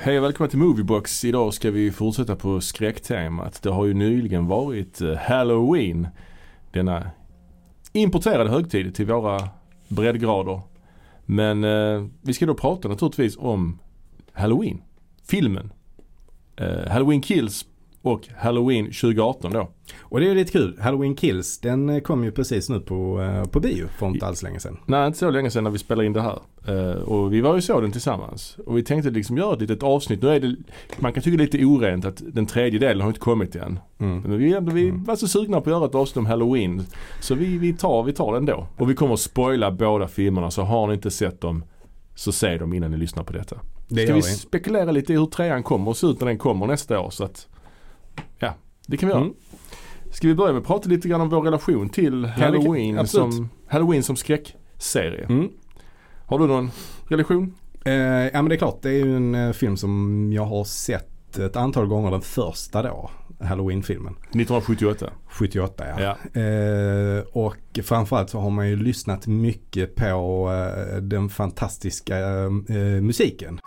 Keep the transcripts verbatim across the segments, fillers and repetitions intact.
Hej och välkommen till Moviebox. Idag ska vi fortsätta på skräcktemat. Det har ju nyligen varit Halloween. Denna importerade högtid till våra breddgrader. Men eh, vi ska då prata naturligtvis om Halloween. Filmen. Eh, Halloween Kills och Halloween tjugo arton då. Och det är ju lite kul. Halloween Kills, den kom ju precis nu på, uh, på bio för inte alls länge sedan. Nej, inte så länge sedan när vi spelade in det här. Uh, och vi var ju så den tillsammans. Och vi tänkte liksom göra ett litet avsnitt. Nu är det, man kan tycka lite orent att den tredje delen har inte kommit än. Mm. Men vi, ändå, vi mm. var så sugna på att göra ett avsnitt om Halloween. Så vi, vi, tar, vi tar den då. Och vi kommer att spoila båda filmerna. Så har ni inte sett dem så se dem innan ni lyssnar på detta. Det Ska vi, vi spekulera lite i hur trean kommer och se ut när den kommer nästa år. Så att, ja, det kan vi göra. Mm. Ska vi börja med att prata lite grann om vår relation till Halloween, som, Halloween som skräckserie. Mm. Har du någon relation? Eh, ja men det är klart, det är ju en uh, film som jag har sett ett antal gånger, den första då, Halloween-filmen. nittonhundrasjuttioåtta. sjuttioåtta, ja. ja. Eh, och framförallt så har man ju lyssnat mycket på uh, den fantastiska uh, musiken.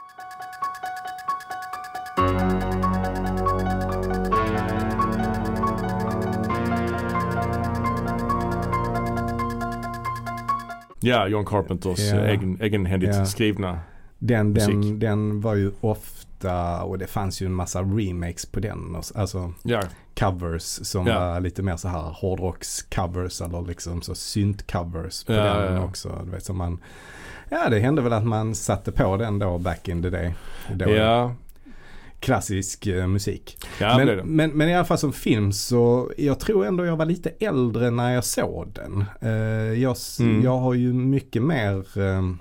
Ja, John Carpenters ja. egen, egenhändigt ja. skrivna den, musik. Den, den var ju ofta, och det fanns ju en massa remakes på den. Alltså ja. covers som ja. var lite mer så här hårdrocks-covers eller liksom så synt-covers på ja, den ja, ja. också. Du vet, så man, ja, det hände väl att man satte på den då back in the day. Då ja. Klassisk uh, musik. Ja, men, det. Men, men i alla fall som film så jag tror ändå jag var lite äldre när jag såg den. Uh, jag, mm. jag har ju mycket mer uh,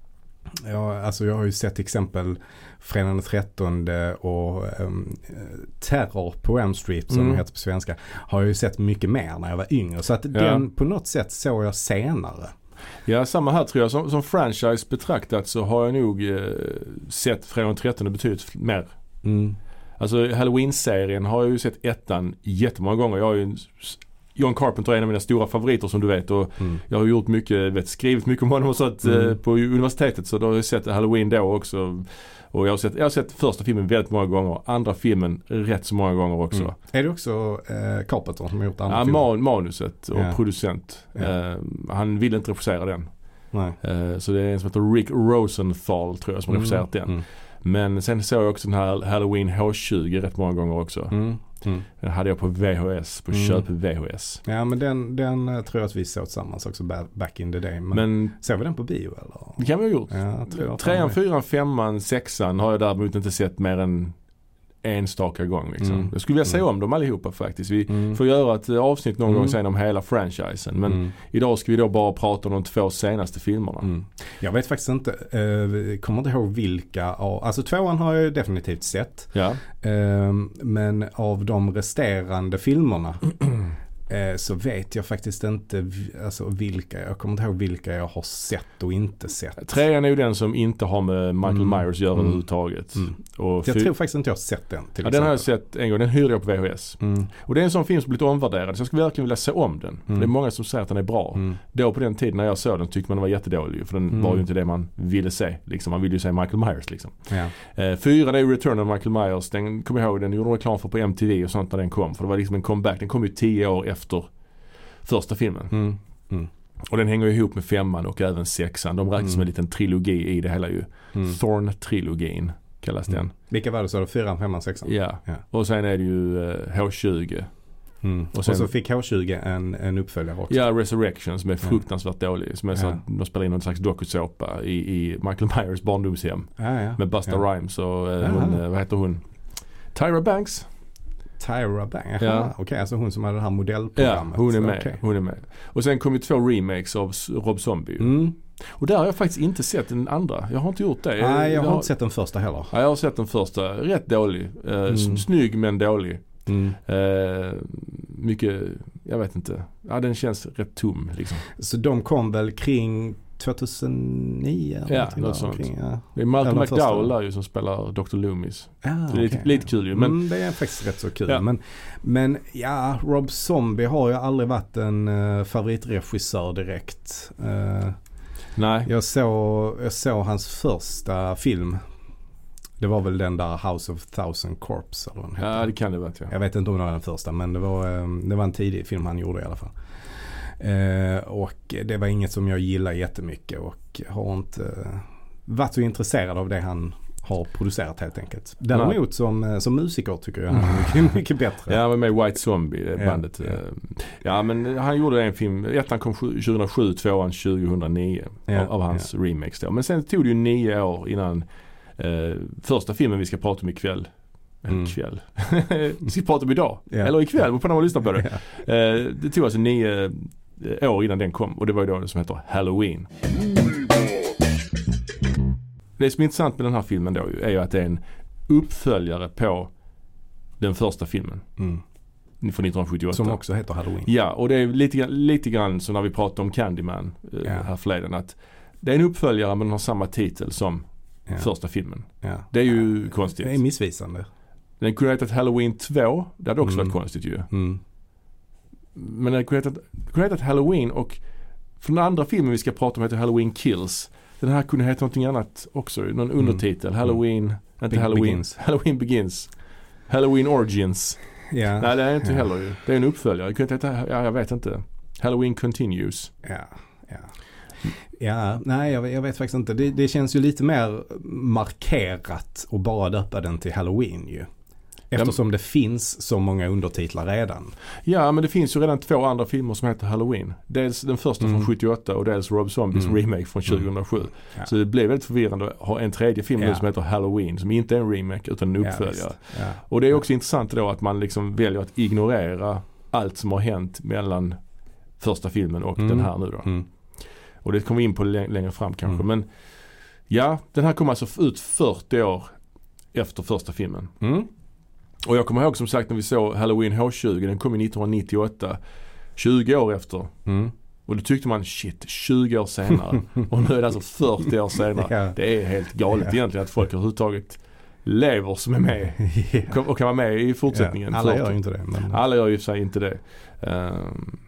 jag, alltså jag har ju sett exempel Fredag den trettonde och um, Terror på Elm Street som mm. heter på svenska, har jag ju sett mycket mer när jag var yngre. Så att ja. den på något sätt såg jag senare. Ja, samma här tror jag. Som, som franchise betraktat så har jag nog eh, sett Fredag den trettonde betydligt mer. Mm. Alltså Halloween-serien har jag ju sett ettan jättemånga gånger. Jag har ju John Carpenter är en av mina stora favoriter som du vet och mm. jag har gjort mycket, vet, skrivit mycket om honom och så att, mm. eh, på universitetet så då har jag sett Halloween då också. Och jag har sett, jag har sett första filmen väldigt många gånger, andra filmen rätt så många gånger också. Mm. Är det också eh, Carpenter som har gjort andra ja, filmer? Man, manuset och yeah. producent. Yeah. Eh, han vill inte regissera den. Nej. Eh, så det är en som heter Rick Rosenthal tror jag som har regisserat mm. den. Mm. Men sen såg jag också den här Halloween H tjugo rätt många gånger också. Mm. Mm. Den hade jag på V H S, på mm. köp V H S. Ja, men den, den tror jag att vi såg tillsammans också back in the day. Men, men såg vi den på bio eller? Det kan vi ha gjort. Ja, tror jag Trean, fyran, femman, sexan har jag däremot inte sett mer än enstaka gång liksom. Mm. Jag skulle vilja säga mm. om dem allihopa faktiskt. Vi mm. får göra ett avsnitt någon mm. gång sen om hela franchisen. Men mm. idag ska vi då bara prata om de två senaste filmerna. Mm. Jag vet faktiskt inte, eh, kommer inte ihåg vilka av, alltså tvåan har jag definitivt sett. Ja. Eh, men av de resterande filmerna eh, så vet jag faktiskt inte alltså vilka, jag kommer inte ihåg vilka jag har sett och inte sett. Trean är ju den som inte har med Michael mm. Myers att göra mm. överhuvudtaget. Mm. Och jag tror faktiskt inte jag har sett den. Till ja, den har jag sett en gång, den hyrde jag på V H S. Mm. Och det är en sån film som blivit omvärderad, så jag skulle verkligen vilja se om den. Mm. Det är många som säger att den är bra. Mm. Då på den tiden när jag såg den tyckte man den var jättedålig, för den mm. var ju inte det man ville se. Liksom. Man ville ju se Michael Myers. Liksom. Ja. Eh, fyra är ju Return of Michael Myers. Den kommer jag ihåg, den gjorde reklam för på M T V och sånt när den kom. För det var liksom en comeback. Den kom ju tio år efter första filmen. Mm. Mm. Och den hänger ihop med femman och även sexan. De räknas mm. som en liten trilogi i det hela ju. Mm. Thorn-trilogin kallas mm. den. Vilka var det så? Fyran, femman, sexan? Ja. ja. Och sen är det ju uh, H tjugo. Mm. Och, sen, och så fick H tjugo en, en uppföljare också. Ja, Resurrection som är fruktansvärt ja. dålig. Som är så ja. att de spelar in någon slags dokusåpa i, i Michael Myers barndomshem. Ja, ja. Med Busta ja. Rhymes och uh, hon, uh, vad heter hon? Tyra Banks. Tyra Banks. Ja. Okej, okay, alltså hon som hade det här modellprogrammet. Ja, hon är med. Okay. Hon är med. Och sen kom ju två remakes av Rob Zombie. Mm. Och där har jag faktiskt inte sett den andra. Jag har inte gjort det. Nej, jag, jag har har inte sett den första heller. Ja, jag har sett den första. Rätt dålig. Eh, mm. Snygg men dålig. Mm. Eh, mycket, jag vet inte. Ja, den känns rätt tom liksom. Så de kom väl kring tjugohundranio? Ja, något sånt. Kring, ja. Det är Malcolm McDowell där ju som spelar doktor Loomis. Ah, det är lite, okay. lite kul ju. Men mm, det är faktiskt rätt så kul. Ja. Men, men ja, Rob Zombie har ju aldrig varit en uh, favoritregissör direkt. Uh, Nej. Jag såg, jag såg hans första film Det var väl den där House of Thousand Corpse eller vad den hette. Ja, det kan det vara. Ja. Jag vet inte om det var den första, men det var, det var en tidig film han gjorde i alla fall. Eh, och det var inget som jag gillar jättemycket och har inte eh, varit så intresserad av det han har producerat helt enkelt. Däremot som, som musiker tycker jag han är mycket, mycket bättre. Ja, med White Zombie, det bandet. Ja, ja. ja, men han gjorde en film, ettan kom tjugohundrasju, tvåan tjugohundranio ja, av, av hans ja. remakes då. Men sen tog det ju nio år innan eh, första filmen vi ska prata om ikväll. Mm. Ikväll. vi ska prata om idag. Ja. Eller ikväll, på när man lyssnar på det. Ja. Eh, det tog alltså nio år innan den kom och det var ju då det som heter Halloween. Det som är intressant med den här filmen då är ju att det är en uppföljare på den första filmen. Mm. Från nittonhundrasjuttioåtta. Som också heter Halloween. Ja, och det är lite, lite grann som när vi pratade om Candyman ja. här förleden. Att det är en uppföljare men den har samma titel som ja. första filmen. Ja. Det är ju ja. konstigt. Det är missvisande. Den kunde ha hetat Halloween två. Det hade också mm. varit konstigt ju. Mm. Men den kunde ha hetat, kunde ha hetat Halloween och från den andra filmen vi ska prata om heter Halloween Kills. Den här kunde heta någonting annat också. Någon undertitel. Mm. Halloween. Mm. Inte Be- Halloween. Begins. Halloween Begins. Halloween Origins. Yeah. Nej, det är inte yeah. heller ju. Det är en uppföljare. Det kunde heta, ja, jag vet inte. Halloween Continues. Ja, ja. Ja, nej jag, jag vet faktiskt inte. Det, det känns ju lite mer markerat att bara döpa den till Halloween ju. Eftersom det finns så många undertitlar redan. Ja, men det finns ju redan två andra filmer som heter Halloween. Dels den första mm. från sjuttioåtta och dels Rob Zombies mm. remake från tjugohundrasju. Mm. Ja. Så det blev väldigt förvirrande att ha en tredje film ja. nu som heter Halloween som inte är en remake utan en uppföljare. Ja, ja. Och det är också ja. intressant då att man liksom väljer att ignorera allt som har hänt mellan första filmen och mm. den här nu då. Mm. Och det kommer vi in på l- längre fram kanske. Mm. Men ja, den här kommer alltså ut fyrtio år efter första filmen. Mm. Och jag kommer ihåg som sagt när vi såg Halloween H tjugo, den kom i nittonhundranittioåtta, tjugo år efter. Mm. Och då tyckte man, shit, tjugo år senare. Och nu är det alltså fyrtio år senare. Ja. Det är helt galet ja. egentligen att folk överhuvudtaget lever som är med ja. och kan vara med i fortsättningen. Ja. Alla gör ju inte det. Men... Alla gör ju för sig inte det. Um,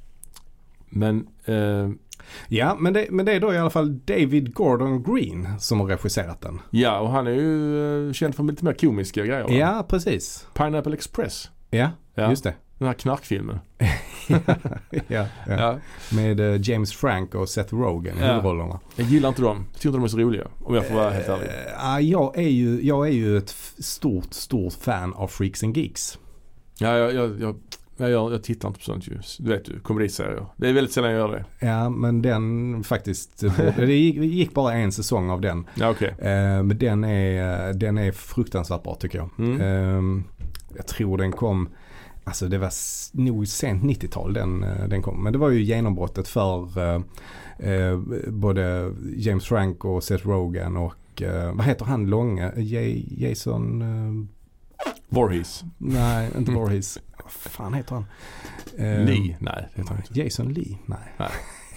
men... Uh, Ja, men det, men det är då i alla fall David Gordon Green som har regisserat den. Ja, och han är ju uh, känd för lite mer komiska grejer. Va? Ja, precis. Pineapple Express. Ja, ja, just det. Den här knarkfilmen. ja, ja, ja. Med uh, James Frank och Seth Rogen i ja. huvudrollerna. Jag gillar inte dem. Jag tycker inte de är så roliga, om jag får vara helt ärlig. Uh, jag, är ju, jag är ju ett f- stort, stort fan av Freaks and Geeks. Ja, jag... jag, jag Jag, jag, jag tittar inte på sånt ljus. Du vet du, komediserier. Det är väldigt sällan jag gör det. Ja, men den faktiskt... det gick, gick bara en säsong av den. Ja, okej. Okay. Uh, men den är, den är fruktansvärt bra tycker jag. Mm. Uh, jag tror den kom... Alltså det var nog sent nittiotal den, den kom. Men det var ju genombrottet för uh, uh, både James Frank och Seth Rogen och... Uh, vad heter han långa? J- Jason... Uh, Voorhees. Nej, inte Voorhees. Vad fan heter han? Lee? Nej, det heter han inte. Jason Lee? Nej. Nej.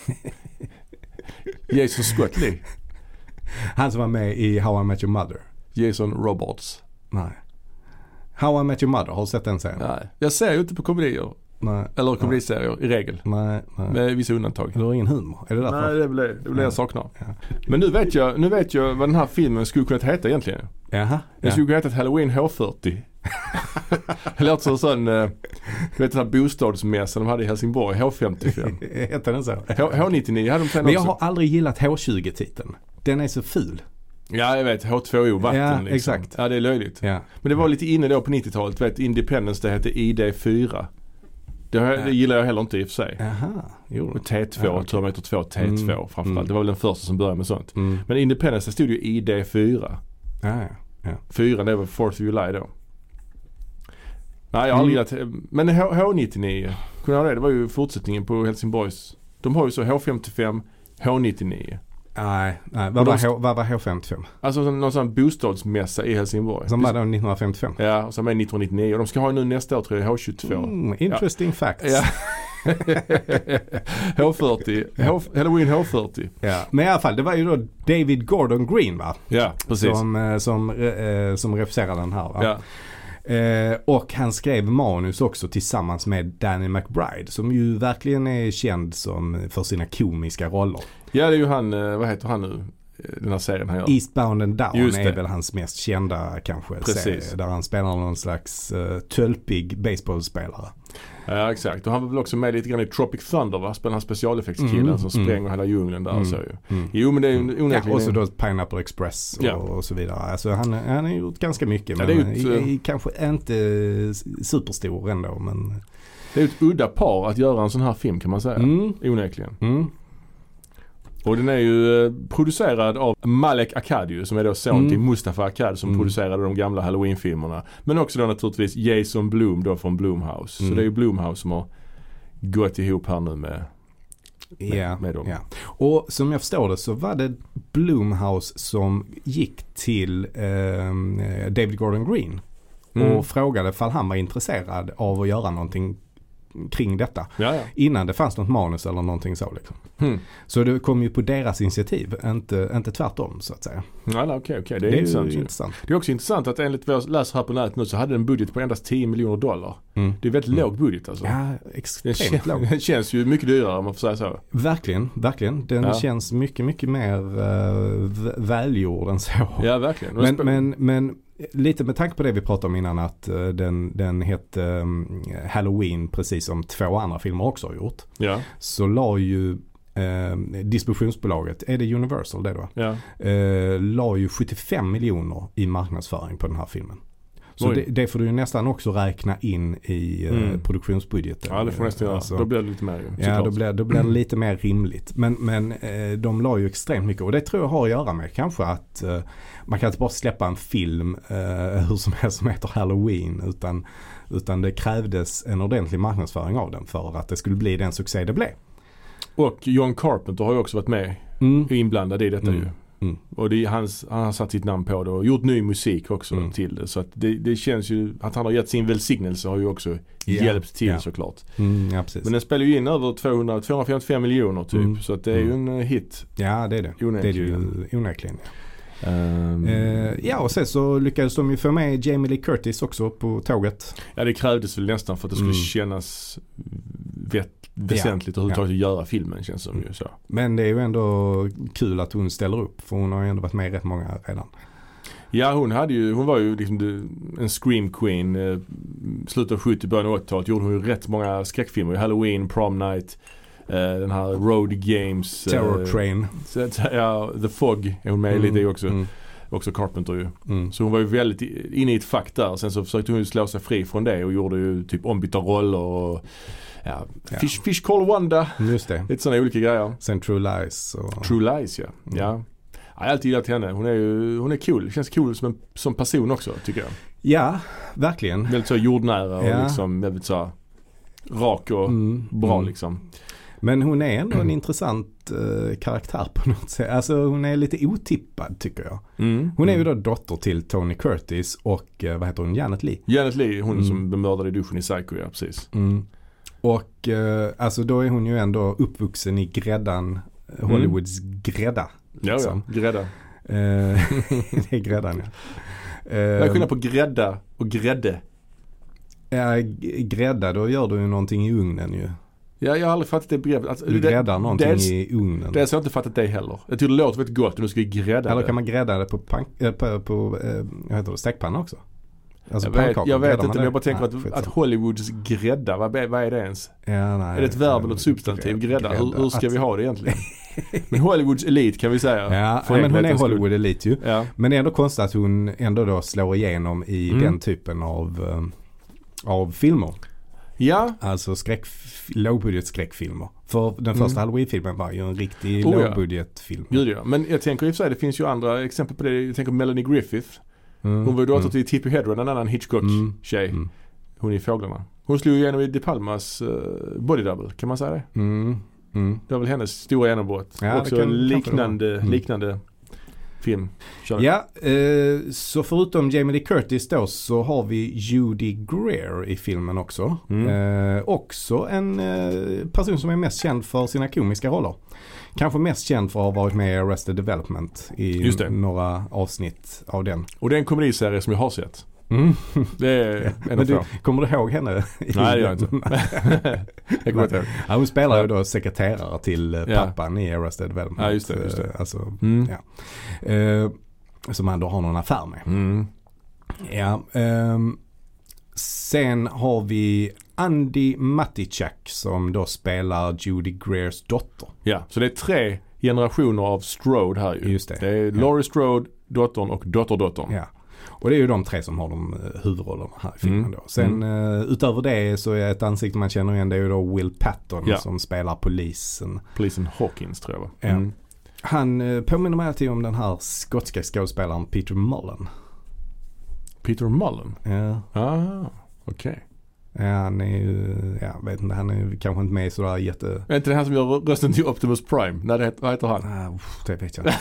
Jason Scott Lee? Han som var med i How I Met Your Mother. Jason Robards? Nej. How I Met Your Mother, har du sett den serien? Nej, jag ser ju inte på komedier. Nej. Eller komediserier nej. i regel. Nej, nej. Med vissa undantag. Du har ingen humor, är det därför? Nej, det är väl det, det, är det jag saknar. Ja. Men nu vet, jag, nu vet jag vad den här filmen skulle kunna heta egentligen. Jaha. Den skulle kunna heta Halloween H fyrtio. Det låter som en sån, du vet den här bostadsmässan de hade i Helsingborg, H femtiofem. Heter den så? H- H99 hade de sen. Men jag också. har aldrig gillat H tjugo-titeln. Den är så ful. Ja, jag vet. H två O vatten ja, liksom. Exakt. Ja, det är löjligt. Ja. Men det var lite inne då på nittiotalet. Vet, Independence, det hette I D fyra. Det, har, det gillar jag heller inte i och för sig. Aha, jo. T två, ja, okay. Terminator två, T två mm. framförallt. Mm. Det var väl den första som började med sånt. Mm. Men Independence, det stod ju I D fyra. Ah, ja. Fyra, det var fourth of July då. Nej, jag har aldrig gillat. Men H nittionio, kunde jag ha det? Det var ju fortsättningen på Helsingborgs. De har ju så H femtiofem, H nittionio. Nej, nej. Vad, var H, vad var H femtiofem? Alltså någon sån bostadsmässa i Helsingborg. Som var då nittonhundrafemtiofem? Ja, och som är nittonhundranittionio. Och de ska ha nu nästa år tror jag H tjugotvå. Mm, interesting ja. facts. Ja. H fyrtio. H, Halloween H fyrtio. Ja, men i alla fall, det var ju då David Gordon Green va? Ja, precis. Som, som, eh, som regisserade den här va? Ja. Eh, och han skrev manus också tillsammans med Danny McBride som ju verkligen är känd som för sina komiska roller. Ja, det är ju han, vad heter han nu? den här serien han gör. Eastbound and Down är väl hans mest kända kanske serie, där han spelar någon slags uh, tölpig baseballspelare. Ja, exakt. Och han var väl också med lite grann i Tropic Thunder, va? Spelar han specialeffektskillen mm, som spränger mm. hela djungeln där. Mm, så ju. Mm. Jo, men det är ju onekligen... Ja, och så då Pineapple Express och, ja. och så vidare. Alltså han, han har gjort ganska mycket, ja, men ett, i, i, kanske inte superstor ändå, men... Det är ju ett udda par att göra en sån här film, kan man säga. Mm. Onekligen. Mm. Och den är ju eh, producerad av Malek Akkad, som är då son mm. till Mustafa Akkad som mm. producerade de gamla Halloween-filmerna. Men också då naturligtvis Jason Blum då från Blumhouse. Mm. Så det är ju Blumhouse som har gått ihop här nu med, med, yeah, med dem. Yeah. Och som jag förstår det så var det Blumhouse som gick till eh, David Gordon Green mm. och frågade ifall han var intresserad av att göra någonting kring detta. Ja, ja. Innan det fanns något manus eller någonting så liksom. Hmm. Så det kom ju på deras initiativ, inte, inte tvärtom så att säga. Ja, okej, okay, okay. Det är, det är intressant, intressant. Det är också intressant att enligt vad jag läser här på nätet nu så hade en budget på endast tio miljoner dollar. Mm. Det är väldigt mm. låg budget alltså. Ja, extremt låg. Det känns ju mycket dyrare om man får säga så. Verkligen, verkligen. Den ja. känns mycket, mycket mer uh, välgjord än så. Ja, verkligen. Men, men, men lite med tanke på det vi pratade om innan att uh, den, den hette um, Halloween precis som två andra filmer också har gjort. Ja. Så la ju Uh, distributionsbolaget, är det Universal det då? Ja. Uh, la ju sjuttiofem miljoner i marknadsföring på den här filmen. Så det, det får du ju nästan också räkna in i uh, mm. produktionsbudgeten. Ja, det får nästan alltså, göra. Då blir det lite mer. Ja, då blir, då blir det lite mer rimligt. Men, men uh, de la ju extremt mycket och det tror jag har att göra med kanske att uh, man kan inte bara släppa en film uh, hur som helst som heter Halloween utan, utan det krävdes en ordentlig marknadsföring av den för att det skulle bli den succé det blev. Och John Carpenter har ju också varit med mm. inblandad i detta mm. ju. Mm. Och det är hans, han har satt sitt namn på det och gjort ny musik också mm. till det. Så att det, det känns ju att han har gett sin välsignelse har ju också yeah. hjälpt till yeah. såklart. Mm, ja, precis. Men den spelar ju in över tvåhundra, tvåhundrafemtiofem miljoner typ. Mm. Så att det är ju en hit. Ja, det är det. Onekligen. Det är ju onekligen. Ja. Um, uh, ja, och sen så lyckades de ju få med Jamie Lee Curtis också på tåget. Ja, det krävdes väl nästan för att det skulle mm. kännas vett väsentligt ja, överhuvudtaget ja. att göra filmen känns som ju så. Men det är ju ändå kul att hon ställer upp för hon har ju ändå varit med rätt många redan. Ja, hon hade ju hon var ju liksom en scream queen eh, slutet av sjuttio början av åttiotalet gjorde hon ju rätt många skräckfilmer, Halloween, Prom Night, eh, den här Road Games, Terror eh, Train. Så, ja, The Fog är hon med mm, lite i också. Mm. Också Carpenter ju. Mm. Så hon var ju väldigt inne i ett fack där. Sen så försökte hon ju slå sig fri från det och gjorde ju typ ombytta roller och ja, ja. Fish, Fish Call Wanda. Just det. Lite sådana olika grejer. Sen True Lies. Och... True Lies, ja. Mm. ja. Jag har alltid gillat henne. Hon är ju hon är cool. Känns cool som, en, som person också, tycker jag. Ja, verkligen. Väldigt så jordnära och ja. liksom väldigt så rak och mm. bra mm. liksom. Men hon är ändå en intressant uh, karaktär på något sätt. Alltså hon är lite otippad tycker jag. Mm. Hon är ju då dotter till Tony Curtis och uh, vad heter hon? Janet Leigh. Janet Leigh, hon mm. som bemördade i duschen i Psycho, ja precis. Mm. Och uh, alltså då är hon ju ändå uppvuxen i gräddan, mm. Hollywoods grädda. Ja, liksom. ja, grädda. Uh, det är gräddan, ja. Uh, jag är skillnad på grädda och grädde. Ja, grädda, då gör du ju någonting i ugnen ju. Ja, jag har aldrig fattat det begreppet. Alltså, du gräddar någonting dels, i ugnen. Det har jag inte fattat det heller. Jag tycker det låter väldigt gott och nu ska vi grädda Eller det. kan man grädda det på, pank, äh, på, på äh, vad heter det, stekpanna också? Alltså jag vet, jag vet inte, men jag bara tänker nej, att, att Hollywoods grädda, vad, vad är det ens? Ja, nej, är det ett verb eller ett substantiv? Grädda, hur, hur ska vi ha det egentligen? Men Hollywoods elit kan vi säga. Ja, ja men hon är Hollywood elit ju. Ja. Men det är ändå konstigt att hon ändå då slår igenom i mm. den typen av, um, av filmer. Ja. Alltså skräck, lågbudget skräckfilmer. För den första mm. Halloween-filmen var ju en riktig oh, lågbudgetfilm. Ja. Ja. Men jag tänker i och för sig, det finns ju andra exempel på det. Jag tänker Melanie Griffith. Mm. Hon var ju dotter mm. till Tippi Hedren, en annan Hitchcock-tjej. Mm. Hon är i Fåglarna. Hon slog ju igenom i De Palmas uh, Body Double, kan man säga det? Mm. Mm. Det var väl hennes stora genombrott. Ja, också kan, en liknande, mm. liknande film. Kör. Ja, eh, så förutom Jamie Lee Curtis då så har vi Judy Greer i filmen också. Mm. Eh, också en eh, person som är mest känd för sina komiska roller. Kanske mest känd för att ha varit med i Arrested Development i några avsnitt av den. Och det är en komediserie som jag har sett. Mm. Det är en Men av du, få. kommer du ihåg henne? Nej, det gör jag inte. Jag kommer inte ihåg. Ja, hon spelar ju då sekreterare till eh, Ja. pappan i Arrested Development. Ja, just det, just det. Eh, Alltså, Mm. ja. Eh, som han då har någon affär med. Mm. Ja. ehm, sen har vi Andy Matichak som då spelar Judy Greers dotter. Ja, så det är tre generationer av Strode här ju. Just det. Det är Laurie Strode, dottern och dotterdottern. Ja. Och det är ju de tre som har de eh, huvudrollerna här i filmen Mm. då. Sen eh, utöver det så är ett ansikte man känner igen, det är ju då Will Patton Ja. som spelar polisen. Polisen Hawkins tror jag va? Ja. Mm. Han eh, påminner mig alltid om den här skotska skådespelaren Peter Mullen. Peter Mullen? Ja. Ah, okej. Ja, han är ju, jag vet inte, han är ju kanske inte med sådär jätte... Är inte det han som gör rösten till Optimus Prime? Nej, det heter, vad heter han? Ah, uff, det vet jag inte.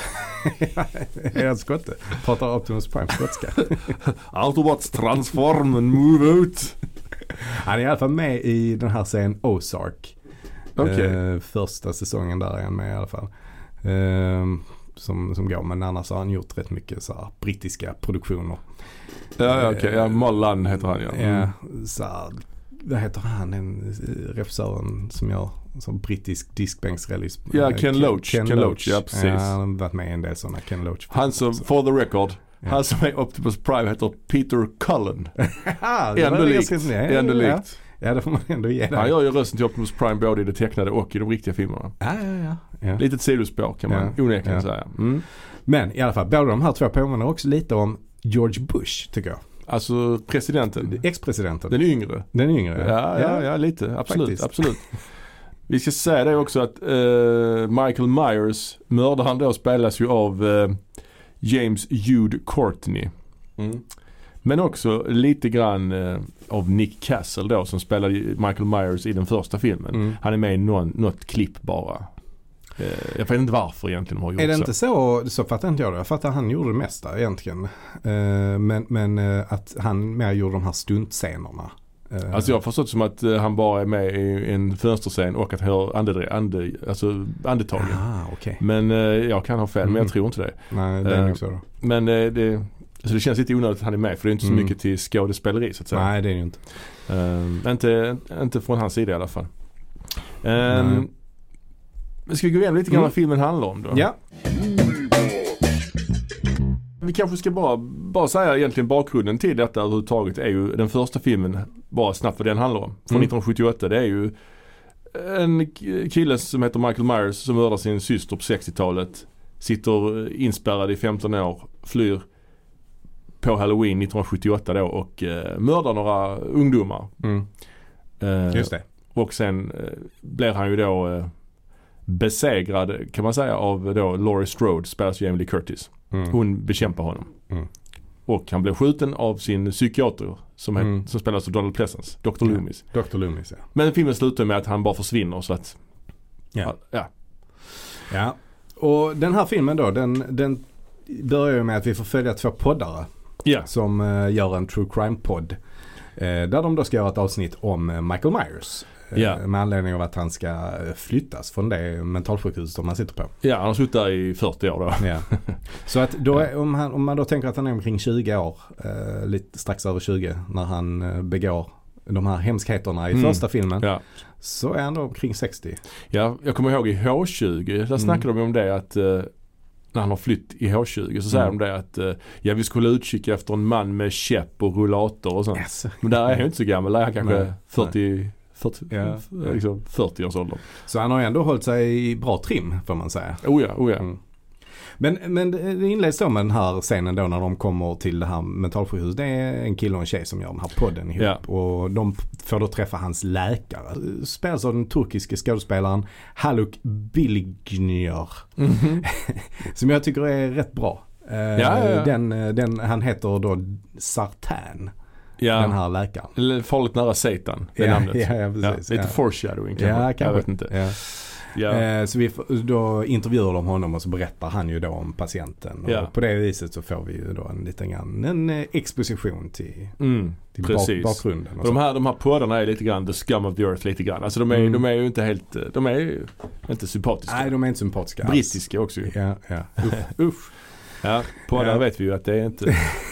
Är han skotte? Pratar Optimus Prime skotska? Autobots transform and move out. Han är i alla fall med i den här serien Ozark. Okej. Eh, första säsongen där är han med i alla fall. Eh, som, som går, men annars har han gjort rätt mycket så här brittiska produktioner. Ja, ja, okej. Ja, Mullen heter han ja. Mm. Ja, så här, vad heter han, den eh, regissören som gör som brittisk diskbänksrealism? Ja, Eh, Ken Loach. Ken Loach, ja, precis. Ja, han har varit med i en del sådana Ken Loach. Han som, for the record, Ja. han som är Optimus Prime heter Peter Cullen. Ah, det var Ändå det likt. jag skulle- ja, Ändå ja. likt. Ja, det får man ändå ge det. Han gör ju rösten till Optimus Prime både i det tecknade och i de riktiga filmerna. Ja, ja, ja. ja. Litet sidospår kan man Ja. onekligen Ja. säga. Mm. Men i alla fall, båda de här två påminner också lite om George Bush, tycker jag. Alltså presidenten. Ex-presidenten. Den yngre. Den yngre. Ja, ja, ja, lite. Absolut, Faktiskt. absolut. Vi ska säga det också att eh, Michael Myers, mördaren då, spelas ju av eh, James Jude Courtney. Mm. Men också lite grann eh, av Nick Castle då som spelade Michael Myers i den första filmen. Mm. Han är med i någon, något klipp bara. Eh, jag vet inte varför egentligen de har gjort Är det så. inte så, så fattar inte jag det. Jag fattar att han gjorde det mesta egentligen. Eh, men men eh, att han mer gjorde de här stuntscenerna. Eh, Alltså jag har förstått som att eh, han bara är med i en fönsterscen och att han hör ande, ande, alltså andetagen. Ah, okej. Men eh, jag kan ha fel, men Mm. jag tror inte det. Nej, det är Eh, nog så då. Men eh, det, så det känns lite onödigt att han är med för det är inte så Mm. mycket till skådespeleri så att säga. Nej, det är det ju inte. Eh, inte, inte från hans sida i alla fall. Eh, Nej. men ska vi gå igenom lite grann Mm. vad filmen handlar om då? Ja. Vi kanske ska bara, bara säga egentligen bakgrunden till detta överhuvudtaget är ju den första filmen, bara snabbt vad den handlar om. Från Mm. nittonhundrasjuttioåtta. Det är ju en k- kille som heter Michael Myers som mördar sin syster på sextiotalet. Sitter inspärrad i femton år, flyr på Halloween nittonhundrasjuttioåtta då och eh, mördar några ungdomar. Mm. Eh, Just det. Och sen eh, blir han ju då eh, besegrad kan man säga av då Laurie Strode, spelas Jamie Lee Curtis. Mm. Hon bekämpar honom. Mm. Och han blir skjuten av sin psykiater som, Mm. het, som spelas av Donald Pleasence, doktor Ja. Loomis. doktor Loomis, ja. Men filmen slutar med att han bara försvinner så att Ja. ja. Ja. Och den här filmen då, den, den börjar ju med att vi får följa två poddare Ja. som uh, gör en true crime-podd. Uh, där de då ska göra ett avsnitt om uh, Michael Myers. Uh, Ja. Med anledning av att han ska uh, flyttas från det mentalsjukhus som han sitter på. Ja, han har suttit där i fyrtio år då. Ja. Så att då är, om, han, om man då tänker att han är omkring tjugo år, uh, lite strax över tjugo, när han uh, begår de här hemskheterna i Mm. första filmen, Ja. så är han då omkring sextio. Ja, jag kommer ihåg i H tjugo, där snackade de om det att eh, när han har flytt i H tjugo så säger Mm. de det att eh, ja, vi skulle utkika efter en man med käpp och rullator och sånt. Yes. Men där är han ju inte så gammal, där är han kanske Nej. fyrtio, fyrtio, Ja. liksom fyrtio års ålder. Så han har ju ändå hållit sig i bra trim, får man säga. Oh ja, oh ja. Mm. Men, men det inleds då med den här scenen då när de kommer till det här mentalsjukhuset. Det är en kille och en tjej som gör den här podden ihop. Ja. Och de får då träffa hans läkare. Spelas av den turkiske skådespelaren Haluk Bilginer. Mhm. Som jag tycker är rätt bra. Eh, Ja, ja, ja. Den, den, han heter då Sartan, den Ja, här läkaren. eller farligt nära Satan, det Ja, namnet. ja, ja, Ja, precis. lite Ja. foreshadowing kanske. Ja, Jag kanske. vet inte. Ja. Ja. Eh, så vi, får- då intervjuar de honom och så berättar han ju då om patienten. Ja. Och på det viset så får vi ju då en liten grann, en eh, exposition till, Mm, till bak, precis. bakgrunden. Och Och de så. här, de här poddarna är lite grann the scum of the earth lite grann. Alltså de är, Mm. de är ju inte helt, de är ju inte sympatiska. Nej, de är inte sympatiska alls. Brittiska också ju. Ja, ja. Usch. Ja, poddar Ja. vet vi ju att det är inte,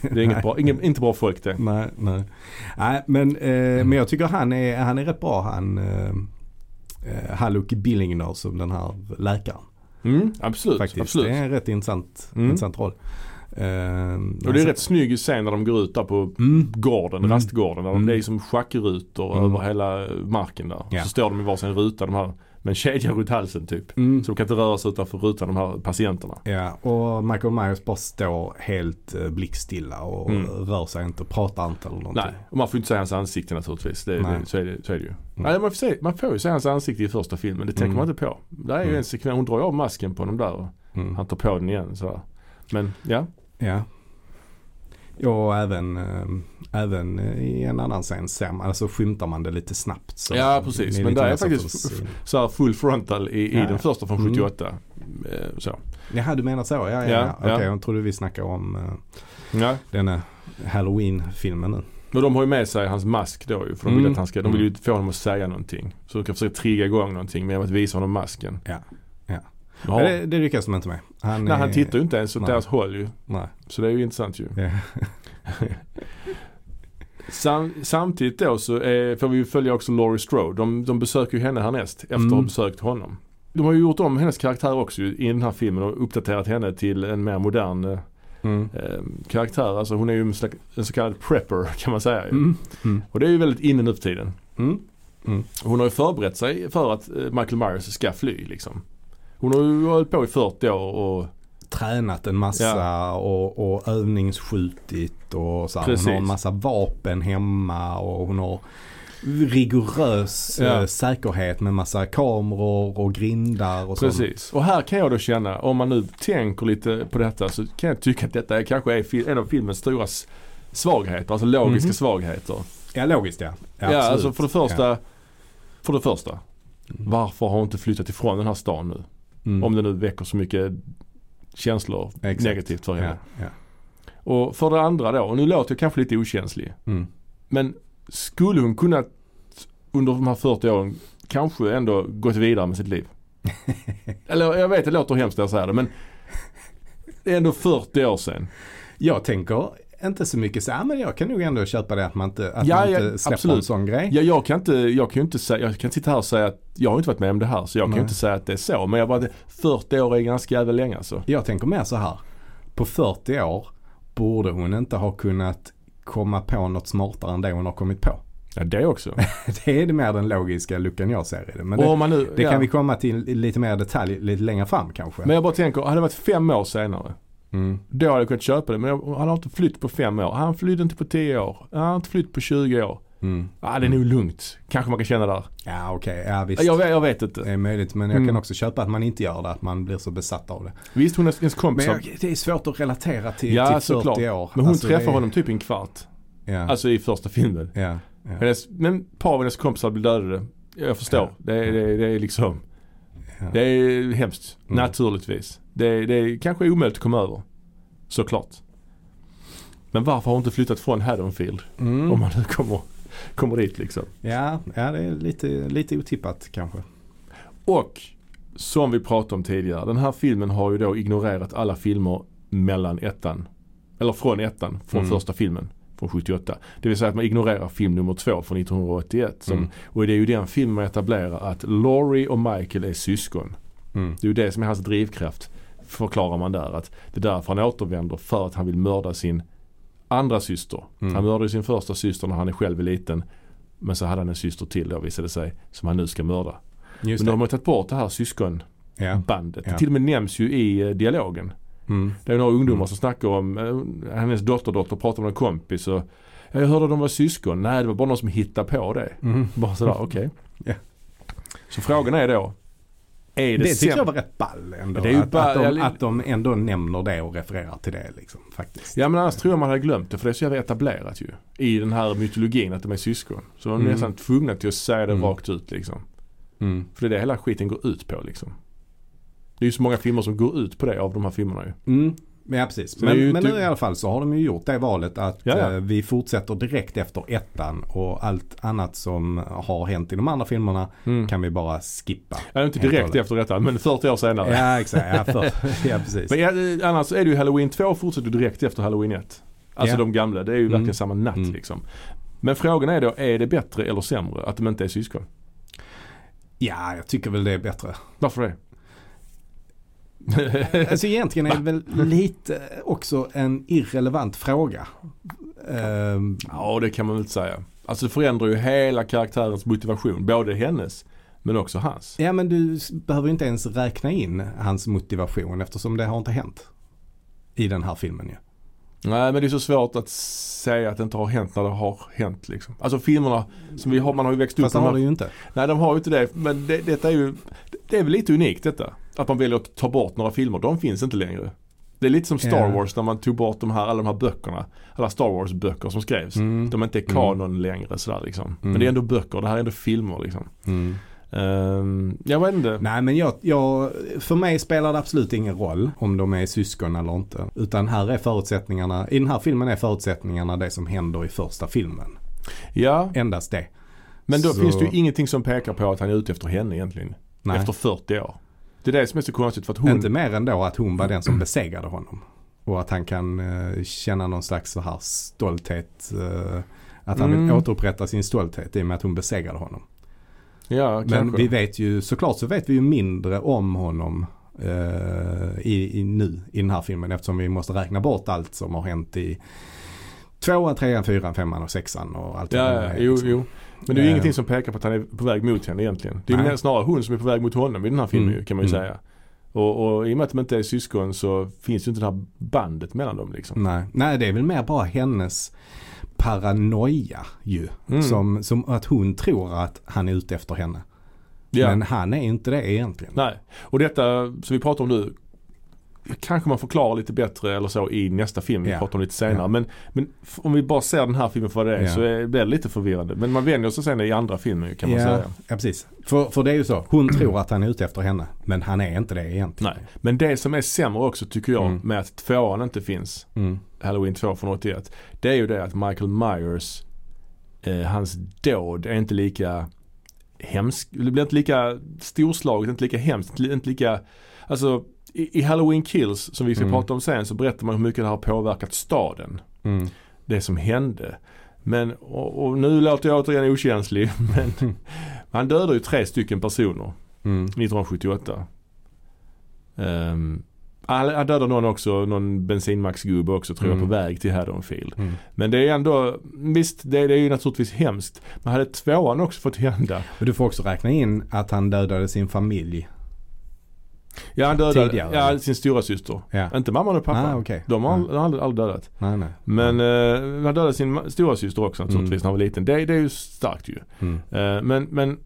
Det är inget bra, inget, inte bra folk det. Nej, nej. nej men, eh, mm. men jag tycker han är, han är rätt bra. Han, eh, Haluk Billinger som den här läkaren. Mm, absolut, Faktiskt. absolut. Det är en rätt intressant, mm. intressant roll. Uh, och det är rätt snygg scen när de går ut där på mm. gården, mm. rastgården. Där mm. de är som schackrutor mm. över hela marken där. Ja. Så står de i varsin ruta, de här med en kedja runt halsen typ. Mm. Så de kan inte röra sig utanför rutan, de här patienterna. Ja, och Michael Myers bara står helt uh, blickstilla och mm. rör sig inte och pratar inte eller någonting. Nej, och man får inte säga hans ansikte naturligtvis. Det, det, så, är det, så är det ju. Mm. Nej, man, får se, man får ju se hans ansikte i första filmen, det tänker mm. man inte på. Det är ju mm. en sekvens, hon drar ju av masken på honom där och mm. han tar på den igen. Så. Men ja. Ja. Och även, äh, även i en annan scen sen, alltså skymtar man det lite snabbt. Så ja, precis. Men det är faktiskt f- så här full frontal i, ja. i den första från sjuttioåtta. Mm. Så. Jaha, du menar så? Ja, ja, ja. ja Okej, okay, ja. jag trodde vi snackade om äh, ja. denna Halloween-filmen nu. Men de har ju med sig hans mask då ju, för de vill, mm. att han ska, de vill ju få honom att säga någonting. Så de kan försöka trigga igång någonting med att visa honom masken. Ja, ja. Ja. Det, det lyckas de inte med. Han, Nej, är, han tittar ju inte ens åt deras håll ju. Nej. Så det är ju intressant ju. Ja. Sam, samtidigt då så är, får vi ju följa också Laurie Strode. De, de besöker ju henne härnäst efter mm. att ha besökt honom. De har ju gjort om hennes karaktär också i den här filmen och uppdaterat henne till en mer modern mm. eh, karaktär. Alltså hon är ju en, slags, en så kallad prepper kan man säga. Mm. Mm. Och det är ju väldigt inne nu för tiden. Mm. Mm. Hon har ju förberett sig för att Michael Myers ska fly liksom. Hon har ju hållit på i fyrtio år och tränat en massa ja. och, och övningsskjutit och så. Hon har en massa vapen hemma och hon har rigorös ja. äh, säkerhet med massa kameror och grindar och så. Precis. Och här kan jag då känna, om man nu tänker lite på detta så kan jag tycka att detta är kanske är en av filmens stora svagheter, alltså logiska mm-hmm. svagheter. Ja, logiskt ja. Ja, ja alltså för det första ja. för det första mm. varför har hon inte flyttat ifrån den här stan nu? Mm. Om det nu väcker så mycket känslor Exakt. negativt för henne. Ja, ja. Och för det andra då, och nu låter jag kanske lite okänslig. Mm. Men skulle hon kunna under de här fyrtio åren kanske ändå gått vidare med sitt liv? Eller jag vet, det låter hemskt när jag säger det, men det är ändå fyrtio år sedan. Jag tänker inte så mycket så, ja, men jag kan nog ändå köpa det att man inte, att ja, man ja, inte släpper absolut. en sån grej. Ja, jag kan inte, jag kan inte säga, jag kan sitta här och säga att jag har inte varit med om det här, så jag Nej. kan inte säga att det är så, men jag bara, fyrtio år är ganska jävla länge alltså. Jag tänker mer så här, på fyrtio år borde hon inte ha kunnat komma på något smartare än det hon har kommit på. Ja, det också. Det är det mer den logiska luckan jag ser i det. Men det, nu, det ja. kan vi komma till lite mer detalj lite längre fram kanske. Men jag bara tänker, hade det varit fem år senare Mm. då hade jag kunnat köpa det, men jag, han har inte flytt på fem år. Han flydde inte på tio år. Han har inte flytt på tjugo år. Mm. Ja, det är nog lugnt. Kanske man kan känna där. Ja, okej. Okay. Ja, visst. Jag, jag vet inte. Det är möjligt, men jag mm. kan också köpa att man inte gör det. Att man blir så besatt av det. Visst, hon är ens kompis. Men jag, det är svårt att relatera till, ja, till fyrtio såklart. år. Men hon alltså, träffar är... honom typ i en kvart. Ja. Alltså i första filmen. Ja. Ja. Hennes, men ett par av hennes kompisar blir dödade. Jag förstår. Ja. Det, är, det, det är liksom ja. Det är hemskt. Mm. Naturligtvis. Det, det är kanske omöjligt att komma över. Såklart. Men varför har hon inte flyttat från Haddonfield? Mm. Om man nu kommer, kommer dit liksom. Ja, ja, det är lite, lite otippat kanske. Och som vi pratade om tidigare, den här filmen har ju då ignorerat alla filmer mellan ettan. Eller från ettan, från mm. första filmen. Från sjuttioåtta. Det vill säga att man ignorerar film nummer två från nittonhundraåttioett. Som, mm. Och det är ju den filmen man etablerar att Laurie och Michael är syskon. Mm. Det är ju det som är hans drivkraft. Förklarar man där att det är därför han återvänder, för att han vill mörda sin andra syster. Mm. Han mördade sin första syster när han är själv liten, men så hade han en syster till då, visade sig, som han nu ska mörda. Just men det. de har tagit bort det här syskonbandet. Ja. Det till och med nämns ju i uh, dialogen. Mm. Det är några ungdomar mm. som snackar om uh, hennes dotterdotter pratar med en kompis och jag hörde att de var syskon. Nej, det var bara någon som hittade på det. Mm. Bara sådär, okej. Okay. Ja. Så frågan är då, är det, det tycker sem- jag var rätt ball ändå. Det är ju att, bara, att, de, jag, att de ändå nämner det och refererar till det liksom, faktiskt. Ja, men annars tror jag man hade glömt det, för det är så jävla etablerat ju i den här mytologin att de är syskon. Så de är mm. nästan tvungna till att säga det mm. rakt ut liksom. Mm. För det är det hela skiten går ut på liksom. Det är ju så många filmer som går ut på det av de här filmerna ju. Mm. Ja, precis. Men, men nu i alla fall så har de ju gjort det valet att ja, ja. Eh, vi fortsätter direkt efter ettan och allt annat som har hänt i de andra filmerna mm. kan vi bara skippa. Ja, inte direkt efter ettan, men fyrtio år senare. Ja, exakt. Ja, för, ja precis. Men ja, annars är det ju Halloween två fortsätter direkt efter Halloween ett. Alltså ja. de gamla, det är ju verkligen mm. samma natt mm. liksom. Men frågan är då, är det bättre eller sämre att de inte är syskon? Ja, jag tycker väl det är bättre. Varför det? Alltså egentligen är det väl lite också en irrelevant fråga. Um, ja, det kan man väl inte säga. Alltså det förändrar ju hela karaktärens motivation. Både hennes, men också hans. Ja, men du behöver inte ens räkna in hans motivation eftersom det har inte hänt i den här filmen ju. Nej, men det är så svårt att säga att det inte har hänt när det har hänt liksom. Alltså filmerna som vi har, man har ju växt upp. Fast det har det ju inte. Nej, de har ju inte det. Men det, detta är ju, det är väl lite unikt detta. Att man väljer att ta bort några filmer. De finns inte längre. Det är lite som Star yeah. Wars när man tog bort de här, alla de här böckerna. Alla Star Wars-böcker som skrevs. Mm. De är inte kanon mm. längre sådär liksom. Mm. Men det är ändå böcker. Det här är ändå filmer liksom. Mm. Um, jag vet inte. Nej, men jag, jag, för mig spelar det absolut ingen roll om de är syskon eller inte. Utan här är förutsättningarna, i den här filmen är förutsättningarna det som händer i första filmen. Ja. Endast det. Men då så... finns det ju ingenting som pekar på att han är ute efter henne egentligen. Nej. Efter fyrtio år. Det är det som är så konstigt för att hon... Inte mer än då att hon var den som besegrade honom. Och att han kan uh, känna någon slags så här stolthet. Uh, att han mm. vill återupprätta sin stolthet i och med att hon besegrade honom. Ja, men kanske. Vi vet ju, såklart så vet vi ju mindre om honom uh, i, i nu i den här filmen eftersom vi måste räkna bort allt som har hänt i tvåan, trean, fyran, femman och sexan och allt. Ja, är, jo, liksom. jo. Men det är ju uh, ingenting som pekar på att han är på väg mot henne egentligen. Det är nej. snarare hon som är på väg mot honom i den här filmen mm. kan man ju mm. säga. Och, och i och med att de inte är syskon så finns ju inte det här bandet mellan dem liksom. Nej, nej det är väl mer bara hennes paranoia ju. Mm. Som, som att hon tror att han är ute efter henne. Ja. Men han är inte det egentligen. Nej, och detta som vi pratar om nu kanske man förklarar lite bättre eller så i nästa film. Vi ja. pratar om lite senare. Ja. Men, men om vi bara ser den här filmen för vad det är ja. så är det lite förvirrande. Men man vänjer sig sen i andra filmer kan man ja. säga. Ja, precis. För, för det är ju så. Hon tror att han är ute efter henne. Men han är inte det egentligen. Nej. Men det som är sämre också tycker jag mm. med att tvåan inte finns. Mm. Halloween två från åttioett. Det är ju det att Michael Myers eh, hans dåd är inte lika hemskt. Det blir inte lika storslaget, inte lika hemskt. Inte lika... Alltså... I Halloween Kills som vi ska mm. prata om sen så berättar man hur mycket det har påverkat staden. Mm. Det som hände. Men, och, och nu låter jag återigen okänslig men han dödade ju tre stycken personer mm. nittonhundrasjuttioåtta. Um, han dödade någon också, någon bensinmaxgubbe också tror mm. jag på väg till Haddonfield. Mm. Men det är ändå, visst det, det är ju naturligtvis hemskt. Men hade tvåan också fått hända. Men du får också räkna in att han dödade sin familj. Ja, han dödade ja, sin stora syster. Ja. Inte mamman och pappan. Ah, okay. De har aldrig, aldrig, aldrig dödat. Nej, nej. Men uh, han dödade sin stora syster också naturligtvis mm. när han var liten. Det, det är ju starkt ju. Mm. Uh, men men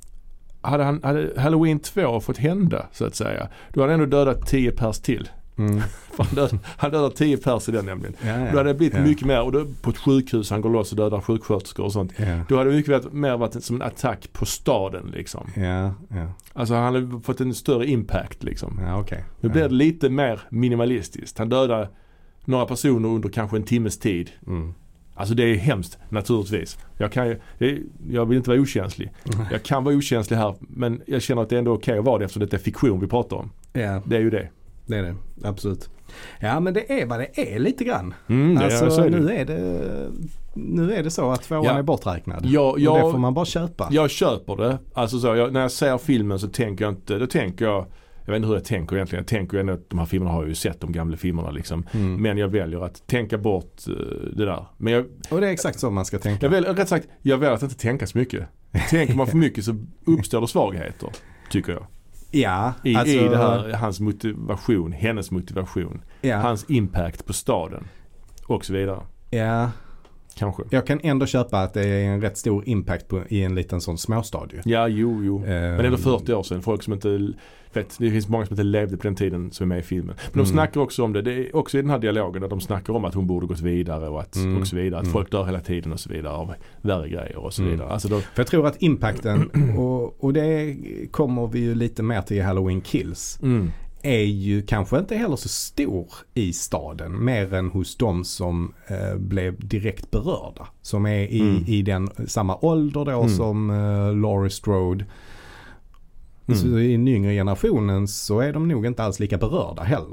hade, han, hade Halloween två fått hända så att säga, då hade han ändå dödat tio pers till. Mm. han, dödade, han dödade tio pers i den nämligen. Ja, ja. Då hade det blivit ja. mycket mer. Och då, på ett sjukhus han går loss och dödar sjuksköterskor och sånt. Ja. Då hade det mycket varit, mer varit som en attack på staden liksom. Ja, ja. Alltså han hade fått en större impact liksom. Ja, okay. Nu blir det lite mer minimalistiskt. Han dödar några personer under kanske en timmes tid. Mm. Alltså det är hemskt naturligtvis. Jag, kan, jag, jag vill inte vara okänslig. Mm. Jag kan vara okänslig här men jag känner att det är ändå okej att vara det eftersom det är fiktion vi pratar om. Ja. Det är ju det. Det är det, absolut. Ja, men det är vad det är lite grann. Mm, det alltså är, nu är det nu är det så att tvåan ja. är borträknad. Ja, jag, och det får man bara köpa. Jag köper det. Alltså så, jag, när jag ser filmen så tänker jag inte, då tänker jag, jag vet inte hur jag tänker egentligen. Jag tänker ändå att de här filmerna har jag ju sett, de gamla filmerna liksom. Mm. Men jag väljer att tänka bort uh, det där. Men jag, och det är exakt så man ska tänka. Jag väljer, rätt sagt, jag väljer att inte tänka så mycket. Tänker man för mycket så uppstår det svagheter, tycker jag. Ja, I, alltså, I det här, hans motivation, hennes motivation, ja. hans impact på staden och så vidare. Ja. Kanske. Jag kan ändå köpa att det är en rätt stor impact på, i en liten sån småstadie. Ja, jo, jo. Um, Men det är fyrtio år sedan. Folk som inte vet, det finns många som inte levde på den tiden som är med i filmen. Men mm. de snackar också om det. Det är också i den här dialogen där de snackar om att hon borde gått vidare och, att, mm. och så vidare. Att mm. folk dör hela tiden och så vidare av värre grejer och så mm. vidare. Alltså då, för jag tror att impacten, och, och det kommer vi ju lite mer till i Halloween Kills, mm. är ju kanske inte heller så stor i staden, mer än hos de som eh, blev direkt berörda. Som är i, mm. i den samma ålder då mm. som eh, Laurie Strode. Mm. Så i den yngre generationen så är de nog inte alls lika berörda heller.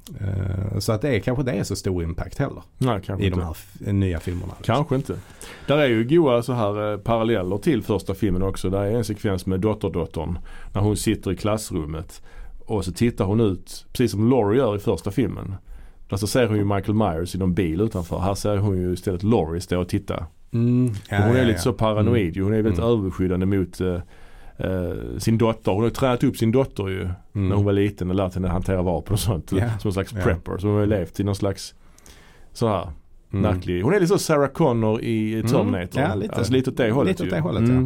Uh, så att det är kanske det är så stor impact heller. Nej, kanske i inte. de här f- nya filmerna. Liksom. Kanske inte. Där är ju goda så här eh, paralleller till första filmen också. Där är en sekvens med dotterdottern när hon sitter i klassrummet och så tittar hon ut precis som Laurie gör i första filmen. Där så ser hon ju Michael Myers i någon bil utanför. Här ser hon ju istället Laurie stå och titta. Mm. Ja, hon är ja, lite ja. så paranoid. Hon är väldigt Mm. överskyddande mot uh, uh, sin dotter. Hon har ju tränat upp sin dotter ju Mm. när hon var liten och lärt henne hantera vapen och sånt. Ja. Som en slags Ja. prepper. Så hon har levt i någon slags så här Mm. märklig. Hon är lite så Sarah Connor i Terminator. Mm. Ja, lite. Alltså lite åt det hållet. Lite åt ju. det hållet, Mm. ja.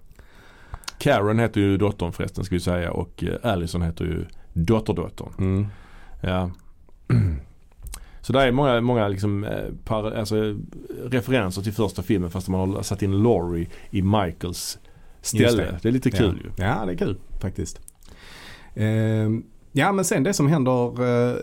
Karen heter ju dottern förresten ska vi säga och uh, Allison heter ju dotterdottern. Mm. Ja. Så det är många, många liksom, eh, par, alltså, referenser till första filmen fast man har satt in Laurie i Michaels ställe. Just Det. det. det är lite kul ja. ju. Ja, det är kul faktiskt. Ehm, ja, men sen det som händer eh,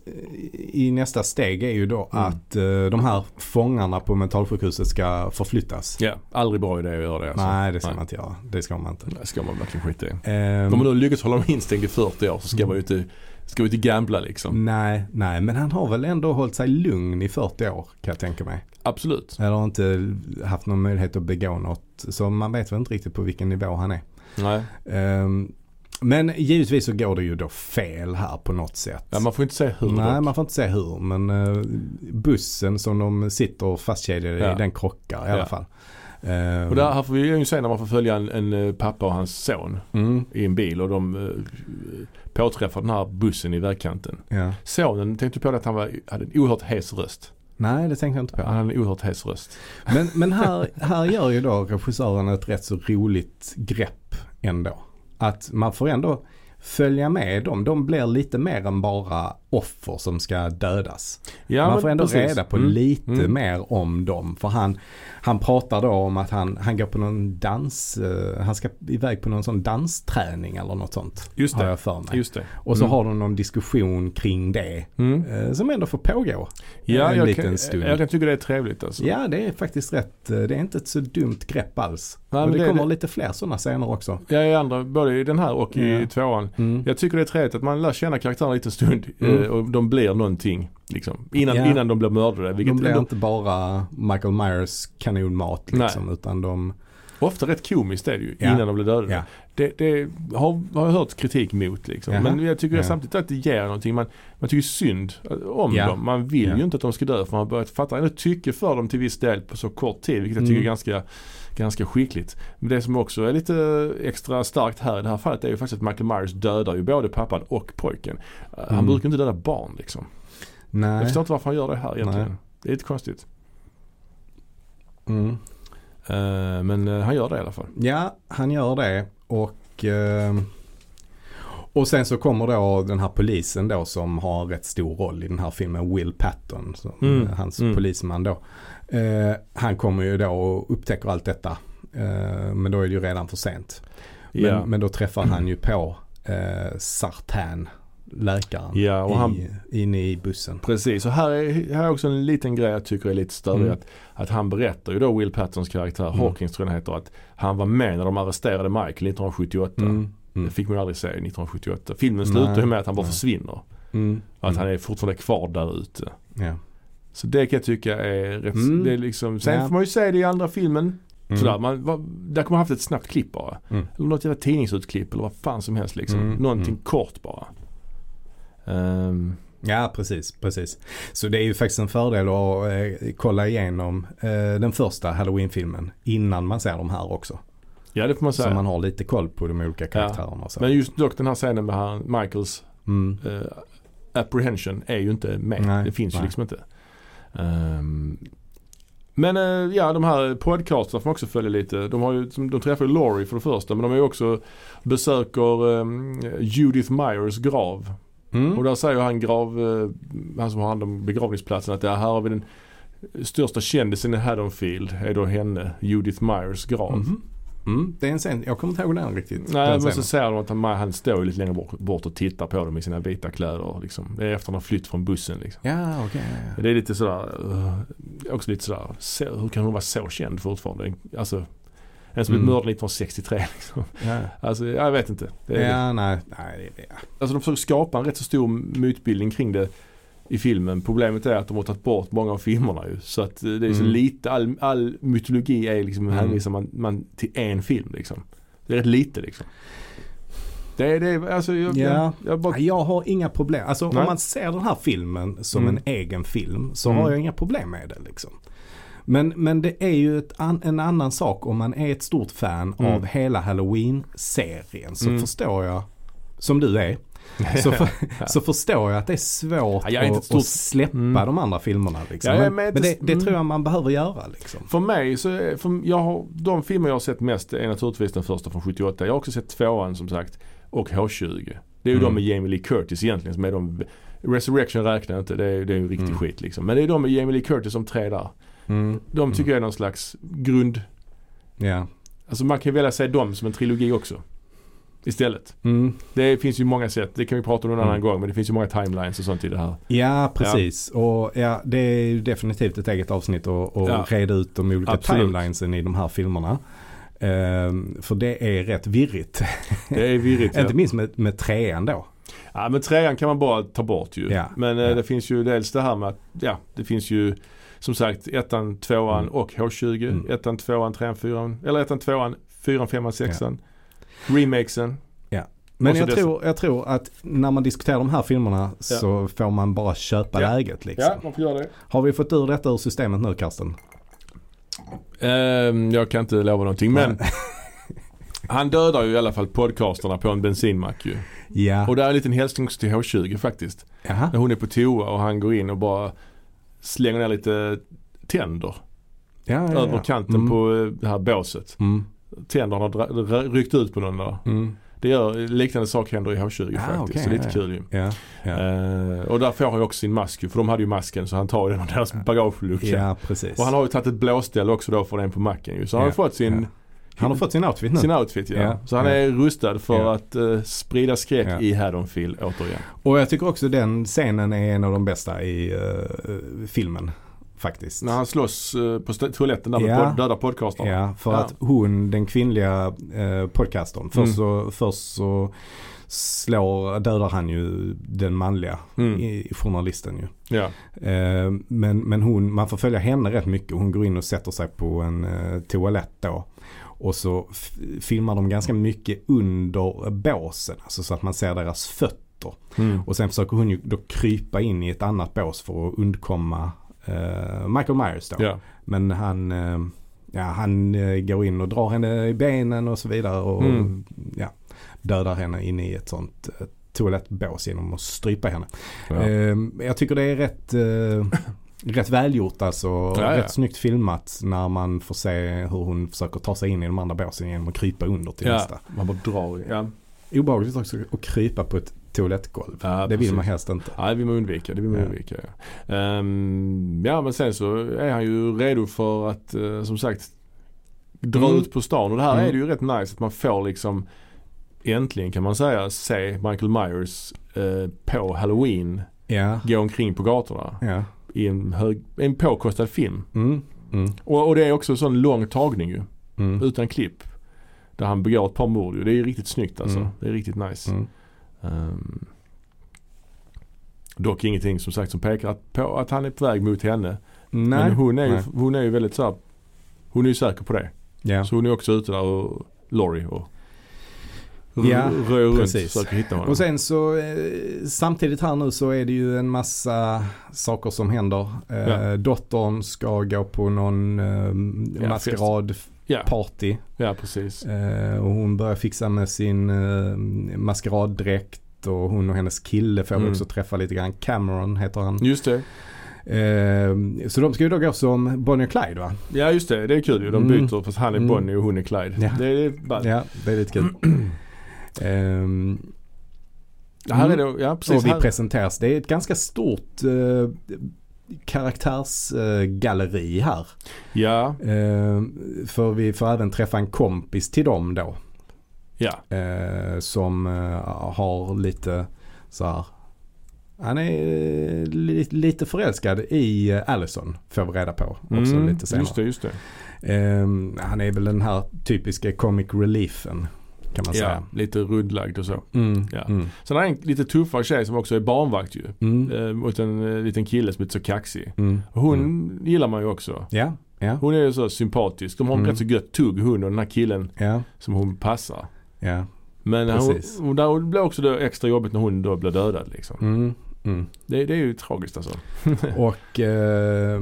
i nästa steg är ju då Mm. att eh, de här fångarna på mentalsjukhuset ska förflyttas. Ja, aldrig bra idé att göra det. Alltså. Nej, det ska Nej. man inte göra. Det ska man inte. Det ska man verkligen skita i. Ehm, Om man nu lyckats hålla dem instängd i fyrtio år så ska man ju inte, ska vi inte gambla liksom. nej, nej, men han har väl ändå hållit sig lugn i fyrtio år kan jag tänka mig. Absolut. Eller inte haft någon möjlighet att begå något. Så man vet väl inte riktigt på vilken nivå han är. Nej. Ehm, men givetvis så går det ju då fel här på något sätt. Ja, man får inte säga hur. Nej, dock. man får inte säga hur. Men uh, bussen som de sitter fastkedjade Ja. i, den krockar i alla Ja. fall. Ehm, Och där här får vi ju se när man får följa en, en eh, pappa och hans son mm, i en bil och de uh, påträffar den här bussen i vägkanten. ja. Sonen tänkte på det att han var, hade en oerhört hes röst. Nej, det tänkte jag inte på. Han hade en oerhört hes röst. Men, men här, här gör ju då regissören ett rätt så roligt grepp ändå. Att man får ändå följa med dem. De blir lite mer än bara offer som ska dödas. Ja, man men får ändå precis. reda på Mm. lite Mm. mer om dem. För han, han pratar då om att han, han går på någon dans, uh, han ska iväg på någon sån dansträning eller något sånt. Just har det. jag för mig. Just det. Och så Mm. har de någon diskussion kring det. Mm. Uh, som ändå får pågå Ja, en jag liten kan, stund. jag kan tycka det är trevligt alltså. Ja, det är faktiskt rätt. uh, Det är inte ett så dumt grepp alls. Nej, och men det, det- kommer det- lite fler sådana scener också. Jag är andra, både i den här och i Ja. tvåan. Mm. Jag tycker det är trevligt att man lär känna karaktärerna lite stund Mm. eh, och de blir någonting liksom. Innan, Ja. innan de blir mördade. Vilket De blir ändå, inte bara Michael Myers kanonmat liksom, utan de... ofta rätt komiskt är det ju Ja. innan de blir dödade. Ja. Det, det har, har jag hört kritik mot liksom. Jaha. Men jag tycker Ja. samtidigt att det ger någonting. Man, man tycker synd om Ja. dem. Man vill Ja. ju inte att de ska dö för man har börjat fatta ändå tycke för dem till viss del på så kort tid. Vilket jag tycker Mm. är ganska, ganska skickligt. Men det som också är lite extra starkt här i det här fallet är ju faktiskt att Michael Myers dödar ju både pappan och pojken. Han Mm. brukar inte döda barn liksom. Nej. Jag förstår inte varför han gör det här egentligen. Nej. Det är lite konstigt. Mm. Uh, men uh, han gör det i alla fall. Ja, han gör det och eh, och sen så kommer då den här polisen då som har rätt stor roll i den här filmen, Will Patton, som, Mm, hans mm. polisman då. Eh, han kommer ju då och upptäcker allt detta, eh, men då är det ju redan för sent. Men, Ja. men då träffar han ju på eh, Sartan, läkaren, Ja, och han- i, inne i bussen. Precis, och här är, här är också en liten grej jag tycker är lite större. Mm. Att, att han berättar ju då Will Pattons karaktär, Mm. Hawkins tror jag han heter, att han var med när de arresterade Michael nittonhundrasjuttioåtta. Mm. Det Mm. fick man ju aldrig se nittonhundrasjuttioåtta. Filmen Nej. slutar ju med att han bara Nej. försvinner. Mm. Och att Mm. han är fortfarande kvar där ute. Ja. Så det kan jag tycka är rätt, Mm. det är liksom, sen Ja. får man ju se det i andra filmen. Mm. Sådär, man, va, där kommer man haft ett snabbt klipp bara. Mm. Eller något jävla tidningsutklipp eller vad fan som helst liksom. Mm. Någonting Mm. kort bara. Ehm, Ja, precis, precis. Så det är ju faktiskt en fördel att eh, kolla igenom eh, den första Halloween-filmen innan man ser de här också. ja det får man Så säga. man har lite koll på de olika karaktärerna. Och så. Men just dock den här scenen med han, Michaels Mm. uh, apprehension är ju inte med. Nej, det finns nej. ju liksom inte. Um, men uh, ja, de här podcasterna får man också följa lite. De, har ju, de träffar ju Laurie för det första, men de är ju också besöker um, Judith Myers grav. Mm. Och där säger han grav, uh, han som har hand om begravningsplatsen, att det här har vi den största kändisen i Haddonfield är då henne, Judith Myers grav. Mhm. Mm. Det är en scen, jag kommer inte ihåg den riktigt. Nej, den men så scenen. säger de att han, han står ju lite längre bort, bort och tittar på dem i sina vita kläder. Liksom. Det är efter att han har flytt från bussen. Liksom. Ja, okej. ja, ja. Det är lite sådär, uh, också lite sådär, så, hur kan hon vara så känd fortfarande? Alltså, En som mm. blev mördad nittonhundrasextiotre liksom. Ja. Alltså, jag vet inte. Det är, ja, nej, nej, det är... Alltså de försöker skapa en rätt så stor mytbildning kring det i filmen. Problemet är att de har tagit bort många av filmerna ju. Så att det är så mm. lite, all, all mytologi är liksom, mm. hänvisar man, man till en film liksom. Det är rätt lite liksom. Det är det, alltså jag, ja. jag, jag, bara... jag har inga problem. Alltså Nej. om man ser den här filmen som mm. en egen film så mm. har jag inga problem med det liksom. Men, men det är ju ett an, en annan sak om man är ett stort fan mm. av hela Halloween-serien så mm. förstår jag, som du är, så, för, ja. så förstår jag att det är svårt ja, är att, att släppa mm. de andra filmerna. Liksom. Ja, men men det, det mm. tror jag man behöver göra. Liksom. För mig, så för jag har, de filmer jag har sett mest är naturligtvis den första från sjuttioåtta. Jag har också sett tvåan som sagt och H tjugo. Det är ju mm. de med Jamie Lee Curtis egentligen som är de, Resurrection räknar jag inte, det är, det är ju riktig mm. skit liksom. Men det är de med Jamie Lee Curtis som tre där. Mm. De tycker mm. jag är någon slags grund. Yeah. Alltså man kan välja säga dem som en trilogi också. Istället. Mm. Det finns ju många sätt. Det kan vi prata om någon mm. annan gång. Men det finns ju många timelines och sånt i det här. Ja, precis. Ja. Och ja, det är ju definitivt ett eget avsnitt att ja. reda ut de olika Absolut. timelinesen i de här filmerna. Um, för det är rätt virrigt. Det är virrigt, ja. Inte minst med, med trean då. Ja, men trean kan man bara ta bort ju. Ja. Men ja. det finns ju dels det här med att, ja, det finns ju som sagt ettan, tvåan mm. och H tjugo. Mm. Ettan, tvåan, trean, fyran. Eller ettan, tvåan, fyran, femman, sexan. Ja. Remakesen. Ja. Men jag tror, jag tror att när man diskuterar de här filmerna ja. så får man bara köpa ja. läget liksom. Ja, man får göra det. Har vi fått ur detta ur systemet nu, Karsten? Um, jag kan inte lova någonting, men han dödar ju i alla fall podcasterna på en bensinmack ju. Ja. Och det är en liten hälsning också till H tjugo faktiskt. Jaha. När hon är på toa och han går in och bara slänger ner lite tänder ja, ja, ja. över kanten mm. på det här båset. Mm. Tänderna har dra- ryckt ut på någon där. Mm. Det gör liknande sak händer i H tjugo ah, faktiskt. Okay, så lite ja, kul ju. Ja, ja. Uh, och där får han ju också sin mask för de hade ju masken så han tar ju den och deras bagagelucka. Ja, precis. Och han har ju tagit ett blåställ också då för den på macken ju. Så ja, han har fått sin... Ja. Han har fått sin outfit nu. Sin outfit, ja. ja. Så han ja. är rustad för ja. att uh, sprida skräck ja. i Haddonfield återigen. Och jag tycker också den scenen är en av de bästa i uh, filmen. Faktiskt. När han slåss uh, på st- toaletten där med ja. pod- döda podcastern. Ja, för ja. att hon, den kvinnliga uh, podcastern, först, mm. så, först så slår, dödar han ju den manliga mm. i, i journalisten ju. Ja. Uh, men, men hon, man får följa henne rätt mycket. Hon går in och sätter sig på en uh, toalett då. Och så f- filmar de ganska mycket under båsen. Alltså så att man ser deras fötter. Mm. Och sen försöker hon ju då krypa in i ett annat bås för att undkomma Uh, Michael Myers då. Yeah. Men han, uh, ja, han uh, går in och drar henne i benen och så vidare och mm. ja, dödar henne in i ett sånt uh, toalettbås genom att strypa henne. Ja. Uh, jag tycker det är rätt, uh, rätt välgjort alltså. Ja, rätt ja. snyggt filmat när man får se hur hon försöker ta sig in i de andra båsen genom att krypa under till ja. nästa. Man bara drar. Ja. Obehagligt också att krypa på ett toalettgolv. Ja, det vill precis. man helst inte. Ja, det vill man undvika. Det vill man ja. undvika ja. Um, ja, men sen så är han ju redo för att uh, som sagt dra mm. ut på stan. Och det här mm. är det ju rätt nice att man får liksom äntligen kan man säga se Michael Myers uh, på Halloween ja. gå omkring på gatorna ja. i en, hög, en påkostad film. Mm. Mm. Och, och det är också en sån lång tagning ju. Mm. Utan klipp. Där han begår ett par mord ju. Det är ju riktigt snyggt alltså. Mm. Det är riktigt nice. Mm. Um, dock ingenting som sagt som pekar att, på att han är på väg mot henne. Nej. Men hon är ju, Nej. hon är ju väldigt så här, hon är ju säker på det. Ja. Så hon är också ute där och Laurie och ja, rör runt och precis. försöker hitta honom. Och sen så eh, samtidigt här nu så är det ju en massa saker som händer. Eh, ja. Dottern ska gå på någon eh, ja, maskerad ja. party. Ja, precis. Eh, och hon börjar fixa med sin eh, maskeraddräkt och hon och hennes kille får mm. också träffa lite grann. Cameron heter han. Just det. Eh, så de ska ju då gå som Bonnie och Clyde, va? Ja, just det. Det är kul ju. De byter mm. fast han är Bonnie och hon är Clyde. Ja. Det är bara... Ja, det är lite kul. um, här är det, ja, precis. Och vi här. presenteras. Det är ett ganska stort uh, karaktärsgalleri uh, här. Ja. Uh, för vi får även träffa en kompis till dem då. Ja. Uh, som uh, har lite så här Han är li- lite förälskad i Allison, får vi reda på också mm, lite senare. Just det, just det. Um, han är väl den här typiska comic reliefen, kan man ja, säga. Lite ruddlagd och så. Mm, ja. mm. Sen har han en lite tuffare tjej som också är barnvakt ju. Mm. Uh, mot en uh, liten kille som är så kaxig. Mm. Hon mm. gillar man ju också. Ja, ja. Hon är ju så sympatisk. De har en Mm. rätt så gött tugg, hon och den här killen Ja. som hon passar. Ja. Men hon, hon, där blir också det extra jobbigt när hon då blir dödad liksom. Mm. Mm. Det, det är ju tragiskt alltså. Och eh,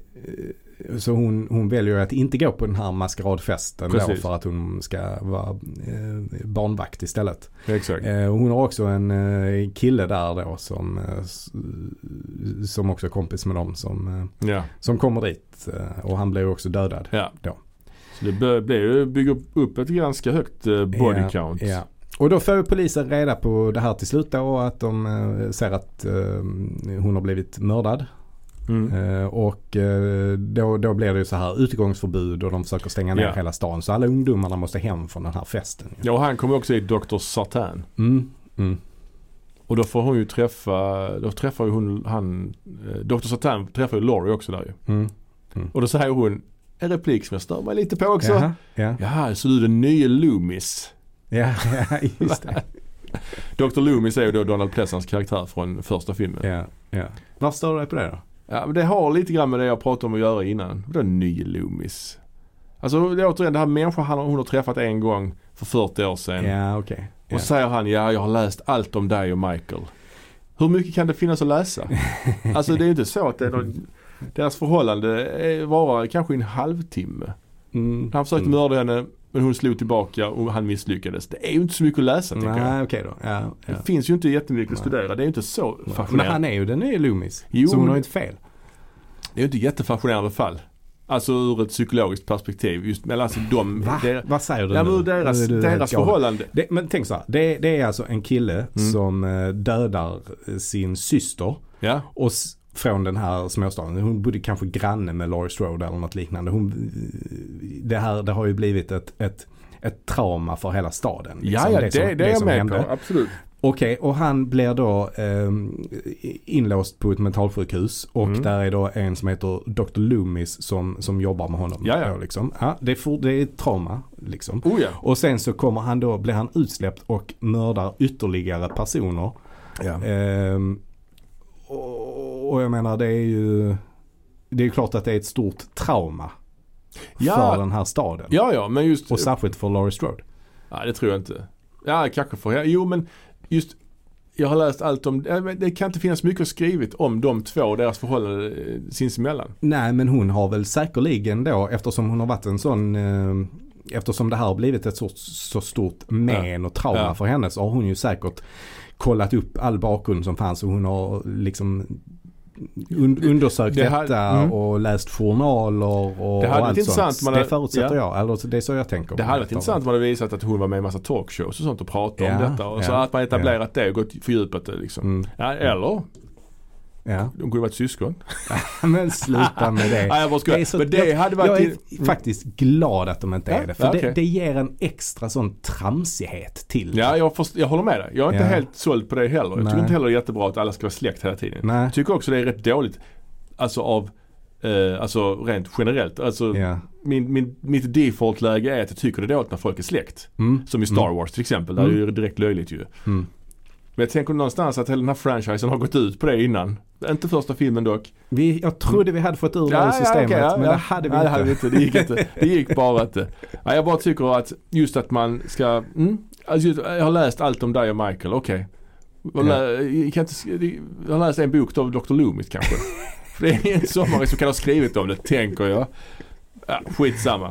så hon, hon väljer att inte gå på den här maskeradfesten då, för att hon ska vara eh, barnvakt istället. Exakt. Eh, hon har också en eh, kille där då som, eh, som också är kompis med dem som, eh, ja. som kommer dit eh, och han blir också dödad ja. då. Så det blir ju bygga upp ett ganska högt eh, body ja, count. Ja. Och då får polisen reda på det här till slut då, och att de eh, ser att eh, hon har blivit mördad. Mm. Eh, och eh, då, då blir det ju så här utgångsförbud och de försöker stänga ner yeah. hela stan. Så alla ungdomarna måste hem från den här festen. Ja, och han kommer också i doktor Sartain. Mm. Mm. Och då får hon ju träffa, då träffar ju hon, han, eh, doktor Sartain träffar ju Laurie också där ju. Mm. Mm. Och då säger hon en replik som jag stör mig lite på också. Jaha, ja. Ja, så du är den nya Loomis. Ja, ja, just det. doktor Loomis är ju då Donald Pleasants karaktär från första filmen. Ja, ja. Varför står du på det då? Ja, men det har lite grann med det jag pratade om att göra innan. Det är ny Loomis. Alltså det är återigen det här människan han, hon har träffat en gång för fyrtio år sedan. Ja, okej. Okay. Och så säger han, ja jag har läst allt om dig och Michael. Hur mycket kan det finnas att läsa? Alltså det är ju inte så att det är någon, deras förhållande är bara kanske en halvtimme. Mm. Han försökte mm. mörda henne, men hon slog tillbaka och han misslyckades. Det är ju inte så mycket att läsa, tycker Nej, jag. Okay då. Ja, ja. Det finns ju inte jättemycket att studera. Det är ju inte så fascinerande. Men han är ju den nya Loomis. Jo, så hon har inte fel. Det är ju inte jättefascinerande fall. Alltså ur ett psykologiskt perspektiv. Just med alltså de... Va? Der, Vad säger du ja, nu? men deras, du, du, deras ja. förhållande. Det, men tänk så här. Det, det är alltså en kille mm. som dödar sin syster. Ja. Och s- från den här småstaden. Hon bodde kanske granne med Laurie Strode eller något liknande. Hon, det här det har ju blivit ett, ett, ett trauma för hela staden. Liksom. Ja, ja, det, det, som, det, det är jag med på. Absolut. Okej, okay, och han blir då eh, inlåst på ett mentalsjukhus och mm. där är då en som heter doktor Loomis som, som jobbar med honom. Ja, ja. Då, liksom. Ja, det, är for, det är ett trauma. Liksom. Oh, ja. Och sen så kommer han då, blir han utsläppt och mördar ytterligare personer. Ja. Eh, och, och jag menar, det är ju det är klart att det är ett stort trauma ja. för den här staden. Ja, ja, men just... Och särskilt för Laurie Strode. Ja, det tror jag inte. Ja, kanske för... Jo, men just... Jag har läst allt om... Det kan inte finnas mycket skrivet om de två och deras förhållande sinsemellan. Nej, men hon har väl säkerligen då, eftersom hon har varit en sån... Eh, eftersom det här har blivit ett så, så stort men och trauma ja. för henne, så har hon ju säkert kollat upp all bakgrund som fanns och hon har liksom... Und- undersökt det här, detta mm. och läst journaler och, det hade och allt intressant sånt. Man det hade, förutsätter ja. jag. Eller det är så jag tänker. Det hade varit intressant om man hade visat att hon var med i en massa talkshows och sånt och pratade ja, om detta. Och ja, så att man etablerat ja. det och gått fördjupat det liksom. Mm. Ja, eller... Ja. De kunde varit syskon. Men sluta med det. Ja, jag bara det, är så, men det jag, hade varit jag är mm. faktiskt glad att de inte ja, är det. För ja, det, okay. det ger en extra sån tramsighet till. Ja, jag, först, jag håller med dig. Jag är inte ja. helt såld på det heller. Jag Nej. tycker inte heller det är jättebra att alla ska vara släkt hela tiden. Nej. Jag tycker också det är rätt dåligt. Alltså av eh, alltså rent generellt. Alltså ja. min, min, mitt default-läge är att jag tycker det är dåligt när folk är släkt. Mm. Som i Star Wars till exempel. Där mm. är det ju direkt löjligt ju. Mm. Men jag tänker någonstans att hela den här franchisen har gått ut på det innan. Inte första filmen dock. Vi, jag trodde vi hade fått ur ja, det systemet, ja, okay, ja, men ja. det hade vi ja, inte. Det, hade vi inte. Det gick inte. Det gick bara inte. Ja, jag bara tycker att just att man ska... Mm, alltså, jag har läst allt om dig och Michael, okej. Okay. Ja. Jag, jag har läst en bok av doktor Loomis kanske. För det är en sommare som kan ha skrivit om det, tänker jag. Ja, skitsamma.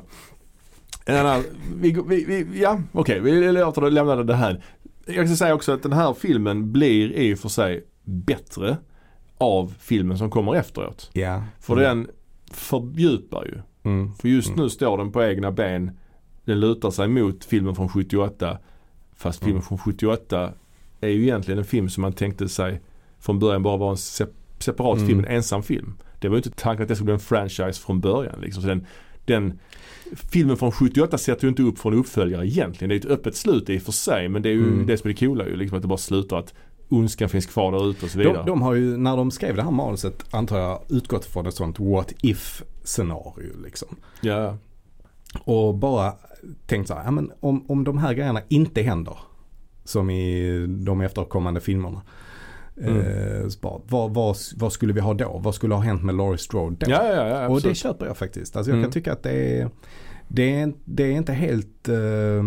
En annan, vi, vi, vi, ja, okej. Okay, vi lämnar det här. Jag ska säga också att den här filmen blir i och för sig bättre av filmen som kommer efteråt. Ja. För mm. den fördjupar ju. Mm. För just mm. nu står den på egna ben. Den lutar sig mot filmen från sjuttioåtta. Fast filmen mm. från sjuttioåtta är ju egentligen en film som man tänkte sig från början bara var en se- separat mm. film, en ensam film. Det var ju inte tanken att det skulle bli en franchise från början. Liksom. Så den, den filmen från sjuttioåtta sätter ju inte upp från uppföljare egentligen. Det är ett öppet slut i och för sig, men det är ju mm. det som är det coola ju, liksom att det bara slutar att ondskan finns kvar där ute och så vidare. De, de har ju, när de skrev det här manuset, antar jag, utgått från ett sånt what if-scenario liksom. Ja. Och bara tänkt så här, ja, men om, om de här grejerna inte händer, som i de efterkommande filmerna, mm. eh, bara, vad, vad, vad skulle vi ha då? Vad skulle ha hänt med Laurie Strode då? Ja, ja, ja, och det köper jag faktiskt. Alltså jag mm. kan tycka att det är, det är, det är inte helt... Eh,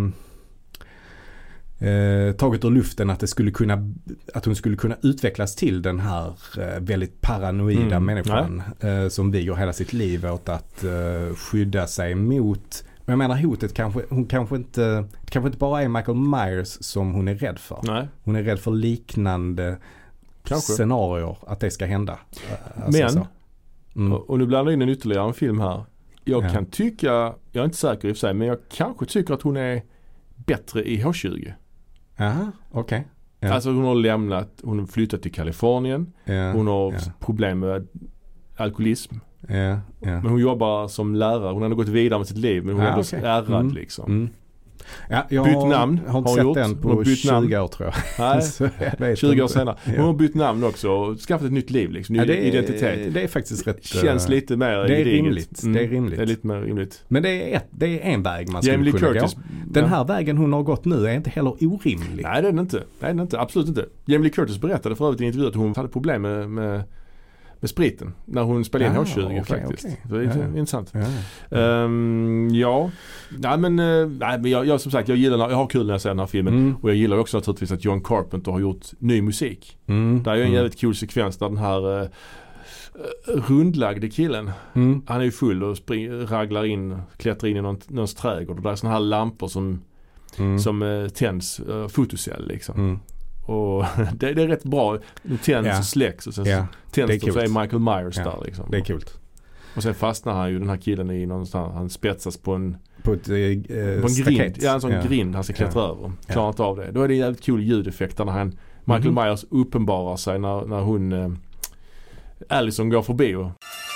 Eh, taget ur luften att det skulle kunna att hon skulle kunna utvecklas till den här eh, väldigt paranoida mm. människan eh, som viger hela sitt liv åt att eh, skydda sig mot, men jag menar hotet kanske, hon kanske inte det kanske inte bara är Michael Myers som hon är rädd för. Nej. Hon är rädd för liknande kanske. scenarier att det ska hända. Alltså, men mm. och, och nu blandar in en ytterligare en film här. Jag ja. kan tycka, jag är inte säker i och för sig, men jag kanske tycker att hon är bättre i H tjugo. Jaha, okej. Okay. Ja. Alltså hon har lämnat, hon har flyttat till Kalifornien. Ja, hon har ja. problem med alkoholism. Ja, ja. Men hon jobbar som lärare. Hon har gått vidare med sitt liv, men hon ja, är ändå okay. ärrad mm. liksom. Mm. Ja, jag bytt namn har inte sett gjort. den på tjugo namn. år tror jag. Nej, jag tjugo år senare. Hon har bytt namn också och skaffat ett nytt liv liksom. Ny ja, det är, identitet. Det är faktiskt rätt. Känns lite mer det är rimligt. Mm. Det är rimligt. Det är lite mer rimligt. Men det är, ett, det är en väg man skulle Jamie kunna Curtis, gå. Den här ja. vägen hon har gått nu är inte heller orimlig. Nej, det är den inte. Nej, det är den inte. Absolut inte. Jamie Lee Curtis berättade för övrigt i en intervju att hon hade problem med, med med spriten när hon spelade in H tjugo okay, faktiskt. Okay. Det är ja, intressant. Ja, ja. Um, ja. Nej men, uh, nej, men jag, jag som sagt jag gillar jag har kul när jag ser den här filmen mm. och jag gillar också naturligtvis att John Carpenter har gjort ny musik. Mm. Det är ju en mm. jävligt cool sekvens där den här uh, rundlagde killen mm. han är ju full och spring, raglar in, klättrar in i någon, någons trädgård och där är såna här lampor som mm. som uh, tänds, uh, fotocell liksom. Mm. Och det, det är rätt bra. De tänds ja. och släcks och sen ja. tänds och så är Michael Myers ja. där liksom. Det är kul. Och sen fastnar han ju den här killen i någonstans. Han spetsas på en på, ett, eh, på en grind. Ja, en sån ja. grind han ska klättra ja. över. Klarar ja. inte av det. Då är det en jävligt cool ljudeffekt när han Michael mm-hmm. Myers uppenbarar sig när, när hon eh, Allison går förbi och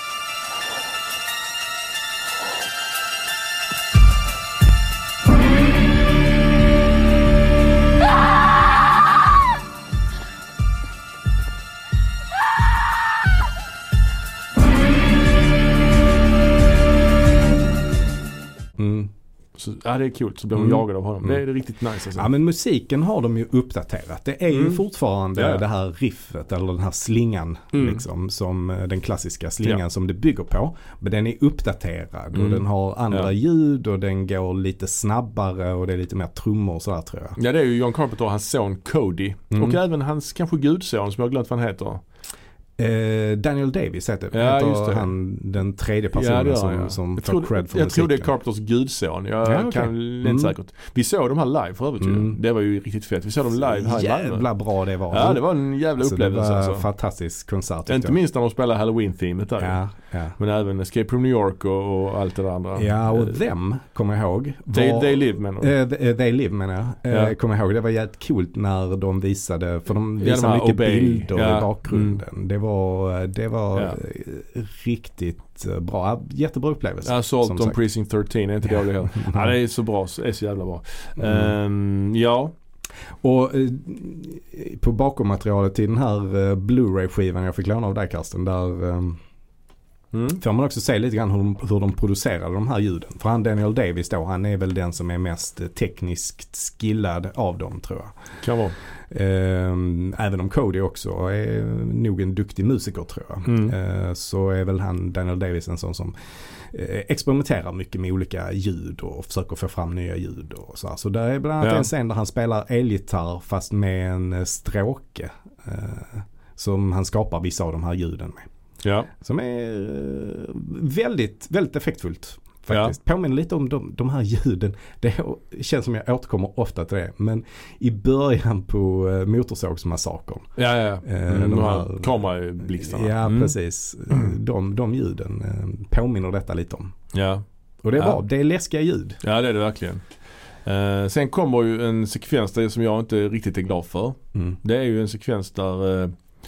Så, ja, det är kul. Så blir hon mm. jagad av honom. Mm. Det är riktigt nice. Alltså. Ja, men musiken har de ju uppdaterat. Det är mm. ju fortfarande ja. det här riffet eller den här slingan mm. liksom, som den klassiska slingan ja. som det bygger på. Men den är uppdaterad mm. och den har andra ja. ljud och den går lite snabbare och det är lite mer trummor och sådär tror jag. Ja, det är ju John Carpenter och hans son Cody. Mm. Och även hans kanske gudson som jag har glömt vad han heter. Eh, Daniel Davis heter, ja, heter han den tredje personen ja, som, ja. som jag tar tror, cred för Jag musiken. tror det är Carpenters gudson. Jag ja, okay. kan inte mm. säkert. Vi såg de här live för övrigt. Mm. Det var ju riktigt fett. Vi såg dem live här i Malmö. Jävla bra det var. Ja, det var en jävla alltså, upplevelse. Det var alltså. en fantastisk konsert. Inte jag. minst när de spelade Halloween-teamet där. Ja, ja. Men även Escape from New York och, och allt det där andra. Ja, och uh, Them, kommer jag ihåg. Var, they, they Live menar du? Uh, they, they Live menar jag. Uh, ja. Kommer jag ihåg. Det var jävligt coolt när de visade, för de visade ja, de mycket Obey. bilder ja. i bakgrunden. Mm. Det var, det var ja. riktigt bra. Jättebra upplevelse. Assault on Precinct tretton är inte ja. dålig heller. Ja, det är så bra. Det är så jävla bra. Mm. Um, ja. Och eh, på bakommaterialet till den här eh, Blu-ray-skivan jag fick låna av dig, Karsten, där eh, mm. får man också se lite grann hur de, hur de producerade de här ljuden. För han Daniel Davis då, han är väl den som är mest tekniskt skillad av dem, tror jag. Kan vara. Eh, även om Cody också är nog en duktig musiker, tror jag. Mm. Eh, så är väl han Daniel Davis en sån som eh, experimenterar mycket med olika ljud och försöker få fram nya ljud och så. Så där är bland annat ja. en scen där han spelar elgitarr fast med en stråke eh, som han skapar vissa av de här ljuden med. Ja. Som är eh, väldigt, väldigt effektfullt. Faktiskt. Ja. Påminner lite om de, de här ljuden. Det känns som jag återkommer ofta till det. Men i början på uh, Motorsågsmassakern. Ja, ja, ja. Uh, mm, de här kamerablixtarna. Ja, mm. precis. Mm. De, de ljuden uh, påminner detta lite om. Ja. Och det är ja. bra. Det är läskiga ljud. Ja, det är det verkligen. Uh, sen kommer ju en sekvens där som jag inte riktigt är glad för. Mm. Det är ju en sekvens där uh,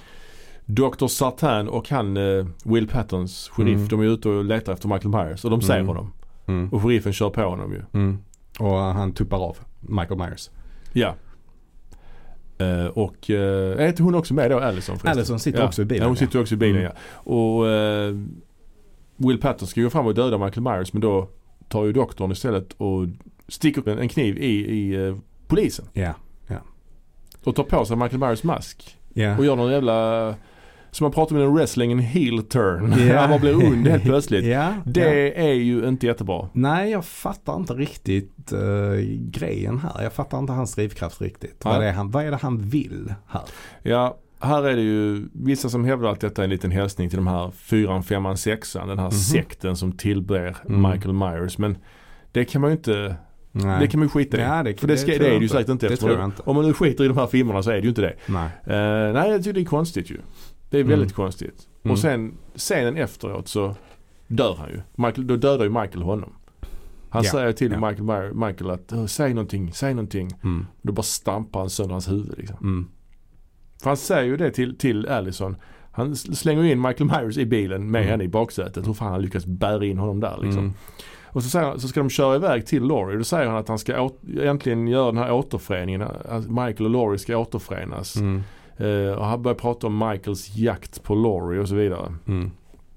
doktor Sartain och han uh, Will Pattons sheriff, mm. de är ute och letar efter Michael Myers och de ser mm. honom. Mm. Och sheriffen kör på honom ju. Mm. Och han tuppar av Michael Myers. Ja. Uh, och uh, är inte hon också med då, Allison? Allison sitter ja. också i bilen. Ja, hon sitter också i bilen, mm. ja. Och uh, Will Patton ska gå fram och döda Michael Myers, men då tar ju doktorn istället och sticker en, en kniv i, i uh, polisen. Ja, ja. Och tar på sig Michael Myers mask. Ja. Och gör någon jävla, som man pratar om i wrestling, en heel turn. Ja. Han bara blir ond helt plötsligt. Ja. Det ja. är ju inte jättebra. Nej, jag fattar inte riktigt uh, grejen här. Jag fattar inte hans drivkraft riktigt. Ja. Vad är, han, vad är det han vill här? Ja, här är det ju vissa som hävdar att detta är en liten hälsning till de här fyran, femman, sexan. Den här mm-hmm. sekten som tillber mm. Michael Myers. Men det kan man ju inte... Nej. Det kan man ju skita i. Ja, det, för det, ska, det, det är det ju säkert inte. Det efter. inte. Om man nu skiter i de här filmerna så är det ju inte det. Nej, uh, nej jag tycker det är konstigt ju. Det är väldigt mm. konstigt. Mm. Och sen scenen efteråt så dör han ju. Michael, då dödar ju Michael honom. Han ja. säger till ja. Michael, Michael att säg någonting, säg någonting. Mm. Då bara stampar han sönder hans huvud liksom. Mm. För han säger ju det till, till Allison. Han slänger in Michael Myers i bilen med mm. henne i baksätet. Hur fan han lyckas bära in honom där liksom. Mm. Och så, säger han, så ska de köra iväg till Laurie. Då säger han att han ska å- egentligen göra den här återföreningen. Att Michael och Laurie ska återförenas. Mm. Uh, och han börjar prata om Michaels jakt på Laurie och så vidare. Mm.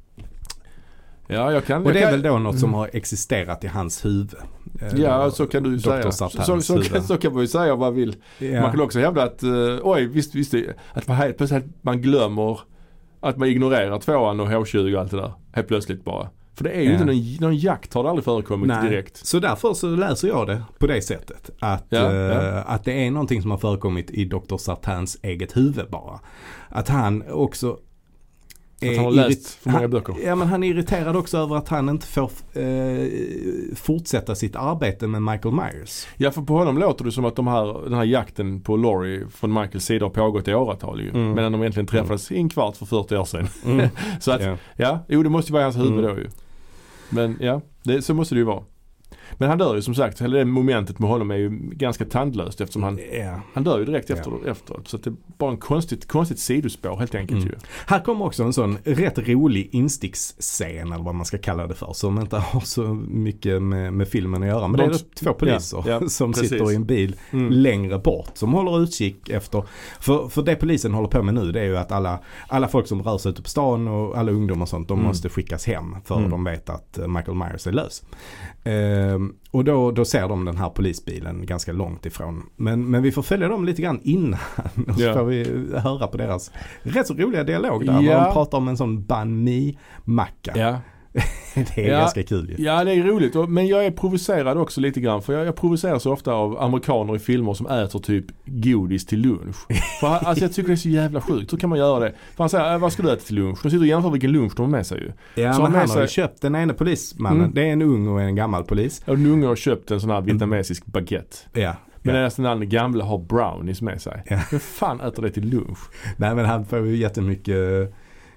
Ja, jag kan, och det är kan, väl då något som har existerat i hans huvud. Ja, så kan du ju säga. Så, så, så, kan, så kan man ju säga om man vill. Ja. Man kan också hävda att uh, oj, visst, visst att man, plötsligt man glömmer att man ignorerar tvåan och H tjugo och allt det där. Helt plötsligt bara. För det är ju ja. inte någon, någon jakt har det aldrig förekommit Nej. direkt. Så därför så läser jag det på det sättet. Att, ja, ja. Uh, att det är någonting som har förekommit i doktor Sartans eget huvud bara. Att han också Att han har läst för många han, böcker. Ja, men han är irriterad också över att han inte får eh, fortsätta sitt arbete med Michael Myers. Ja, för på honom låter det som att de här, den här jakten på Laurie från Michaels sida har pågått i åratal ju. Mm. Medan de egentligen träffades mm. i en kvart för fyrtio år sedan. Mm. Så att, ja. ja, jo det måste ju vara hans huvud mm. då ju. Men ja, det, så måste det ju vara. Men han dör ju som sagt, hela det momentet med honom är ju ganska tandlöst eftersom han, yeah. han dör ju direkt efter, yeah. efteråt. Så att det är bara en konstigt, konstigt sidospår helt enkelt mm. ju. Här kommer också en sån rätt rolig insticksscen eller vad man ska kalla det för, som inte har så mycket med, med filmen att göra. Men De, det är två poliser ja, ja, som precis. sitter i en bil mm. längre bort som håller utkik efter. För, för det polisen håller på med nu, det är ju att alla, alla folk som rör sig ute på stan och alla ungdomar och sånt, de mm. måste skickas hem för mm. de vet att Michael Myers är lös. Um, och då, då ser de den här polisbilen ganska långt ifrån. Men, men vi får följa dem lite grann innan och så yeah. får vi höra på deras rätt så roliga dialog där. Yeah. De pratar om en sån banh mi-macka. Yeah. Det är ja, ganska kul ju. Ja, det är roligt. Men jag är provocerad också lite grann. För jag, jag provocerar så ofta av amerikaner i filmer som äter typ godis till lunch. För alltså, jag tycker det är så jävla sjukt. Hur kan man göra det? För han säger, vad ska du äta till lunch? De sitter och jämför vilken lunch de har med sig ju. Ja, så men han, han har ju köpt den ena polismannen. Mm. Det är en ung och en gammal polis. Ja, den unge har köpt en sån här vietnamesisk baguette. Ja. Men ja. nästan den gamla har brownies med sig. Ja. Hur fan äter det till lunch? Nej, men han får ju jättemycket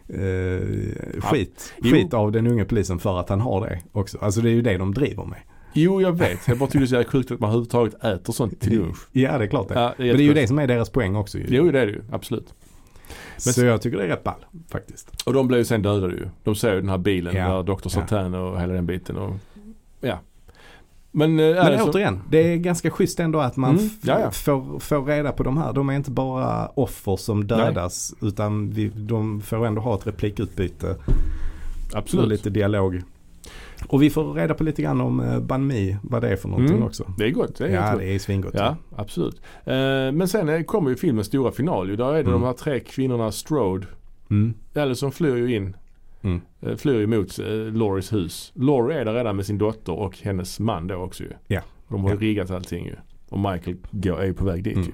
Uh, skit, ja. skit av den unga polisen för att han har det också. Alltså det är ju det de driver med. Jo, jag vet. Jag bara tycker det är sjukt att man överhuvudtaget äter sånt till lunch. Ja, det är klart det. Ja, det är Men det är ju det som är deras poäng också. Ju. Jo, det är det ju. Absolut. Men så jag tycker det är rätt ball, faktiskt. Och de blev ju sen dödade ju. De ser ju den här bilen ja. där doktor Sartan ja. och hela den biten. Och, ja. Men, äh, Men det återigen, så... det är ganska schysst ändå att man mm, f- får, får reda på de här. De är inte bara offer som dödas Nej. utan vi, de får ändå ha ett replikutbyte. Absolut. Och lite dialog. Och vi får reda på lite grann om uh, banh mi, vad det är för någonting mm. också. Det är gott. Det är ja, det är svingott. Ja, absolut. Uh, men sen kommer ju filmens stora final. Ju. Där är det mm. de här tre kvinnorna Strode. Mm. Eller som flyr ju in. Mm. Flyr emot uh, Lauries hus. Laurie är där redan med sin dotter och hennes man då också ju. Ja. De har ju ja. riggat allting ju. Och Michael går, är ju på väg dit mm. ju.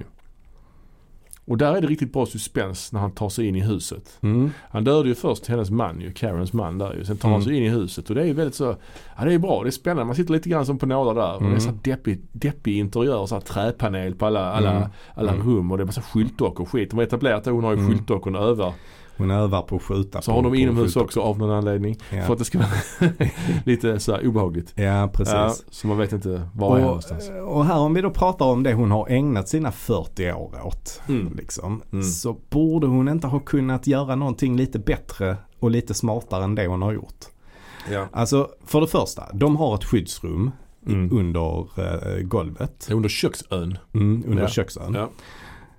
Och där är det riktigt bra suspens när han tar sig in i huset. Mm. Han dödade ju först hennes man ju, Karens man där ju. Sen tar mm. han sig in i huset och det är ju väldigt så, ja det är bra, det är spännande. Man sitter lite grann som på nålar där och mm. det är så deppig, deppig interiör, så här träpanel på alla, alla, mm. alla mm. rum och det är massa skyltdockor och skit. De har etablerat att hon har ju mm. skyltdockorna över. Hon övar på att skjuta. Så har de inomhus också av någon anledning. Ja. För att det ska vara lite så här obehagligt. Ja, precis. Ja, så man vet inte var och, är någonstans. Och här om vi då pratar om det hon har ägnat sina fyrtio år åt. Mm. Liksom, mm. Så borde hon inte ha kunnat göra någonting lite bättre och lite smartare än det hon har gjort. Ja. Alltså, för det första, de har ett skyddsrum mm. under uh, golvet. Under köksön. Mm, under ja. köksön. Ja.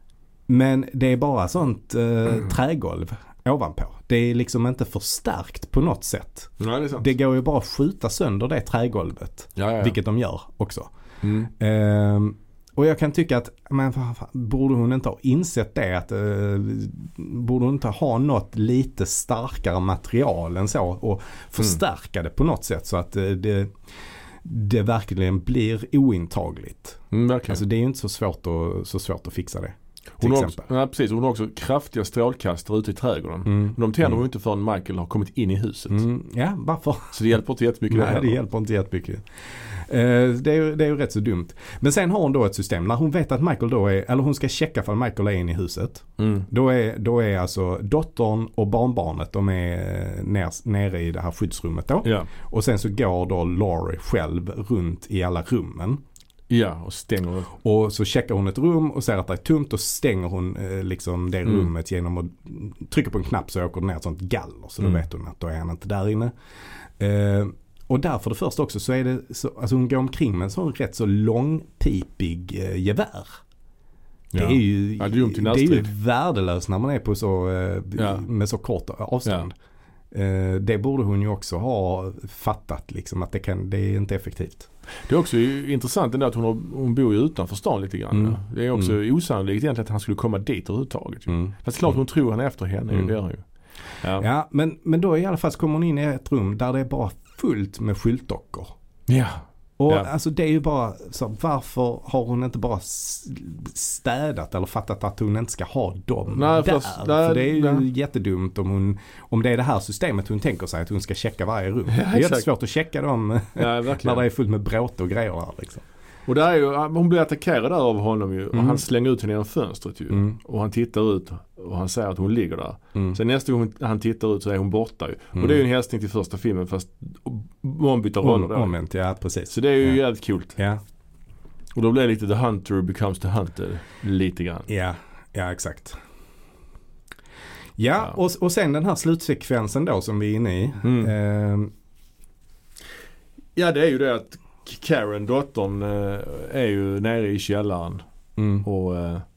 Men det är bara sånt eh, mm. trägolv ovanpå. Det är liksom inte förstärkt på något sätt. Nej, det är sant. Det går ju bara att skjuta sönder det trägolvet. Ja, ja, ja. Vilket de gör också. Mm. Eh, och jag kan tycka att men, fan, fan, borde hon inte ha insett det? Att, eh, borde hon inte ha något lite starkare material än så och förstärka mm. det på något sätt så att eh, det, det verkligen blir ointagligt. Mm, verkligen. Alltså det är ju inte så svårt att, så svårt att fixa det. Hon har, också, ja, precis, hon har också kraftiga strålkastare ute i trädgården. Mm. Men de tänder mm. hon inte förrän Michael har kommit in i huset. Mm. Ja, varför? Så det hjälper inte jättemycket. Nej, det, det hjälper inte jättemycket. Uh, det, är ju, det är ju rätt så dumt. Men sen har hon då ett system. När hon vet att Michael då är, eller hon ska checka för att Michael är inne i huset. Mm. Då, är, då är alltså dottern och barnbarnet, de är ner, nere i det här skyddsrummet då. Ja. Och sen så går då Laurie själv runt i alla rummen. Ja, och stänger. Och så checkar hon ett rum och ser att det är tomt och stänger hon eh, liksom det mm. rummet genom att trycka på en knapp så åker det ner ett sånt galler. Så mm. då vet hon att då är han inte där inne. Eh, och där för det första också så är det så, alltså hon går omkring med en sån rätt så långpipig eh, gevär. Ja. Det är ju, ja, det är det är ju värdelöst när man är på så, eh, ja. med så kort avstånd. Ja. Eh, det borde hon ju också ha fattat liksom, att det, kan, det är inte effektivt. Det är också intressant ändå att hon, har, hon bor ju utanför stan lite grann. Mm. Det är också mm. osannolikt egentligen att han skulle komma dit överhuvudtaget. Mm. Fast klart hon tror han är efter henne. Mm. Det gör hon ju. Ja, ja men, men då i alla fall så kommer hon in i ett rum där det är bara fullt med skyltdockor. Ja. Och ja. alltså det är ju bara så, varför har hon inte bara städat eller fattat att hon inte ska ha dem nej, där? Fast, nej, för det är ju nej. jättedumt om hon, om det är det här systemet hon tänker sig att hon ska checka varje rum. Ja, det är jättesvårt att checka dem ja, när det är fullt med bråte och grejer där liksom. Och där är ju, hon blir attackerad där av honom ju, och mm. han slänger ut henne genom fönstret ju. Mm. Och han tittar ut och han säger att hon ligger där. Mm. Sen nästa gång han tittar ut så är hon borta ju. Mm. Och det är ju en hälsning till första filmen fast man byter roller då. Omvänt, ja precis. Så det är ju ja. jävligt kul. Ja. Och då blir det lite The Hunter becomes the Hunter lite grann. Ja, ja exakt. Ja, ja. Och, och sen den här slutsekvensen då som vi är inne i. Mm. Eh. Ja, det är ju det att Karen, dottern, är ju nere i källaren. Mm. Och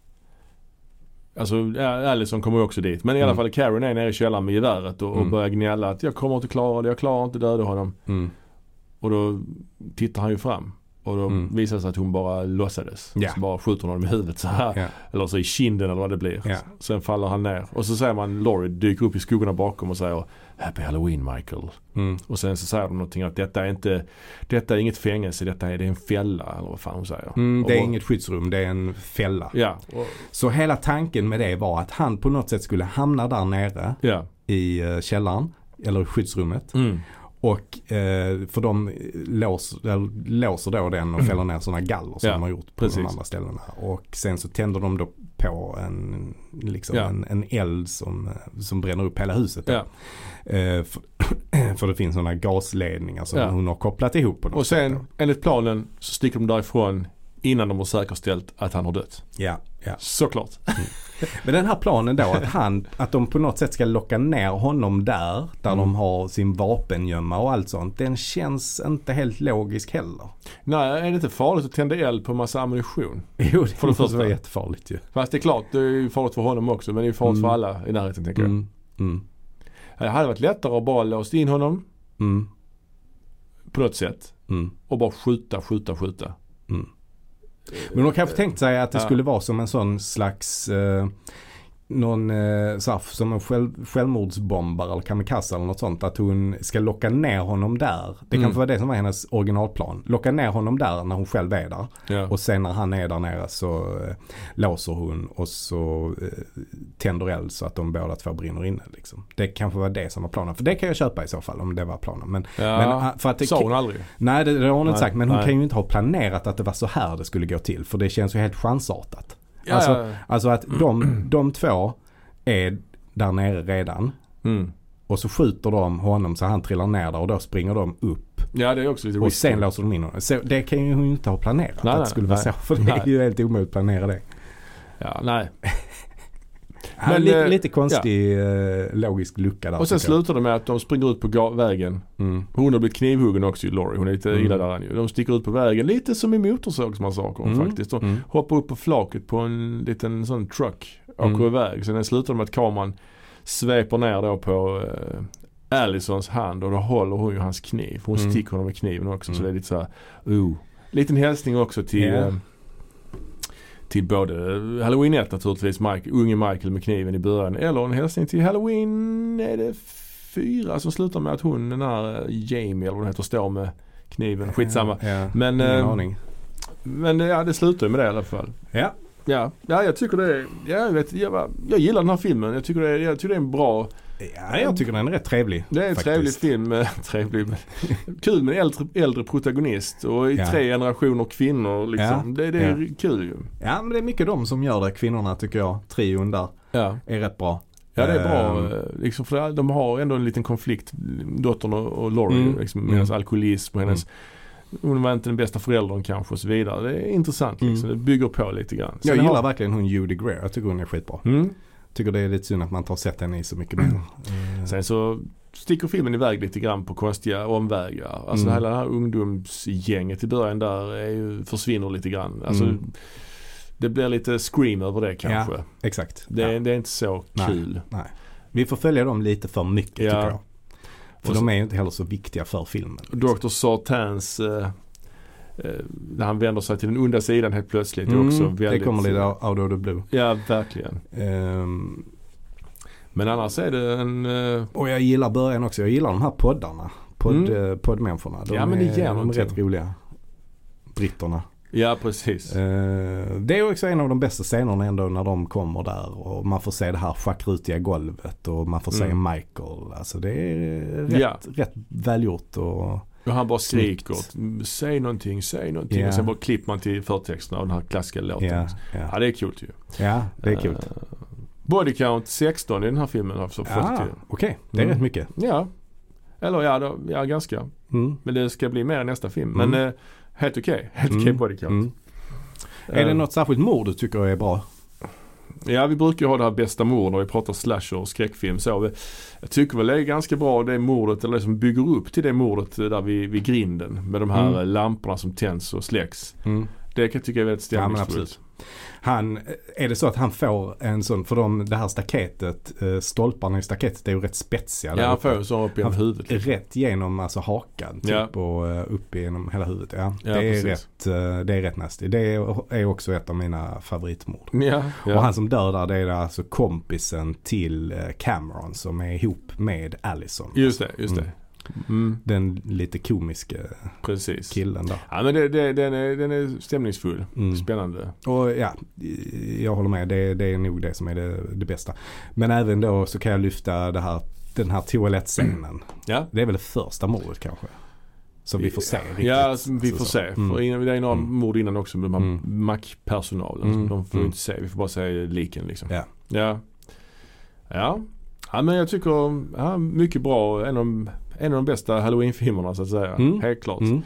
alltså Allison kommer ju också dit. Men i alla mm. fall Karen är nere i källaren med geväret och, mm. och börjar gnälla att jag kommer inte klara det, jag klarar inte döda honom. Mm. Och då tittar han ju fram. Och då mm. visar det sig att hon bara låtsades. Yeah. Så bara skjuter honom i huvudet så här. Yeah. Eller så i kinden eller vad det blir. Yeah. Sen faller han ner. Och så säger man, Laurie dyker upp i skuggorna bakom och säger Happy Halloween Michael. Mm. Och sen så säger de någonting att detta är inte, detta är inget fängelse, detta är, det är en fälla. Eller vad fan hon säger. Mm, det är och, inget skyddsrum, det är en fälla. Ja. Och, så hela tanken med det var att han på något sätt skulle hamna där nere ja. i uh, källaren. Eller skyddsrummet. Mm. Och eh, för de låser, låser då den och fäller ner sådana galler som ja, de har gjort på precis. de andra ställena. Och sen så tänder de då på en, liksom ja. en, en eld som, som bränner upp hela huset. Ja. Eh, för, för det finns sådana gasledningar som ja. hon har kopplat ihop på något och sen sätt enligt planen så sticker de därifrån innan de har säkerställt att han har dött. Ja, ja. Såklart. Mm. Men den här planen då att, han, att de på något sätt ska locka ner honom där, där mm. de har sin vapengömma och allt sånt, den känns inte helt logisk heller. Nej, är det inte farligt att tända eld på en massa ammunition? Jo, det för det måste vara jättefarligt ju. Fast det är klart, det är ju farligt för honom också, men det är farligt mm. för alla i närheten tänker mm. jag. Mm. Det hade varit lättare att bara låsa in honom mm. på något sätt mm. och bara skjuta, skjuta, skjuta. Mm. Men de kanske tänkt sig att det ja. skulle vara som en sån slags eh, någon eh, så här, som en själv, självmordsbombare eller kamikaze eller något sånt, att hon ska locka ner honom där. Det mm. kanske var det som var hennes originalplan. Locka ner honom där när hon själv är där. Ja. Och sen när han är där nere så eh, låser hon och så eh, tänder eld så att de båda två brinner inne liksom. Det kanske var det som var planen. För det kan jag köpa i så fall om det var planen. Men, ja, men för att det, sa hon aldrig? Nej, det, det har hon inte nej, sagt. Men hon nej. kan ju inte ha planerat att det var så här det skulle gå till. För det känns ju helt chansartat. Ja, alltså, ja, ja. alltså att de, de två är där nere redan mm. och så skjuter de honom så han trillar ner där och då springer de upp. Ja, det är också lite och risky. sen låser de in honom. Så det kan ju hon inte ha planerat nej, att nej, det skulle nej, vara så. För nej. det är ju helt omöjligt att planera det. Ja, nej. Men, ja, lite, lite konstig ja. eh, logisk lucka där. Och sen slutar det med att de springer ut på ga- vägen. Mm. Hon har blivit knivhuggen också i Laurie. Hon är lite mm. illa där nu. De sticker ut på vägen lite som i motorsågsmassakern mm. faktiskt. De mm. hoppar upp på flaket på en liten sån truck åker mm. iväg. Sen slutar det med att kameran sveper ner då på uh, Allisons hand och då håller hon ju hans kniv. Hon mm. sticker honom med kniven också mm. så det är lite så här, uh. Liten hälsning också till yeah. uh, till både Halloween ett naturligtvis, Mike, unge Michael med kniven i början, eller en hälsning till Halloween är det fyra som slutar med att hon, den här Jamie eller vad hon heter, står med kniven, skitsamma. Ja, ja. Men, äh, men ja, det slutar med det i alla fall. Ja. Ja, ja jag tycker det är, jag vet, jag, jag gillar den här filmen. Jag tycker det är, jag tycker det är en bra. Ja, jag tycker den är rätt trevlig. Det är en faktiskt. trevlig film, trevlig, men kul med en äldre, äldre protagonist och i ja. tre generationer kvinnor liksom. Ja. Det, det är ja. kul ju. Ja, men det är mycket de som gör det, kvinnorna tycker jag. Trion där ja. är rätt bra. Ja, det är bra. Um, liksom för de har ändå en liten konflikt, dottern och, och Laurie, mm, liksom, med mm. hennes alkoholism och hennes mm. hon var inte den bästa föräldern kanske och så vidare. Det är intressant liksom. Mm. Det bygger på lite grann. Sen jag gillar har... verkligen hon Judy Greer. Jag tycker hon är skitbra. Mm. Tycker det är lite synd att man inte har sett henne i så mycket mer. Mm. Sen så sticker filmen iväg lite grann på konstiga omvägar. Alltså mm. hela det här ungdomsgänget i början där är ju, försvinner lite grann. Alltså mm. det blir lite scream över det kanske. Ja, exakt. Det, ja. det är inte så nej, kul. Nej. Vi får följa dem lite för mycket ja. tycker jag. För och de är ju inte heller så viktiga för filmen. Liksom. doktor Sartans eh, när han vänder sig till den onda sidan helt plötsligt mm, är också väldigt... Det kommer lite out of the blue. Ja, verkligen. Um, Men annars är det en... Uh... Och jag gillar början också. Jag gillar de här poddarna. Podd, mm. Poddmänniskorna. De ja, men det är, de är rätt roliga. Britterna. Ja, precis. Uh, det är också en av de bästa scenerna ändå när de kommer där. Och man får se det här schackrutiga golvet. Och man får mm. se Michael. Alltså det är rätt, ja. rätt välgjort och... Och han bara skriker, säg någonting, säg någonting. Yeah. Och sen bara klipper man till förtexterna av den här klassiska låten. Yeah, yeah. Ja, det är kul ju. Ja, det är kul. Uh, body count sexton i den här filmen har så fått ah, till. Okej, okay. Det är mm. rätt mycket. Ja, eller ja, då, ja ganska. Mm. Men det ska bli mer i nästa film. Men mm. uh, helt okej. Okay. Helt okej okay body count. Mm. Uh, är det något särskilt mord du tycker är bra? Ja, vi brukar ju ha det här bästa mord när vi pratar slasher och skräckfilm. Så jag tycker väl det är ganska bra det mordet, eller det som bygger upp till det mordet där vid, vid grinden med de här mm. lamporna som tänds och släcks. Mm. Det kan jag tycka är väldigt stämningsfullt. Ja, han, är det så att han får en sån, för de, det här staketet, stolparna i staketet är ju rätt spetsiga. Ja, han får så upp genom huvudet. Liksom. Rätt genom alltså hakan typ ja. och upp genom hela huvudet. Ja, ja det, är rätt, det är rätt nasty. Det är också ett av mina favoritmord. Ja, ja. Och han som dör där, det är alltså kompisen till Cameron som är ihop med Allison. Just det, just det. Mm. Mm. Den lite komiska Precis. killen där. Ja, men det, det, den, är, den är stämningsfull. Mm. Spännande. Och ja, jag håller med. Det, det är nog det som är det, det bästa. Men även då så kan jag lyfta det här, den här toalettscenen. Mm. Ja. Det är väl det första mordet kanske. Så vi får se riktigt. Ja, vi får så. se. Mm. För innan, det är några mm. mord innan också med de här mm. mackpersonalen. Mm. De får mm. inte se. Vi får bara se liken liksom. Ja. Ja. Ja. Ja, men jag tycker ja, mycket bra. En av, en av de bästa Halloween-filmerna så att säga. Mm. Helt klart. Mm.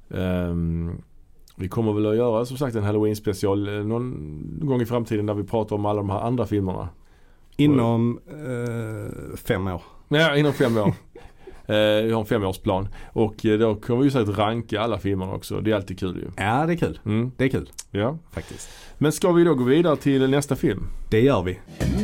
Um, vi kommer väl att göra som sagt en Halloween-special någon gång i framtiden där vi pratar om alla de här andra filmerna. Inom uh, fem år. Ja, inom fem år. uh, vi har en femårsplan. Och då kommer vi ju säkert ranka alla filmerna också. Det är alltid kul ju. Ja, det är kul. Mm. Det är kul. Ja, faktiskt. Men ska vi då gå vidare till nästa film? Det gör vi.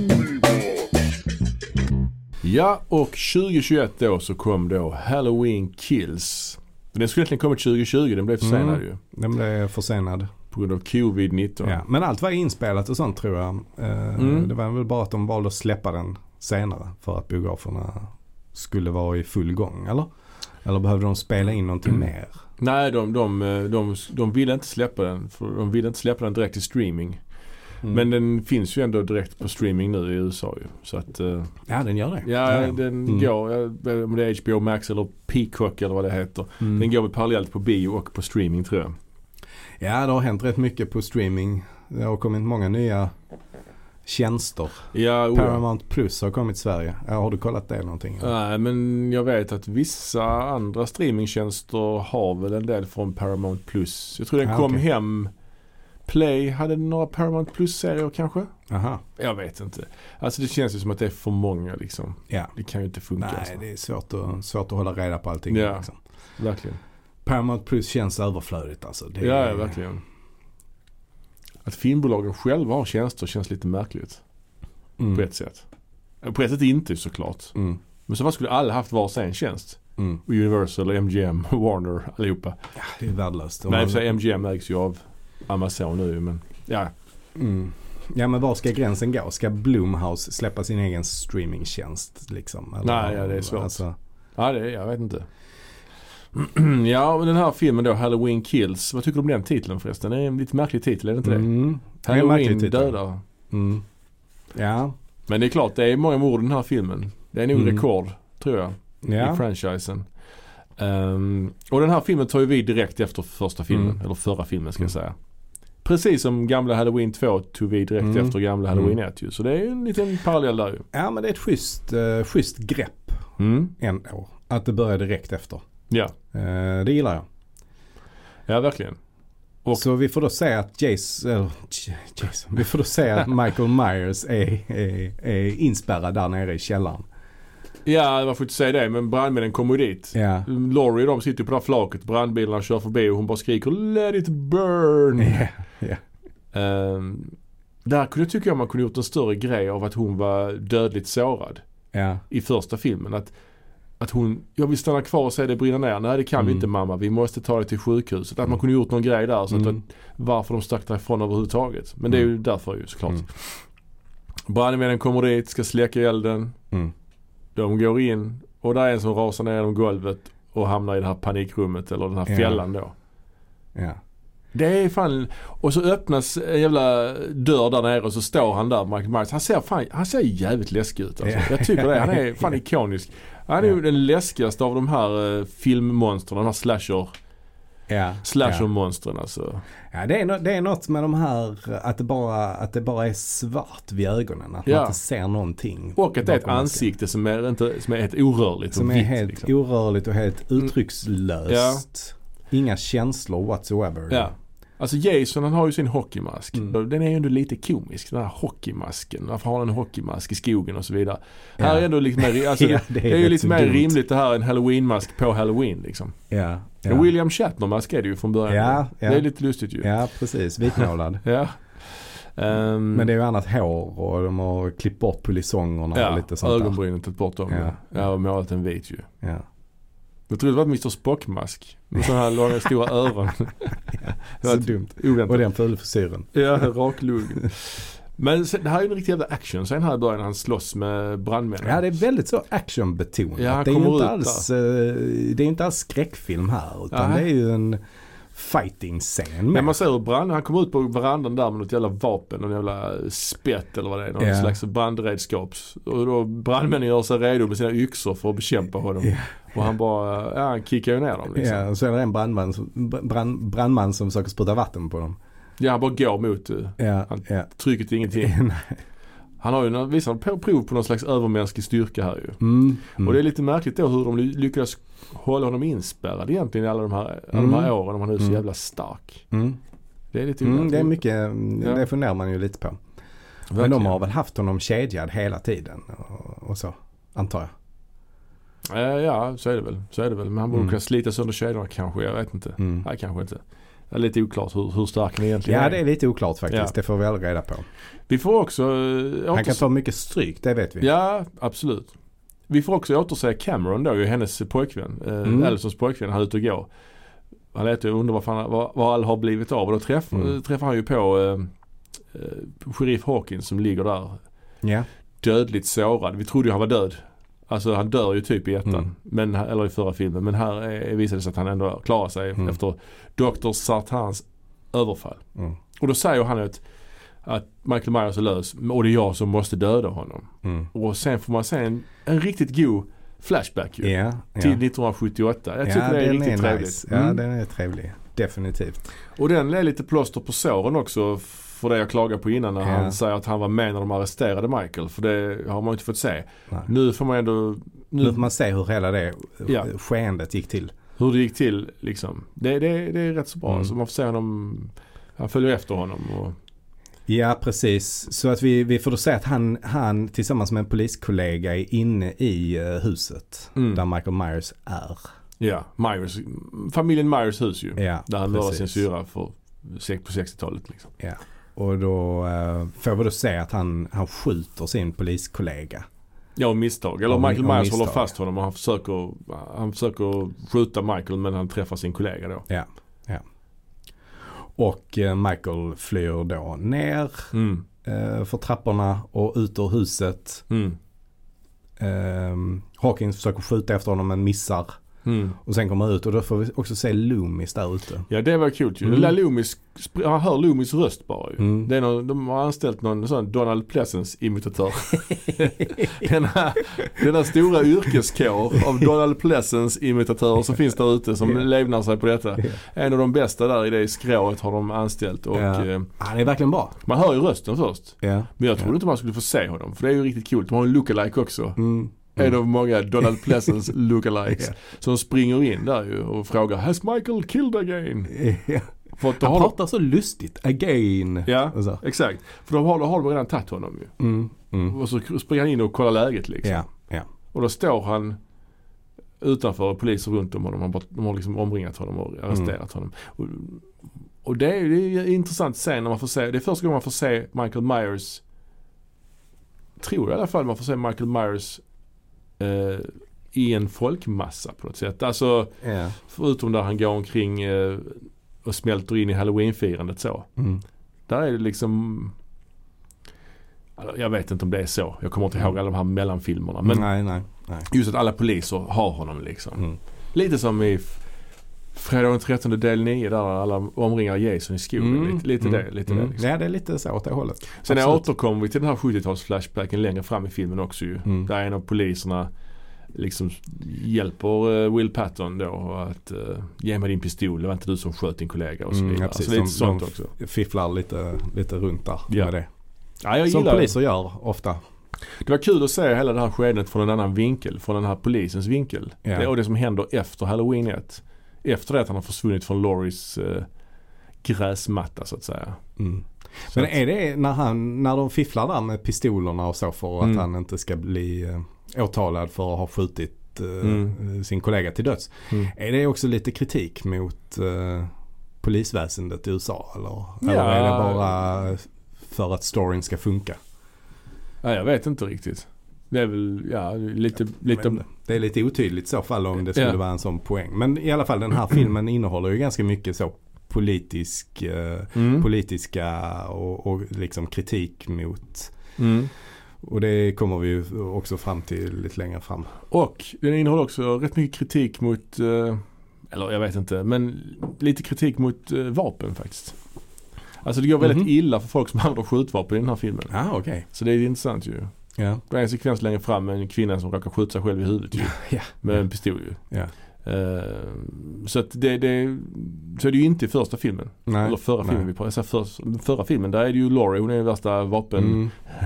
Ja, och tjugohundratjugoett då så kom då Halloween Kills. Den skulle egentligen kommit tjugohundratjugo, den blev försenad mm, ju. Den blev försenad. På grund av covid nitton. Ja, men allt var inspelat och sånt tror jag. Eh, mm. Det var väl bara att de valde att släppa den senare för att biograferna skulle vara i full gång, eller? Eller behövde de spela in någonting mm. mer? Nej, de, de, de, de ville inte släppa den. För de ville inte släppa den direkt till streaming. Mm. Men den finns ju ändå direkt på streaming nu i U S A ju. Så att, uh, ja, den gör det. Ja, ja. den mm. går, om det är H B O Max eller Peacock eller vad det heter. Mm. Den går parallellt på bio och på streaming tror jag. Ja, det har hänt rätt mycket på streaming. Det har kommit många nya tjänster. Ja, oh. Paramount Plus har kommit till Sverige. Ja, har du kollat det någonting? Nej, men jag vet att vissa andra streamingtjänster har väl en del från Paramount Plus. Jag tror den ja, kom okay. hem... Play hade några Paramount Plus-serier kanske? Aha. Jag vet inte. Alltså det känns ju som att det är för många liksom. Ja. Det kan ju inte funka. Nej, alltså. Det är svårt att, svårt att hålla reda på allting. Ja, liksom. verkligen. Paramount Plus känns överflödigt alltså. Det ja, är... ja, verkligen. Att filmbolagen själva har tjänster känns lite märkligt. mm. på ett sätt. På ett sätt inte såklart. Mm. Men så vad skulle alla haft var sin tjänst? Mm. Universal, M G M, Warner, allihopa. Ja, det är värdelöst. Nej, för M G M ägs ju av Amazon nu, men ja. Mm. Ja, men var ska gränsen gå? Ska Blumhouse släppa sin egen streamingtjänst liksom? Eller, Nej, ja, det är svårt. Alltså... Ja, det är, jag vet inte. Ja, men den här filmen då, Halloween Kills. Vad tycker du om den titeln förresten? Det är en lite märklig titel, är det inte mm. det? Halloween dödar. Mm. Ja. Men det är klart, det är många mord i den här filmen. Det är nog mm. rekord, tror jag, ja. i franchisen. Um, och den här filmen tar ju vid direkt efter första filmen, mm. eller förra filmen ska jag säga. Precis som gamla Halloween två tog vi direkt mm. efter gamla Halloween mm. ett ju. Så det är ju en liten parallell där ju. Ja, men det är ett schysst, uh, schysst grepp mm. ändå. Att det börjar direkt efter. Ja. Uh, det gillar jag. Ja, verkligen. Och så vi får då säga att Jason, eller Jason, vi får då säga att Michael Myers är, är, är inspärrad där nere i källaren. Ja, man får inte säga det, men brandmännen kommer ju dit. Ja. Laurie, de sitter på det här flaket, brandbilarna kör förbi och hon bara skriker "Let it burn!" Ja, ja. Um, där kunde jag tycka jag man kunde gjort en större grej av att hon var dödligt sårad. Ja. I första filmen. Att, att hon, jag vill stanna kvar och säga det brinner ner. Nej, det kan mm. vi inte mamma, vi måste ta det till sjukhuset. Att mm. man kunde gjort någon grej där så att, mm. att varför de stack därifrån överhuvudtaget. Men det är ju mm. därför ju såklart. Mm. Brandmännen kommer dit, ska släcka elden. Mm. De går in och där är en som rasar ner genom golvet och hamnar i det här panikrummet eller den här ja. fjällan då. Ja. Det är fan, och så öppnas en jävla dörr där nere och så står han där, Michael Myers. Han ser fan, han ser jävligt läskig ut alltså. Jag tycker det, han är fan ikonisk. Han är ju den läskigaste av de här uh, filmmonstren, de här slasher ja. slasher-monstren alltså. Ja, det är, no- det är något med de här att det bara, att det bara är svart vid ögonen. Att ja. man inte ser någonting. Och att det är ett ansikte som är, inte, som är helt orörligt som och är vitt, helt liksom. orörligt och helt uttryckslöst. Ja. Inga känslor whatsoever. Ja. Alltså Jason, han har ju sin hockeymask. Mm. Den är ju ändå lite komisk, den här hockeymasken. Varför har han en hockeymask i skogen och så vidare. Ja. Här är ändå lite mer, alltså, ja, det är, det är ju lite mer dumt. rimligt det här, en Halloween-mask på Halloween liksom. Ja, ja. En William Shatner-mask är det ju från början. Ja, ja. Det är lite lustigt ju. Ja, precis. Vitmålad. ja. Um, Men det är ju annat hår och de har klippt bort polisongerna ja, och lite sånt där. ögonbrynen tagit bort dem. Ja. Ja, och målat en vit ju. Ja. Jag trodde det var ett mister Spock-mask. Med sådana här långa stora öron. ja, så dumt. Oväntat. Och den full frisyren. Ja, raklugg. Men sen, det här är ju en riktig jävla action. Sen här i början han slåss med brandmännen. Ja, det är väldigt så actionbetonat. Ja, det är ju inte alls, det är inte alls skräckfilm här. Utan Aha. det är ju en fighting-scen. Ja, man ser hur brand, han kommer ut på verandan där med något jävla vapen. Någon jävla spett eller vad det är. Någon ja. slags brandredskap. Och då brandmännen gör sig redo med sina yxor för att bekämpa honom. Ja. Och han bara, ja, han kickar ju ner dem liksom. Ja, och så är det en brandman som, brand, brandman som försöker spruta vatten på dem. Ja, han bara går mot ja, han ja. trycket ingenting. Han har ju visat prov på någon slags övermänsklig styrka här ju. Mm, mm. Och det är lite märkligt då hur de lyckas hålla honom inspärrad egentligen i alla de här, alla mm. de här åren om han är så mm. jävla stark. Mm. Det är lite mm, det är mycket, ja. det funderar man ju lite på. Verkligen. Men de har väl haft honom kedjad hela tiden och, och så, antar jag. Ja, så är det väl. Så är det väl. Men han borde mm. kunna slita sönder kedjorna kanske, jag vet inte. Mm. Nej, kanske inte. Det är lite oklart hur, hur stark han egentligen ja, är. Ja, det är lite oklart faktiskt. Ja. Det får vi väl reda på. Vi får också... Han åters- kan ta mycket stryk, det vet vi. Ja, absolut. Vi får också återse Cameron då, ju hennes pojkvän. Mm. Allisons pojkvän, han är ute och går. Han letar och undrar vad, fan, vad, vad all har blivit av. Och då träff, mm. träffar han ju på eh, sheriff Hawkins som ligger där. Ja. Dödligt sårad. Vi trodde ju han var död. Alltså han dör ju typ i ettan. Mm. Men, eller i förra filmen. Men här är, visade det sig att han ändå klarar sig mm. efter doktor Sartans överfall. Mm. Och då säger han att, att Michael Myers är lös. Och det är jag som måste döda honom. Mm. Och sen får man se en, en riktigt god flashback ju, yeah, till yeah. nittonhundrasjuttioåtta. Jag tycker ja, det är riktigt är trevligt. Nice. Mm. Ja, den är trevlig. Definitivt. Och den är lite plåster på såren också för det jag klagade på innan när ja. han säger att han var med när de arresterade Michael. För det har man inte fått se. Nej. Nu får man ändå... Nu, nu får man se hur hela det ja. skeendet gick till. Hur det gick till liksom. Det, det, det är rätt så bra. Mm. Så man får se honom... Han följer efter honom och... Ja, precis. Så att vi, vi får då säga att han, han tillsammans med en poliskollega är inne i uh, huset mm. där Michael Myers är. Ja, Myers, familjen Myers hus ju. Ja, där han mördade sin syra för, på sextiotalet liksom. Ja. och då uh, får vi då se att han, han skjuter sin poliskollega. Ja, misstag. Eller och, Michael Myers misstag. håller fast honom och han försöker, han försöker skjuta Michael, men han träffar sin kollega då. Ja, ja. Och uh, Michael flyr då ner Mm. uh, för trapporna och ut ur huset. Mm. Uh, Hawkins försöker skjuta efter honom men missar. Mm. Och sen kommer ut och då får vi också se Loomis där ute. Ja, det var kul ju. Mm. Mm. Loomis, han hör Loomis röst bara ju. Mm. Det är någon, de har anställt någon sån Donald Pleasence-imitatör. den, här, den här stora yrkeskår av Donald Pleasence-imitatörer som finns där ute som Yeah. levnar sig på detta. Yeah. En av de bästa där i det skrået har de anställt. Och, Ja. eh, Han är verkligen bra. man hör ju rösten först. Ja. Men jag trodde Ja. inte man skulle få se honom. För det är ju riktigt coolt. De har en lookalike också. Mm. En av många Donald Pleasence lookalikes. Yeah. Som springer in där ju och frågar Has Michael killed again? Ja. För att då Han har pratar så lustigt. Again. Ja, Och så. exakt. För då har, då har de redan tagit honom ju. Mm. Mm. Och så springer han in och kollar läget liksom. Ja. Ja. Och då står han utanför, poliser runt om honom. De har, bara- de har liksom omringat honom och arresterat Mm. honom. Och, och det är ju det är intressant sen när man får se, det är första gången man får se Michael Myers, tror jag i alla fall man får se Michael Myers eh, i en folkmassa på något sätt. Alltså Ja. förutom där han går omkring eh, och smälter in i Halloween-firandet så. Mm. Där är det liksom, alltså, jag vet inte om det är så. Jag kommer inte ihåg alla de här mellanfilmerna. Men nej, nej, nej. just att alla poliser har honom liksom. Mm. Lite som i F- Fredag den trettonde del nio där alla omringar Jason i skogen. Mm. Lite, lite Mm. det. Lite Mm. det liksom. Ja, det är lite så åt det hållet. Sen Absolut. återkommer vi till den här sjuttio-tals flashbacken längre fram i filmen också ju. Mm. Där en av poliserna liksom hjälper uh, Will Patton då att uh, ge mig din pistol, det var inte du som sköt din kollega och så Mm, vidare. ja, precis. Så lite De- sånt de också. Fifflar lite, lite runt där Ja. med det. Ja, jag Som gillar det. poliser gör ofta. Det var kul att se hela det här skedet från en annan vinkel, från den här polisens vinkel. Ja. Det, och det som händer efter Halloween ett. Efter det att han har försvunnit från Lauries uh, gräsmatta så att säga. Mm. Så Men att, är det när, han, när de fifflar där med pistolerna och så för att Mm. han inte ska bli eh, åtalad för att ha skjutit eh, Mm. sin kollega till döds. mm. Är det också lite kritik mot eh, polisväsendet i U S A? Eller, Ja. eller är det bara för att storyn ska funka? Ja, jag vet inte riktigt. Det är väl, ja, lite... lite Men det är lite otydligt i så fall om det skulle Ja. vara en sån poäng. Men i alla fall den här filmen innehåller ju ganska mycket så politisk, eh, mm. politiska och, och liksom kritik mot. Mm. Och det kommer vi ju också fram till lite längre fram. Och den innehåller också rätt mycket kritik mot, eh, eller jag vet inte, men lite kritik mot eh, vapen faktiskt. Alltså det går väldigt Mhm. illa för folk som använder skjutvapen i den här filmen. Ja, okej. Okay. Så det är intressant ju. Ja. Det är en sekvens längre fram med en kvinna som råkar skjuta sig själv i huvudet ju. Ja. Med en pistol ju. Ja. Uh, så att det, det så är det ju inte i första filmen. Nej. Eller förra Nej. filmen vi pratar, för, förra filmen där är det ju Laurie, hon är den värsta vapen Mm.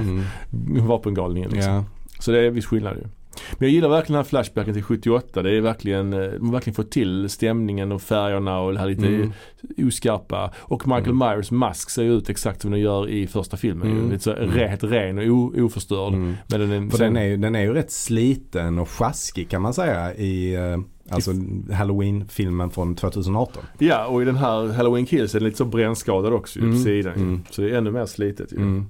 Mm. vapengalningen liksom. Ja. Så det är viss skillnad ju. Men jag gillar verkligen den här flashbacken till sjuttioåtta. Det är verkligen, de har verkligen fått till stämningen och färgerna och det här lite Mm. oskarpa. Och Michael Mm. Myers mask ser ju ut exakt som den gör i första filmen. Mm. Ju. Lite så Mm. rätt ren och o, oförstörd. Mm. Men den är, För sen, den, är ju, den är ju rätt sliten och sjaskig kan man säga i eh, alltså Halloween-filmen från tjugoarton. Ja, och i den här Halloween Kills är den lite så brännskadad också ju, Mm. på sidan. ju. Mm. Så det är ännu mer slitet ju. Mm.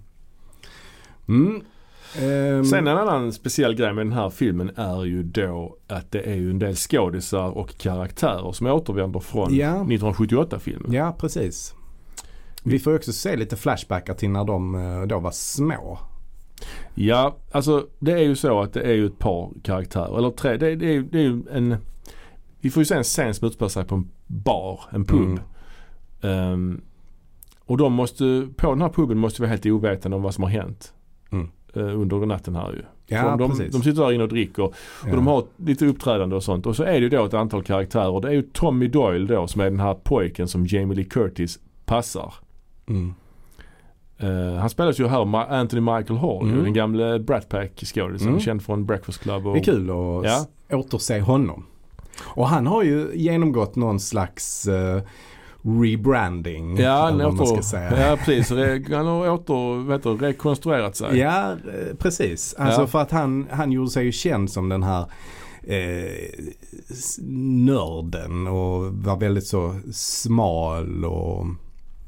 Mm. Ehm, Sen en annan speciell grej med den här filmen är ju då att det är ju en del skådisar och karaktärer som återvänder från Ja. nittonhundrasjuttioåtta-filmen. Ja, precis. Vi får ju också se lite flashbackar till när de eh, då var små. Ja, alltså det är ju så att det är ju ett par karaktärer, eller tre, det, det, är, det är ju en, vi får ju se en scen som utspelar sig på en bar, en pub. Mm. Um, och de måste, på den här puben måste vi vara helt ovetande om vad som har hänt Mm. uh, under natten här ju. Ja, de, de, precis. de sitter där inne och dricker och Ja. de har lite uppträdande och sånt. Och så är det ju då ett antal karaktärer. Det är ju Tommy Doyle då som är den här pojken som Jamie Lee Curtis passar. Mm. Uh, han spelas ju här av Ma- Anthony Michael Hall, Mm. ju, den gamla Brat Pack-skådisen, Mm. känd från Breakfast Club. Och, Det är kul att Ja. s- återse honom. Och han har ju genomgått någon slags eh, rebranding. Ja, eller han vad man ska åter, säga. ja precis. Re, han har åter, vet du, rekonstruerat sig. Ja, eh, precis. Alltså Ja. för att han, han gjorde sig ju känd som den här eh, s- nörden och var väldigt så smal och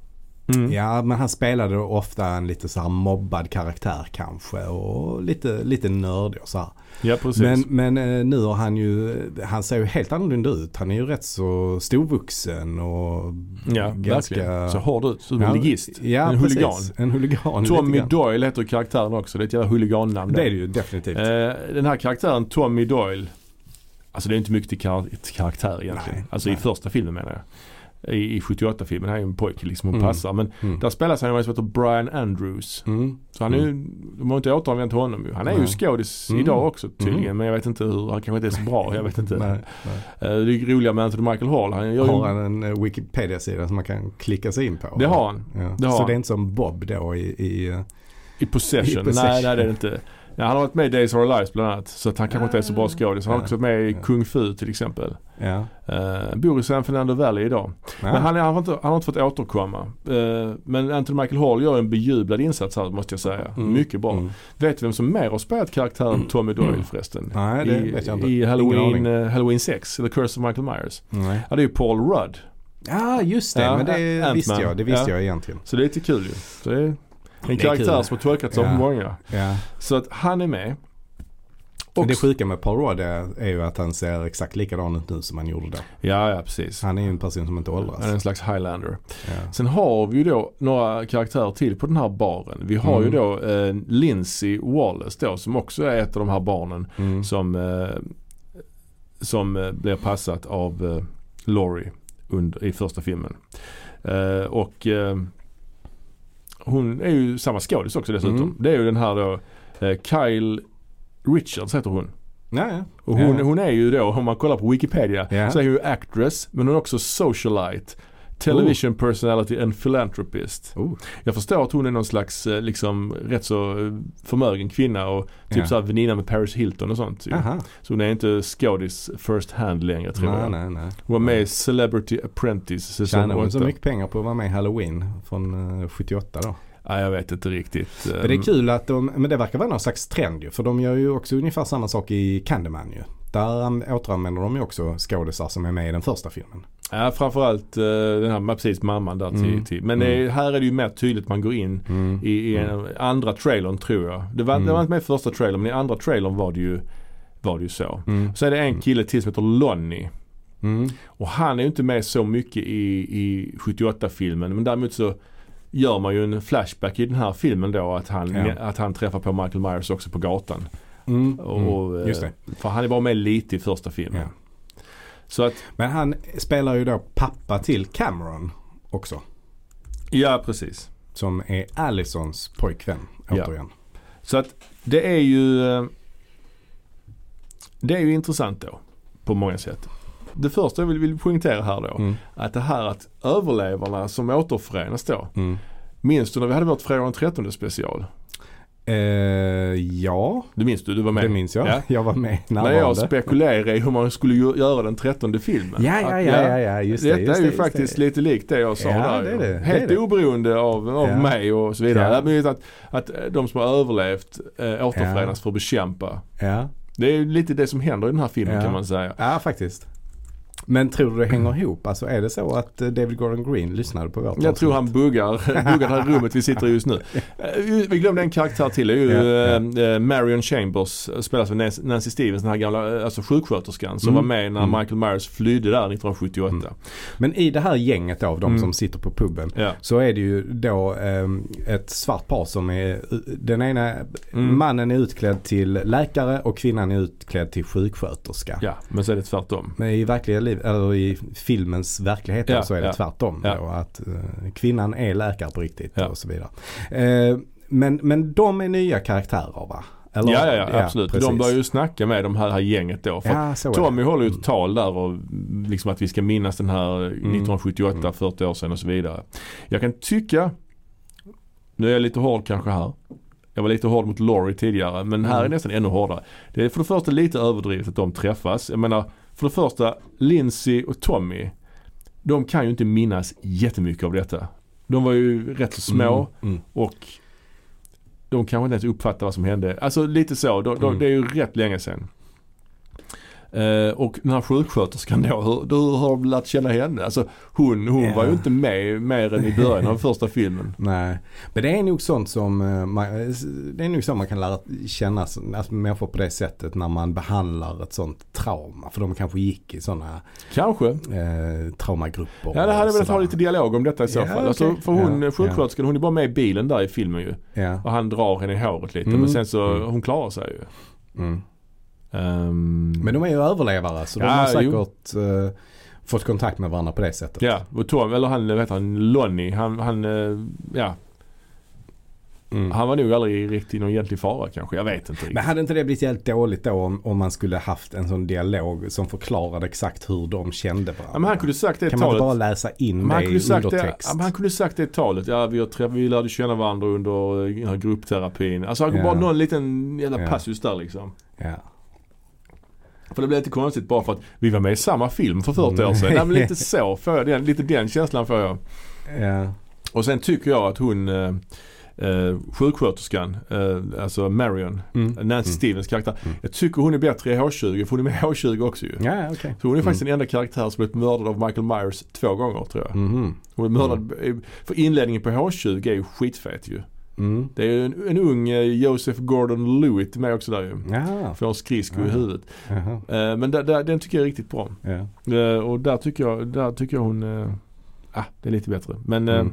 Mm. Ja, men han spelade ofta en lite så här mobbad karaktär kanske och lite, lite nördig och så här. Ja, precis. Men, men nu har han ju, han ser ju helt annorlunda ut. Han är ju rätt så storvuxen och ja, ganska... verkligen. Så hård ut, som en ja, ligist. Ja, en precis. huligan. En huligan. Tommy Doyle heter karaktären också. Det är ett jävla huligannamn. Det är det ju definitivt. Eh, den här karaktären, Tommy Doyle, alltså det är inte mycket till kar- karaktär egentligen. Nej, alltså nej. i första filmen menar jag. I, i sjuttioåtta-filmen, här är ju en pojke liksom, hon Mm. passar. Men Mm. där spelas han ju som heter Brian Andrews. Mm. Så han är ju, de har inte återanvänt honom ju. Han är Nej. ju skådis Mm. idag också tydligen. Mm. Men jag vet inte hur, han kanske inte är så bra. Jag vet inte. Nej, nej. Uh, det är roliga med Anthony Michael Hall. Han gör Har ju, han en uh, Wikipedia-sida som man kan klicka sig in på? det har han. Ja. Det har så han. det är inte som Bob då i... i uh... I Possession. I Possession. Nej, nej, det är det inte. Ja, han har varit med i Days of Our Lives bland annat. Så att han kanske inte är så bra skådis. Han har Ja. också varit med i Ja. Kung Fu till exempel. Ja. Uh, bor i San Fernando Valley idag. Ja. Men han, är, han, har inte, han har inte fått återkomma. Uh, men Anthony Michael Hall gör en bejublad insats här, måste jag säga. Mm. Mycket bra. Mm. Vet du vem som mer har spelat karaktären Tommy Doyle förresten? Nej, det I, vet jag inte. I Ingen Halloween, aning. uh, Halloween sex, The Curse of Michael Myers. Nej. Ja, det är ju Paul Rudd. Ja, just det. Ja, men det Ant-Man. visste jag. Det visste Ja. jag egentligen. Så det är lite kul ju. Så det är en Det är karaktär kul. som har tolkats av Ja. många. Ja. Så att han är med. Och Och det sjuka med Paul Rudd är, är ju att han ser exakt likadan ut nu som han gjorde då. Ja, ja, precis. Han är ju en person som inte åldras. Han är en slags Highlander. Ja. Sen har vi ju då några karaktärer till på den här baren. Vi har Mm. ju då eh, Lindsay Wallace då, som också är ett av de här barnen Mm. som, eh, som eh, blir passat av eh, Laurie under, i första filmen. Eh, och eh, hon är ju samma skådis också dessutom. Mm. Det är ju den här då eh, Kyle Richards heter hon. Ja, ja. Och hon, ja. hon är ju då, om man kollar på Wikipedia, Ja. så är hon ju actress, men hon är också socialite, television personality and philanthropist. Oh. Jag förstår att hon är någon slags eh, liksom rätt så eh, förmögen kvinna och typ Ja. så här väninna med Paris Hilton och sånt. ju. Aha. Så hon är inte skådis first hand längre, tror Nej, jag. nej, nej. Hon var med i Celebrity Apprentice säsong Tjänar hon så åtta. mycket pengar på att vara med i Halloween från uh, sjuttioåtta då? Ja, jag vet inte riktigt. Men det är kul att de, men det verkar vara någon slags trend ju. För de gör ju också ungefär samma sak i Candyman ju. Där um, återanvänder de ju också skådisar som är med i den första filmen. Ja, framförallt uh, den här precis mamman där till. Mm. till. Men Mm. det, här är det ju mer tydligt man går in Mm. i, i en, andra trailern, tror jag. Det var, Mm. det var inte med i första trailern, men i andra trailern var det ju, var det ju så. Mm. Så är det en kille till som heter Lonnie. Mm. Och han är ju inte med så mycket i, i sjuttioåtta-filmen. Men däremot så gör man ju en flashback i den här filmen då. Att han, Ja. att han träffar på Michael Myers också på gatan. Mm. Och, Mm. Just det. För han är bara med lite i första filmen. Ja. Så att, Men han spelar ju då pappa till Cameron också. ja precis. Som är Allisons pojkvän Ja. återigen. Så att det är ju det är ju intressant då på många sätt. Det första jag vill, vill poängtera här då, Mm. att det här att överlevarna som återförenas då. Mm. Minns du när vi hade vårt Fredag den trettonde special? Eh, ja, Det minns du, du var med. det minns jag. Ja. Jag var med När närvarande. jag spekulerade i hur man skulle ju- göra den trettonde filmen. Ja, ja, Att, ja, ja, ja, just det. Detta just är det, ju just faktiskt det. lite likt det jag sa Ja, där. det är ju. det, det Helt är det. oberoende av, av Ja. mig och så vidare. Ja. Men att, att de som har överlevt äh, återförenas för att bekämpa. Ja. Det är ju lite det som händer i den här filmen, Ja. kan man säga. ja, faktiskt. Men tror du det hänger ihop? Alltså är det så att eh, David Gordon Green lyssnade på vårt Jag tror han avsnitt? buggar, buggar det här rummet vi sitter i just nu. Eh, Vi glömde en karaktär till. Det är ju Ja, ja. eh, Marion Chambers, eh, spelas av Nancy Nancy Stevens, den här gamla eh, alltså sjuksköterskan som Mm. var med när Mm. Michael Myers flydde där nittonhundrasjuttioåtta. Mm. Men i det här gänget av de Mm. som sitter på puben Ja. så är det ju då eh, ett svart par som är, den ena Mm. mannen är utklädd till läkare och kvinnan är utklädd till sjuksköterska. ja, men så är det tvärtom. Men i verkliga liv, eller i filmens verklighet Ja, så är det ja. tvärtom. Ja. Då, att eh, kvinnan är läkare på riktigt Ja. och så vidare. Eh, men, men de är nya karaktärer va? Eller, Ja, ja, ja, absolut. precis. De börjar ju snacka med de här, här gänget då. För Ja, så är Tommy det. håller ju ett Mm. tal där och liksom att vi ska minnas den här nittonhundrasjuttioåtta, Mm. fyrtio år sedan och så vidare. Jag kan tycka, nu är jag lite hård kanske här. Jag var lite hård mot Laurie tidigare, men här är Mm. nästan ännu hårdare. Det är för det första lite överdrivet att de träffas. Jag menar, för det första, Lindsay och Tommy, de kan ju inte minnas jättemycket av detta. De var ju rätt så små Mm. Mm. och de kanske inte ens uppfattar vad som hände. Alltså lite så, de, de, Mm. det är ju rätt länge sedan. Uh, och den här sjuksköterskan då, hur, hur har du lärt känna henne? Alltså hon, hon yeah. var ju inte med mer än i början av första filmen. Nej, men det är nog sånt som man, det är nog så man kan lära känna alltså, människor på det sättet när man behandlar ett sånt trauma. För de kanske gick i sådana kanske. Eh, traumagrupper. Ja, det hade velat ha lite dialog om detta i så ja, fall. Okay. Alltså, för hon, ja, sjuksköterskan, hon är bara med i bilen där i filmen ju. Ja. Och han drar henne i håret lite. Mm. Men sen så, mm. hon klarar sig ju. Mm. Um, men de är ju överlevare så ja, de har säkert uh, fått kontakt med varandra på det sättet. Ja, och Tom, eller han, vet han, Lonnie, han, han uh, ja. Mm. Han var nog aldrig riktigt någon egentlig fara kanske, jag vet inte riktigt. Men hade inte det blivit helt dåligt då om, om man skulle haft en sån dialog som förklarade exakt hur de kände varandra? Ja, men han kunde sagt det kan talet. Man bara läsa in men det i undertext? Det, ja, men han kunde sagt det talet. Ja, vi, har, vi lärde känna varandra under den här gruppterapin. Alltså han kunde ja. bara någon liten jävla ja. passus där liksom. Ja. För det blev lite konstigt bara för att vi var med i samma film för fyrtio år sedan. Mm. Lite så, får jag den, lite den känslan får jag. Ja. Och sen tycker jag att hon eh, eh, sjuksköterskan, eh, alltså Marion, mm. Nancy mm. Stevens karaktär. Mm. Jag tycker hon är bättre i H tjugo, för hon är med i H tjugo också ju. Ja, okay. Så hon är mm. faktiskt den enda karaktär som blivit mördad av Michael Myers två gånger tror jag. Mm. Hon är mördad, mm. för inledningen på H tjugo är ju skitfet ju. Mm. Det är ju en, en ung uh, Joseph Gordon-Levitt med också där ju. Jaha. Får en skridsko i huvudet. Uh, men där, där, den tycker jag är riktigt bra. Yeah. Uh, och där tycker jag, där tycker jag hon, uh, ah, det är lite bättre. Men uh, mm.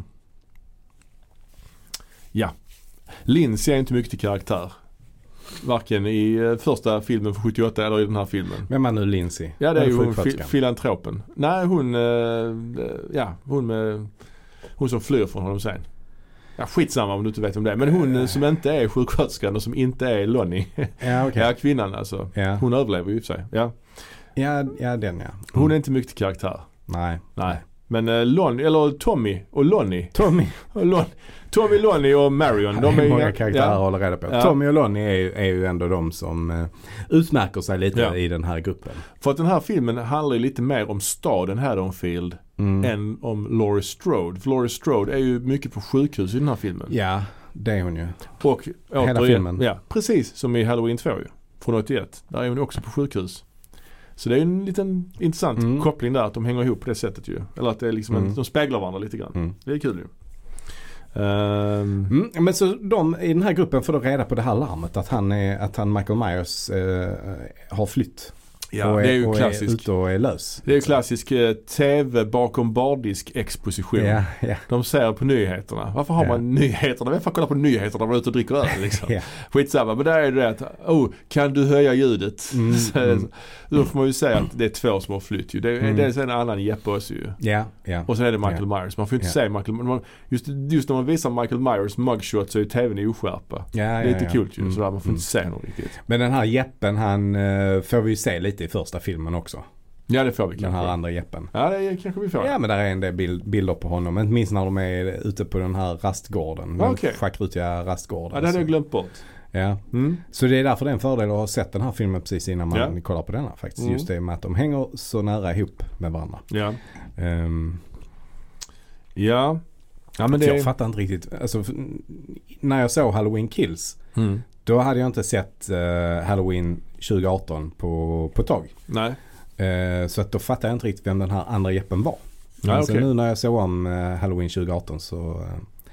ja. Lindsay är inte mycket till karaktär. Varken i uh, första filmen för sjuttioåtta eller i den här filmen. Vem man nu Lindsay? Ja, det är ju hon fi- filantropen. Nej, hon, uh, ja, hon med, hon som flyr från honom sen. Ja, skitsamma om du inte vet om det. Men hon äh. som inte är sjuksköterskan och som inte är Lonnie. Ja, okay. Ja, kvinnan alltså. Ja. Hon överlever ju i sig. Ja. Ja, ja, den ja. Mm. Hon är inte mycket till karaktär. Nej. Nej. Men uh, Lonnie, eller Tommy och Lonnie. Tommy. Och Lon- Tommy, Lonnie och Marion. De är många inga, karaktärer ja. att hålla reda på. Ja. Tommy och Lonnie är ju, är ju ändå de som uh, utmärker sig lite ja. i den här gruppen. För att den här filmen handlar ju lite mer om staden Haddonfield mm. än om Laurie Strode. För Laurie Strode är ju mycket på sjukhus i den här filmen. Ja, det är hon ju. Och hela återigen, filmen. Ja, precis som i Halloween två ju. Från åttioett. Där är hon också på sjukhus. Så det är en liten intressant mm. koppling där att de hänger ihop på det sättet ju. Eller att det är liksom mm. en, de speglar varandra lite grann. Mm. Det är kul ju. Um, mm, men så de i den här gruppen får då reda på det här larmet att han är att han Michael Myers eh, har flytt. Ja, och är, det är ju och klassisk. Är ute och är lös. Det är ju klassisk eh, tv bakom bardisk exposition. Ja, ja. De ser på nyheterna. Varför har ja. man nyheterna? Vem får kolla på nyheterna när man är ute och dricker öl liksom? ja. Skitsamma. Men där är det att, oh, kan du höja ljudet? Mm, så, mm. Då får man ju säga att det är två som har flytt ju. Det är mm. dels en annan Jeppe också ju. Ja, ja. Och sen är det Michael ja. Myers. Man får inte ja. säga Michael Myers. Just, just när man visar Michael Myers mugshot så är tvn i oskärpa. Ja, ja, det är lite ja. kul ju. Mm. Så där man får mm. inte säga något riktigt. Men den här Jeppen han uh, får vi ju se lite i första filmen också. Ja, det får vi den kanske. här andra Jeppen. Ja, det kanske vi får. Ja, men där är en del bild, bilder på honom. Inte minst när de är ute på den här rastgården. Den okay. schackrutiga rastgården. Ja, det hade jag glömt bort. Ja, mm. så det är därför det är en fördel att ha sett den här filmen precis innan man ja. kollar på den här faktiskt. Mm. Just det med att de hänger så nära ihop med varandra. Ja. Um, ja. Ja, men det... Jag fattar inte riktigt. Alltså, när jag såg Halloween Kills mm. då hade jag inte sett uh, Halloween tjugo arton på, på tag. Nej. Uh, så att då fattar jag inte riktigt vem den här andra Jeppen var. Ja, men okay. sen nu när jag såg om uh, Halloween tjugo arton så uh,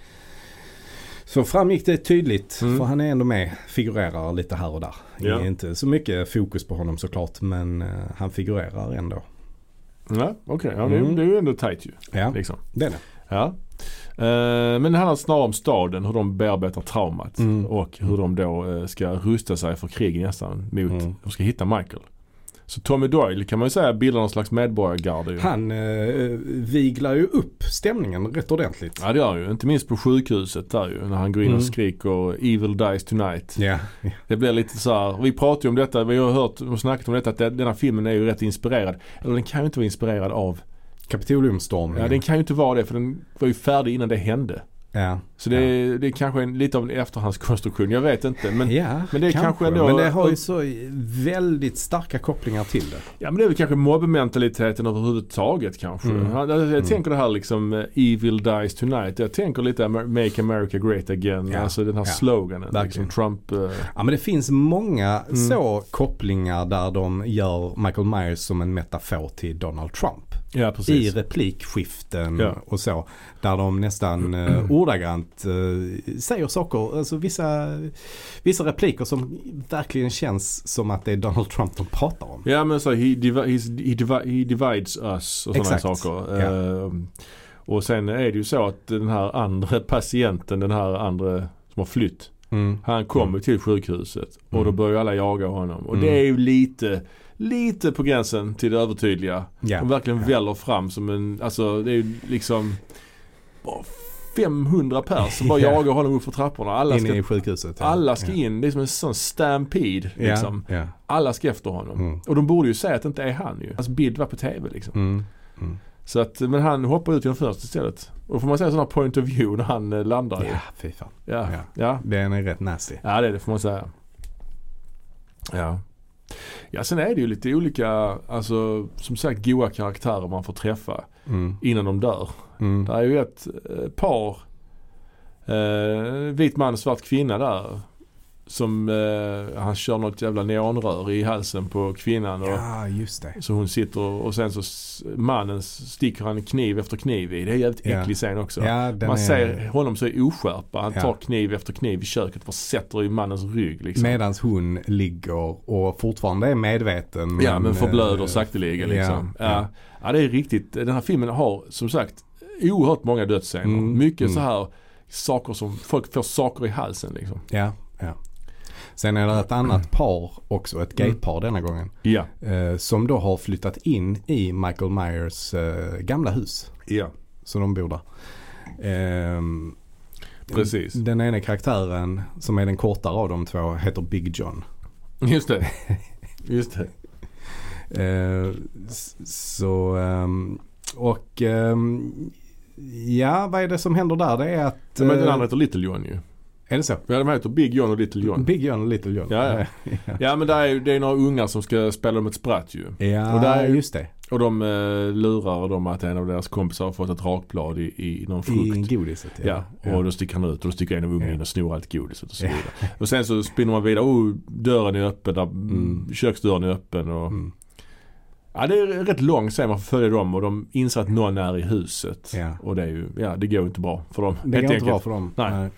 så framgick det tydligt mm. för han är ändå med, figurerar lite här och där. Ja. Det är inte så mycket fokus på honom såklart, men uh, han figurerar ändå. Ja, okej. Okay. Ja, det, mm. det är ju ändå tajt ju. Ja, liksom. det är det. Ja. Uh, men det handlar snarare om staden, hur de bearbetar traumat mm. och hur de då uh, ska rusta sig för krig nästan mot, mm. de ska hitta Michael. Så Tommy Doyle kan man ju säga bildar någon slags medborgargarde. Han eh, viglar ju upp stämningen rätt ordentligt. Ja, det gör ju. Inte minst på sjukhuset där ju. När han går in mm. och skriker Evil dies tonight. Ja. Ja. Det blir lite så här. Vi pratar ju om detta. Vi har hört och snackat om detta. Att den här filmen är ju rätt inspirerad. Eller den kan ju inte vara inspirerad av Kapitoliumstormningen. Ja, den kan ju inte vara det. För den var ju färdig innan det hände. Ja. Så det är, det är kanske en, lite av en efterhandskonstruktion, jag vet inte. Men, ja, men det är kanske, kanske ändå... Men det har ju så väldigt starka kopplingar till det. Ja, men det är väl kanske mobbmentaliteten överhuvudtaget kanske. Mm. Jag, jag mm. tänker det här liksom uh, Evil Dies Tonight. Jag tänker lite Make America Great Again. Ja. Alltså den här ja. sloganen. Liksom Trump... Uh... Ja, men det finns många mm. så kopplingar där de gör Michael Myers som en metafor till Donald Trump. Ja, precis. I replikskiften ja. och så. Där de nästan uh, ordagrant uh, säger saker. Alltså vissa, vissa repliker som verkligen känns som att det är Donald Trump de pratar om. Ja, men så he, divi, he, divi, he divides us och sådana saker. Ja. Uh, och sen är det ju så att den här andra patienten, den här andra som har flytt, mm. han kommer mm. till sjukhuset och mm. då börjar alla jaga honom. Och mm. det är ju lite... lite på gränsen till det övertydliga. Yeah. De verkligen yeah. väller fram som en, alltså det är ju liksom bara femhundra pers som bara yeah. jagar honom upp för trapporna. Alla in ska, i sjukhuset. Ja. Alla ska yeah. in, det är som en sån stampede liksom. Yeah. Yeah. Alla ska efter honom. Mm. Och de borde ju säga att det inte är han ju. Hans bild var på tv liksom. Mm. Mm. Så att, men han hoppar ut genom fönstret istället. Och då får man säga sån här point of view när han eh, landar. Ja, fy fan. Ja. Ja. Ja. Den är rätt nasty. Ja, det är det får man säga. Ja. Ja, sen är det ju lite olika, alltså som sagt goda karaktärer man får träffa mm. innan de dör. Mm. Det är ju ett eh, par eh, vit man och svart kvinna där som eh, han kör något jävla neonrör i halsen på kvinnan och, ja, just det. Så hon sitter och sen så mannen sticker han kniv efter kniv i. Det är jävligt ja. äcklig scen också. Ja, man är... ser honom så i oskärpa. Han ja. tar kniv efter kniv i köket och sätter i mannens rygg liksom. Medans hon ligger och fortfarande är medveten. Ja, men, men förblöder sakteligen liksom. Ja, ja. ja. ja, det är riktigt. Den här filmen har som sagt oerhört många dödsscener. Mm. Mycket mm. så här saker som folk får saker i halsen liksom. Ja, ja. Sen är det ett annat par också, ett gaypar denna gången. Ja. Eh, som då har flyttat in i Michael Myers eh, gamla hus. Ja. Så de bor där. Eh, Precis. Den ena karaktären som är den kortare av de två heter Big John. Just det. Just det. Eh, så um, och um, ja, vad är det som händer där? Det är att... Ja, men den andra heter Little John ju. Är det så? Ja, de heter Big John och Little John. Big John och Little John. Ja, ja. ja. ja men det är, det är några ungar som ska spela om ett spratt ju. Ja, och där är, just det. Och de eh, lurar dem att en av deras kompisar har fått ett rakblad i, i någon frukt. I godiset, ja. Ja, och ja. då sticker han ut och då sticker en av ungarna ja. in och snor allt godiset och så vidare. Ja. Och sen så spinner man vidare, oh, dörren är öppen, där, mm. köksdörren är öppen och... Mm. Ja, det är rätt långt sen man får följa dem och de inser att någon är i huset. Ja. Och det är ju, ja det går inte bra för dem. Det går inte bra för dem. Nej. Nej.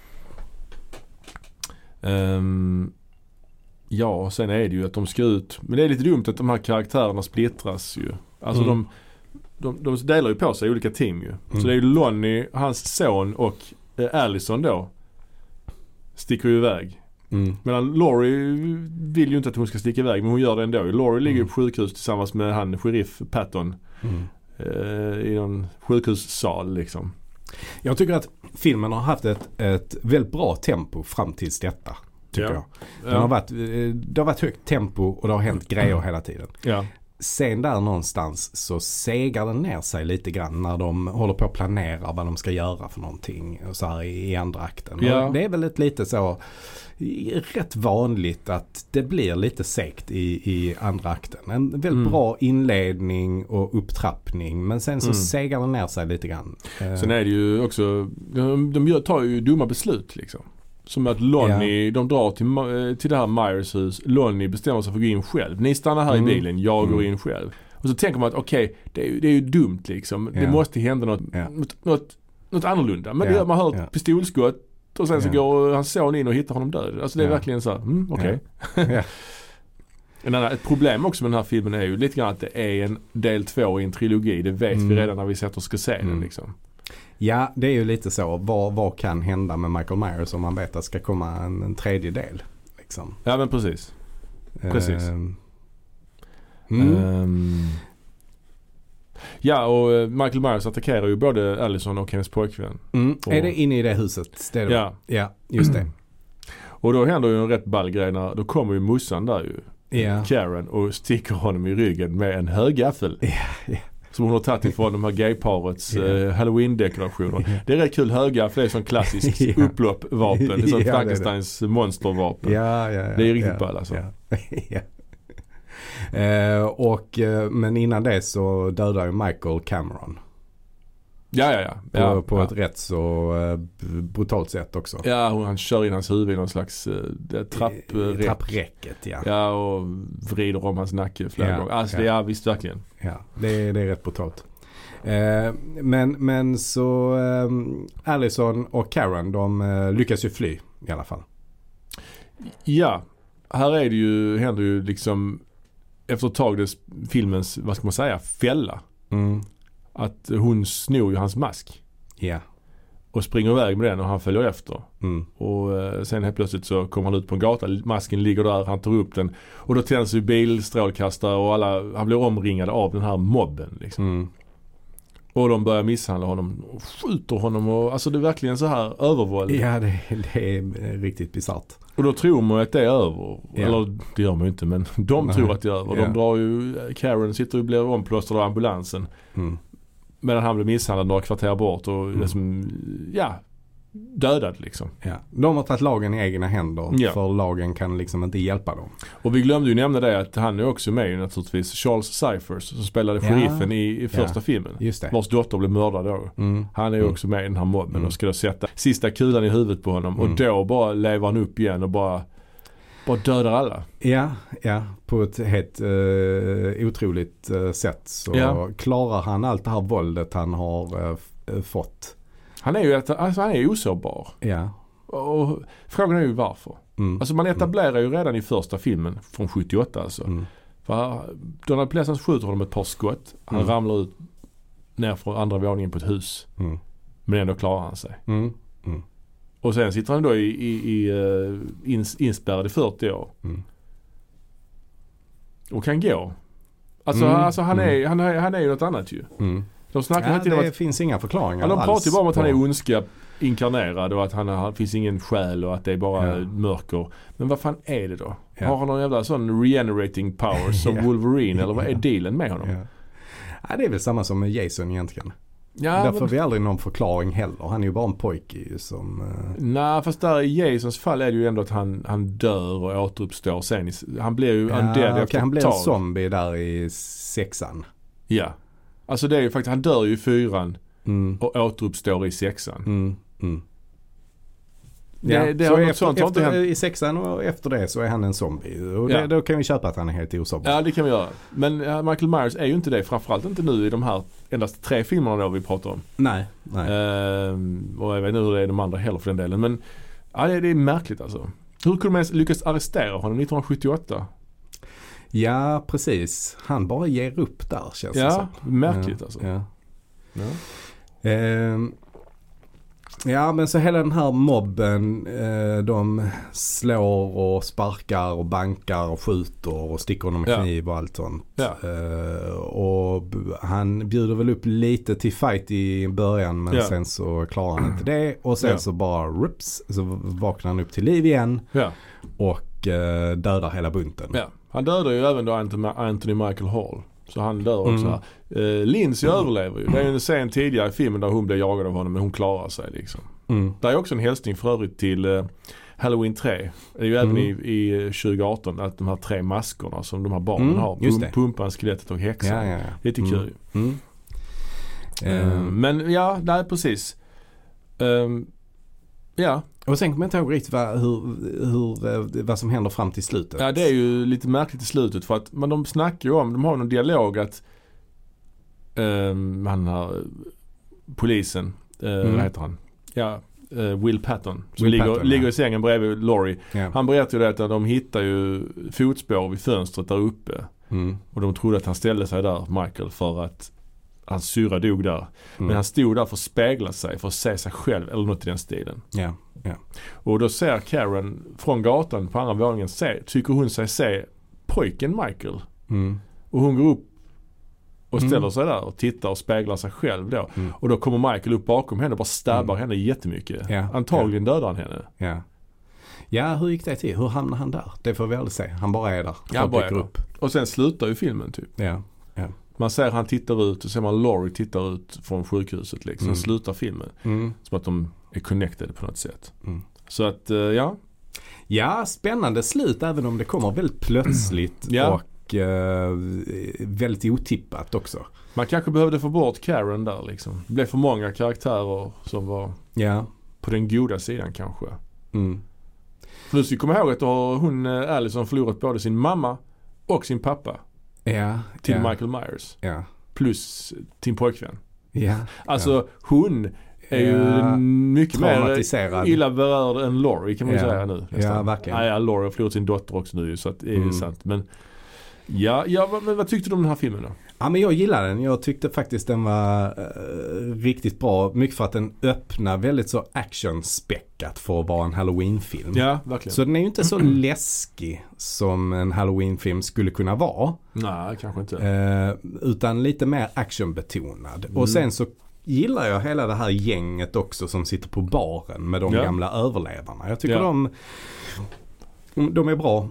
Um, ja, sen är det ju att de ska ut. Men det är lite dumt att de här karaktärerna splittras ju. Alltså mm. de, de, de delar ju på sig i olika team ju. Mm. Så det är ju Lonnie, hans son och eh, Allison då sticker ju iväg. Mm. Medan Laurie vill ju inte att hon ska sticka iväg, men hon gör det ändå. Laurie ligger mm. på sjukhus tillsammans med han sheriff Patton mm. eh, i någon sjukhussal liksom. Jag tycker att filmen har haft ett, ett väldigt bra tempo fram tills detta, tycker ja. jag. Den ja. har varit, det har varit högt tempo och det har hänt grejer mm. hela tiden. Ja. Sen där någonstans så segar den ner sig lite grann när de håller på att planera vad de ska göra för någonting så här i, i andra akten. Ja. Det är väl ett lite så rätt vanligt att det blir lite segt i, i andra akten. En väldigt mm. bra inledning och upptrappning, men sen så mm. segar den ner sig lite grann. Sen är det ju också, de, de tar ju dumma beslut liksom. Som att Lonnie, ja. de drar till, till det här Myers hus. Lonnie bestämmer sig för att gå in själv. Ni stannar här mm. i bilen, jag går in själv. Och så tänker man att okej, okay, det, är, det är ju dumt liksom. Ja. Det måste hända något, ja. något, något, något annorlunda. Men ja. det gör man hör ett ja. pistolskott och sen så ja. går hans son in och hittar honom död. Alltså det är ja. verkligen så här, mm, okej. Okay. Ja. En annan, ett problem också med den här filmen är ju lite grann att det är en del två i en trilogi. Det vet mm. vi redan när vi sätter och ska se den mm. liksom. Ja, det är ju lite så. Vad, vad kan hända med Michael Myers om man vet att det ska komma en, en tredje del? Liksom. Ja, men precis. Precis. Um, mm. um, ja, och Michael Myers attackerar ju både Allison och hennes pojkvän. Mm. Och, är det inne i det huset? Det är det. Ja. Ja, just det. Och då händer ju en rätt ball grej när, då kommer ju mussan där ju. Ja. Karen och sticker honom i ryggen med en högaffel. Ja, ja. som hon har tagit ifrån de här gayparets Yeah. eh, Halloween-dekorationer. Yeah. Det är rätt kul höga, för det är som klassiskt Yeah. upploppvapen. Det är som Ja, det är Frankensteins monstervapen. Ja, ja, ja, Det är riktigt ja, ball alltså. Ja. Ja. Eh, och, eh, men innan det så dödar ju Michael Cameron. Ja, ja, ja. På, ja, på ja. ett rätt så eh, brutalt sätt också. Ja, hon, han kör in hans huvud i någon slags uh, trappräck. Trappräcket, ja. Ja, och vrider om hans nacke flera Ja, gånger. Alltså ja. det är visst verkligen. Ja, det är, det är rätt brutalt. Eh, men, men så eh, Allison och Karen, de eh, lyckas ju fly i alla fall. Ja, här är det ju, händer ju liksom efter ett tag det filmens, vad ska man säga, fälla. Mm. Att hon snor ju hans mask. Ja. Och springer iväg med den och han följer efter. Mm. Och eh, sen helt plötsligt så kommer han ut på en gata. Masken ligger där, han tar upp den. Och då tänds ju bilstrålkastare och alla, han blir omringad av den här mobben liksom. Mm. Och de börjar misshandla honom och skjuter honom. Och, alltså det är verkligen så här övervåld. Ja, det, det är riktigt bisarrt. Och då tror man att det är över. Ja. Eller det gör man ju inte, men de Nej. tror att det är över. De Ja. drar ju, Karen sitter och blir omplåstrad av ambulansen. Mm. Medan han blir misshandlad några kvarter bort och Mm. liksom, ja, dödad liksom. Ja. De har tagit lagen i egna händer, Ja. för lagen kan liksom inte hjälpa dem. Och vi glömde ju nämna det att han är också med ju naturligtvis. Charles Cyphers som spelade Ja. sheriffen i, i första Ja. filmen. Just det. Vars dotter blev mördad då. Mm. Han är ju Mm. också med i den här mobben Mm. och ska då sätta sista kulan i huvudet på honom. Mm. Och då bara lever han upp igen och bara, bara dödar alla. Ja, ja, på ett helt uh, otroligt uh, sätt så Ja. klarar han allt det här våldet han har uh, f- fått. Han är ju ett, alltså han är osårbar. Ja. Och frågan är ju varför. Mm. Alltså man etablerar ju redan i första filmen från sjuttioåtta alltså. Mm. För Donald Pleasence skjuter honom ett par skott. Han Mm. ramlar ut ner från andra våningen på ett hus. Mm. Men ändå klarar han sig. Mm. Och sen sitter han då i, i, i uh, ins, inspärrad i fyrtio år. Mm. Och kan gå. Alltså, Mm. alltså han, är, Mm. han, är, han är ju något annat ju. Mm. De snackar Ja, hela tiden om det att, finns inga förklaringar ja, de alls pratar ju bara om att han är på- ondska inkarnerad och att han har, det finns ingen själ och att det är bara Ja. mörker. Men vad fan är det då? Ja. Har han någon jävla sån regenerating powers som Ja. Wolverine eller vad är Ja. dealen med honom? Ja. Ja, det är väl samma som med Jason egentligen. Ja, Där men, får vi aldrig någon förklaring heller. Han är ju bara en pojke ju som... Uh... nej, fast där i Jasons fall är det ju ändå att han, han dör och återuppstår sen. i- Han blir ju Ja, undead okej, efter han ett blir en tag. zombie där i sexan. Ja. Alltså det är ju faktiskt, han dör ju i fyran Mm. och återuppstår i sexan. Mm. Mm. Det- Ja, det så har något efter, sånt har inte efter, hänt. i sexan och efter det så är han en zombie. Och Ja. det, då kan vi köpa att han är helt osårbar. Ja, det kan vi göra. Men uh, Michael Myers är ju inte det. Framförallt inte nu i de här endast tre filmerna då vi pratar om. Nej, nej. Ehm, och jag vet inte hur det är de andra heller för den delen. Men ja, det, det är märkligt alltså. Hur kunde man ens lyckas arrestera honom nittonhundrasjuttioåtta? Ja, precis. Han bara ger upp där, känns det Ja, som. märkligt ja, alltså. Ja. Ja. Ehm, ja, men så hela den här mobben, eh, de slår och sparkar och bankar och skjuter och sticker honom med Ja. kniv och allt sånt. Ja. Eh, och b- han bjuder väl upp lite till fight i början, men Ja. sen så klarar han inte det. Och sen Ja. så bara rups, så vaknar han upp till liv igen Ja. och eh, dödar hela bunten. Ja. Han dödar ju även då Anthony, Anthony Michael Hall. Så han dör också Mm. här. Uh, Lindsay överlever ju. Det är ju en scen tidigare i filmen där hon blir jagad av honom men hon klarar sig liksom. Mm. Det är också en hälsning för övrigt till uh, Halloween tre. Det är ju Mm. även i, i tjugoarton att de här tre maskorna som de här barnen Mm, har. just Pum, det. Pumpan, skelettet och häxan. Ja, ja, ja. Lite Mm. kul. Mm. Uh, Ehm. men ja, nej precis. Um, ja. Och sen kommer jag inte ihåg riktigt vad, hur, hur, eh, vad som händer fram till slutet. ja, det är ju lite märkligt i slutet för att men de snackar ju om, de har någon dialog att um, han har polisen, uh, Mm. vad heter han? Ja, uh, Will Patton som Will ligger, Patton, ligger ja. i sängen bredvid Laurie. Ja. Han berättade ju det att de hittar ju fotspår vid fönstret där uppe Mm. och de trodde att han ställde sig där, Michael, för att hans syra dog där. Mm. Men han stod där för att spegla sig, för att se sig själv eller något i den stilen. Ja, ja. Och då ser Karen från gatan på andra våningen, se, tycker hon sig se pojken Michael. Mm. Och hon går upp och ställer Mm. sig där och tittar och speglar sig själv då. Mm. Och då kommer Michael upp bakom henne och bara stabbar Mm. henne jättemycket. Ja, Antagligen dödar han henne. Ja. Ja, hur gick det till? Hur hamnade han där? Det får vi aldrig se. Han bara är där. Ja, Folk bara dyker är där. upp. Och sen slutar ju filmen typ. Ja. Man ser han tittar ut och ser man Laurie tittar ut från sjukhuset liksom. Mm. Sen slutar filmen. Mm. Som att de är connected på något sätt. Mm. Så att, uh, ja. Ja, spännande slut även om det kommer väldigt plötsligt ja. och uh, väldigt otippat också. Man kanske behövde få bort Karen där liksom. Det blev för många karaktärer som var ja. på den goda sidan kanske. Mm. För nu ska vi komma ihåg att då har hon, Allison, förlorat både sin mamma och sin pappa. Ja. Till ja. Michael Myers. Ja. Plus sin pojkvän. Ja. Alltså ja. hon är ju ja. mycket mer illa berörd än Laurie kan man ju ja. säga nu. Ja, verkligen. Nej, ja, Laurie har förlorat sin dotter också nu så att det är mm. sant. Men ja, ja men vad tyckte du om den här filmen då? Ja, men jag gillar den. Jag tyckte faktiskt den var uh, riktigt bra. Mycket för att den öppnar väldigt så actionspäckat för att vara en Halloween-film. Ja, verkligen. Så den är ju inte så läskig som en Halloween-film skulle kunna vara. Nej, kanske inte. Uh, utan lite mer actionbetonad. Mm. Och sen så gillar jag hela det här gänget också som sitter på baren med de ja. gamla överlevarna. Jag tycker ja. de, de är bra.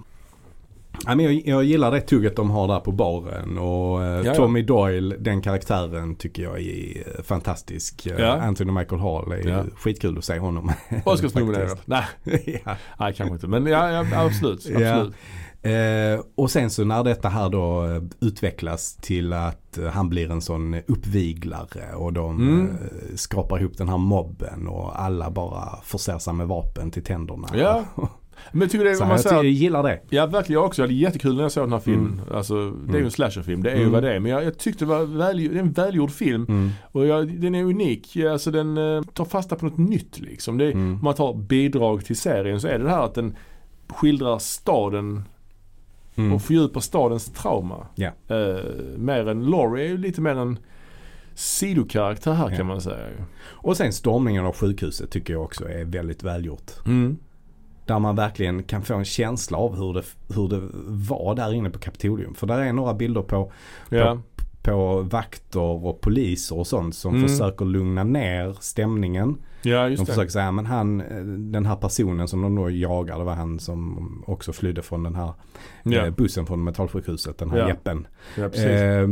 Ja, men jag, jag gillar det tugget de har där på baren och eh, ja, Tommy ja. Doyle, den karaktären tycker jag är fantastisk. Ja. Anthony Michael Hall är ja. skitkul att se honom. Oscarsnominerad. Nej. ja. Nej, kanske inte. Men ja, ja absolut. absolut. Ja. Eh, och sen så när detta här då utvecklas till att eh, han blir en sån uppviglare och de mm. eh, skrapar ihop den här mobben och alla bara förser sig med vapen till tänderna. Ja. Men jag tycker det, så man jag, jag gillar det. Ja, verkligen jag också. Jag hade jättekul när jag såg den här filmen. Mm. Alltså, det är ju mm. en slasherfilm. Det är ju mm. vad det är. Men jag, jag tyckte det var väl, det är en välgjord film. Mm. Och jag, den är unik. Alltså den uh, tar fasta på något nytt liksom. Det är, mm. om man tar bidrag till serien så är det det här att den skildrar staden mm. och fördjupar stadens trauma. Yeah. Uh, mer än Laurie är ju lite mer en sidokaraktär här yeah. kan man säga. Och sen stormningen av sjukhuset tycker jag också är väldigt välgjort. Mm. Där man verkligen kan få en känsla av hur det, hur det var där inne på Kapitolium. För där är några bilder på, ja. på, på vakter och poliser och sånt som mm. försöker lugna ner stämningen. Ja, just de det. försöker säga, men han, den här personen som de då jagar, det var han som också flydde från den här ja. eh, bussen från mentalsjukhuset, den här ja. jeppen. Ja, eh,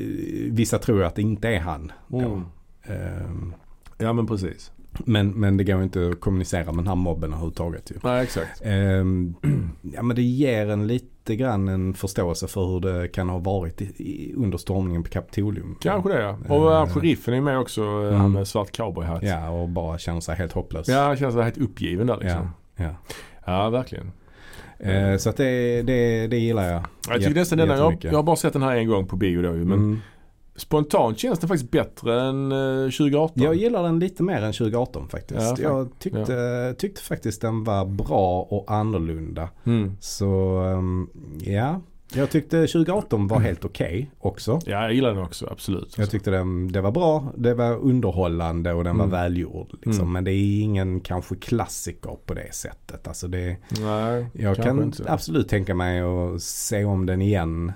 vissa tror att det inte är han. Mm. Eh, ja, men precis. Men, men det går ju inte att kommunicera med den här mobben överhuvudtaget. Ju. Nej, exakt. Um, ja, men det ger en lite grann en förståelse för hur det kan ha varit i, i, under stormningen på Kapitolium. Kanske det, ja. Och uh, sheriffen är med också, mm. han med svart cowboyhatt. Ja, och bara känner sig helt hopplös. Ja, han känner sig helt uppgiven där liksom. Ja, ja. ja verkligen. Uh, så att det, det, det gillar jag. Jag tycker nästan denna, jag, jag har bara sett den här en gång på bio då, men mm. spontant känns det faktiskt bättre än uh, tjugo arton. Jag gillar den lite mer än tjugo arton faktiskt. Ja, jag tyckte, ja. tyckte faktiskt den var bra och annorlunda. Mm. Så um, ja, jag tyckte tjugo arton var helt okej okay också. Ja, jag gillar den också, absolut. Jag tyckte den, det var bra, det var underhållande och den mm. var välgjord. Liksom. Mm. Men det är ingen kanske klassiker på det sättet. Alltså det, Nej, jag kan inte. absolut tänka mig att se om den igen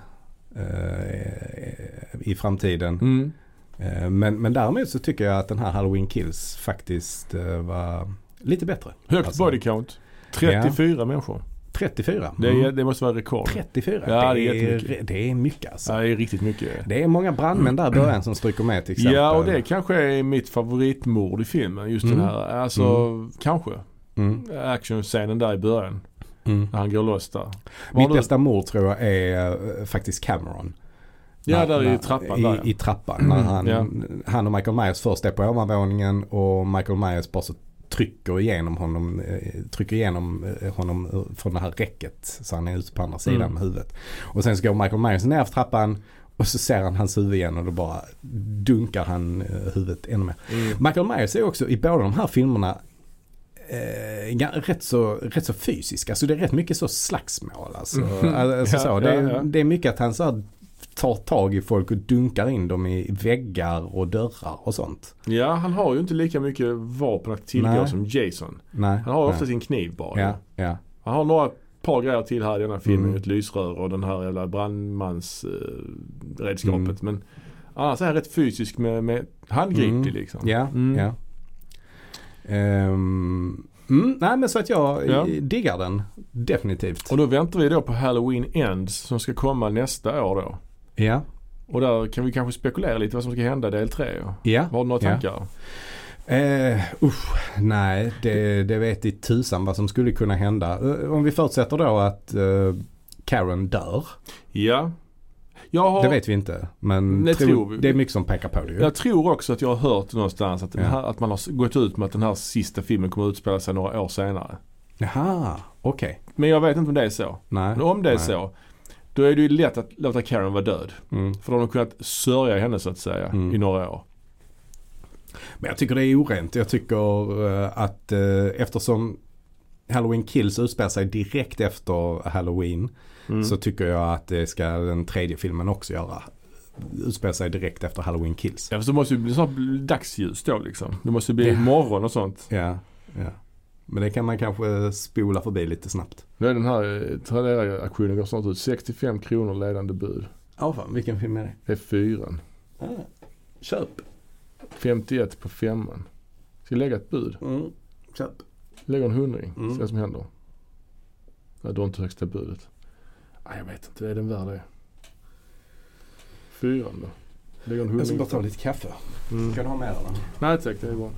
i framtiden. Mm. Men, men därmed så tycker jag att den här Halloween Kills faktiskt var lite bättre. Högt alltså, body count. trettiofyra ja. Människor. trettiofyra? Det, är, mm. det måste vara rekord. trettiofyra? Ja, det, det, är är, det är mycket alltså. Ja, det är riktigt mycket. Det är många brandmän där i början som stryker med till exempel. Ja, och det kanske är mitt favoritmord i filmen. Just mm. den här, alltså mm. kanske. Mm. Actionscenen där i början. Mm. När han går loss där. Mitt du... bästa mord tror jag är uh, faktiskt Cameron. Ja, när, där när, i trappan. I, där, ja. i trappan. När han, ja. han och Michael Myers först är på ovanvåningen och Michael Myers bara så trycker igenom honom, eh, trycker igenom eh, honom från det här räcket så han är ute på andra sidan mm. med huvudet. Och sen så går Michael Myers ner för trappan och så ser han hans huvud igen och då bara dunkar han eh, huvudet ännu mer. Mm. Michael Myers är också i båda de här filmerna Eh, rätt, så, rätt så fysisk. Alltså det är rätt mycket så slagsmål. Alltså. Mm. Alltså, ja, så. Ja, det, ja. det är mycket att han så här, tar tag i folk och dunkar in dem i väggar och dörrar och sånt. Ja, han har ju inte lika mycket vapen att tillgå Nej. som Jason. Nej. Han har Nej. ofta sin kniv bara. Ja, ja. Han har några par grejer till här i den här filmen. Mm. Ett lysrör och den här jävla brandmans eh, redskapet. Mm. Men annars är han rätt fysisk med, med handgriplig mm. liksom. Ja, mm. ja. Um, mm, nej men så att jag ja. diggar den definitivt. Och då väntar vi då på Halloween Ends som ska komma nästa år då. Ja. Och där kan vi kanske spekulera lite vad som ska hända i del tre. Ja. Har du några tankar? Ja. Eh, usch, nej, det, det vet i tusan vad som skulle kunna hända. Om vi förutsätter då att eh, Karen dör. Ja. Jag har, det vet vi inte, men det, tro, tror vi. det är mycket som pekar på det. Ju. Jag tror också att jag har hört någonstans att, ja. den här, att man har gått ut med att den här sista filmen kommer att utspela sig några år senare. Jaha, okej. Okay. Men jag vet inte om det är så. Nej. Men om det är nej. så, då är det ju lätt att låta Karen vara död. Mm. För de har kunnat sörja henne så att säga mm. i några år. Men jag tycker det är orent. Jag tycker uh, att uh, eftersom Halloween Kills utspelar sig direkt efter Halloween mm. så tycker jag att det ska den tredje filmen också göra. Utspelar sig direkt efter Halloween Kills. Ja, för så måste ju bli sånt dagsljus då liksom. Det måste bli ja. morgon och sånt. Ja, ja. Men det kan man kanske spola förbi lite snabbt. Nu är den här Tradera-aktionen går snart ut. sextiofem kronor ledande bud. Ja, fan, vilken film är det? Det är fyran. Ah, köp. femtioett på femman. Ska jag lägga ett bud? Mm. Köp. Lägger en hundring. Mm. Se vad som händer. Jag drar inte högsta budet. Nej, jag vet inte. Är den värd det? Fyran då. Lägger en hundring. Jag ska bara ta lite kaffe. Mm. Ska du ha med den? Nej tack, det är bra.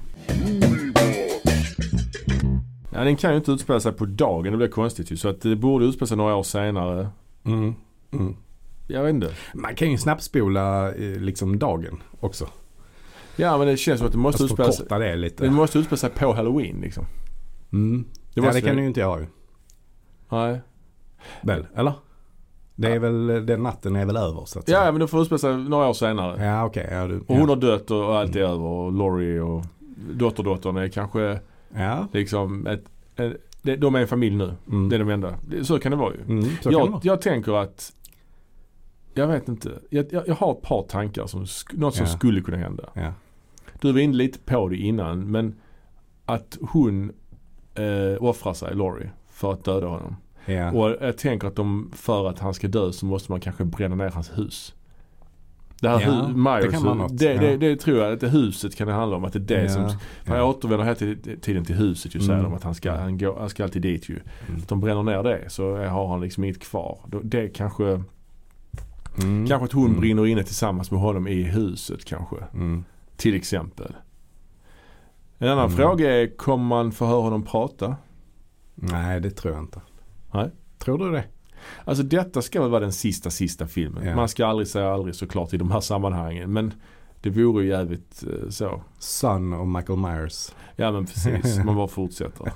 Ja, den kan ju inte utspela sig på dagen. Det blir konstigt ju. Så att det borde utspela sig några år senare. Mm. Mm. Jag vet inte. Man kan ju snabbt spola liksom dagen också. Ja, men det känns som att det måste alltså utspela sig. Det lite. Det måste utspela sig på Halloween liksom. Mm. Det ja, måste det kan det. du ju inte göra ju. Nej. Väl, eller? Det är ja. väl, den natten är väl över så att ja, säga. men det får utspela sig några år senare. Ja, okej. Okay. Ja, du, och ja. hon har dött och allt är mm. över. Och Laurie och dotterdottern är kanske ja. liksom ett, ett, de är en familj nu. Mm. Det är de enda. Så kan det vara ju. Mm, så jag, kan det vara. jag tänker att jag vet inte. Jag, jag, jag har ett par tankar som något som ja. skulle kunna hända. Ja. Du var inne lite på det innan, men att hon eh, offrar sig, Laurie, för att döda honom. Ja. Och jag tänker att de, för att han ska dö så måste man kanske bränna ner hans hus. Det här ja, hu- Myers, det, kan man något. det, Ja. det, det tror jag att det huset kan det handla om. Att det är det ja. som, för ja. jag återvänder hela tiden till huset ju, säger mm. de att han ska, han, går, han ska alltid dit ju. Mm. Att de bränner ner det så har han liksom inget kvar. Det kanske mm. kanske att hon mm. brinner inne tillsammans med honom i huset kanske. Mm. Till exempel. En annan Mm. fråga är, kommer man få höra honom prata? Nej, det tror jag inte. Nej. Tror du det? Alltså detta ska väl vara den sista, sista filmen. Ja. Man ska aldrig säga aldrig såklart i de här sammanhangen. Men det vore ju jävligt uh, så. Son of Michael Myers. Ja men precis, man bara fortsätter.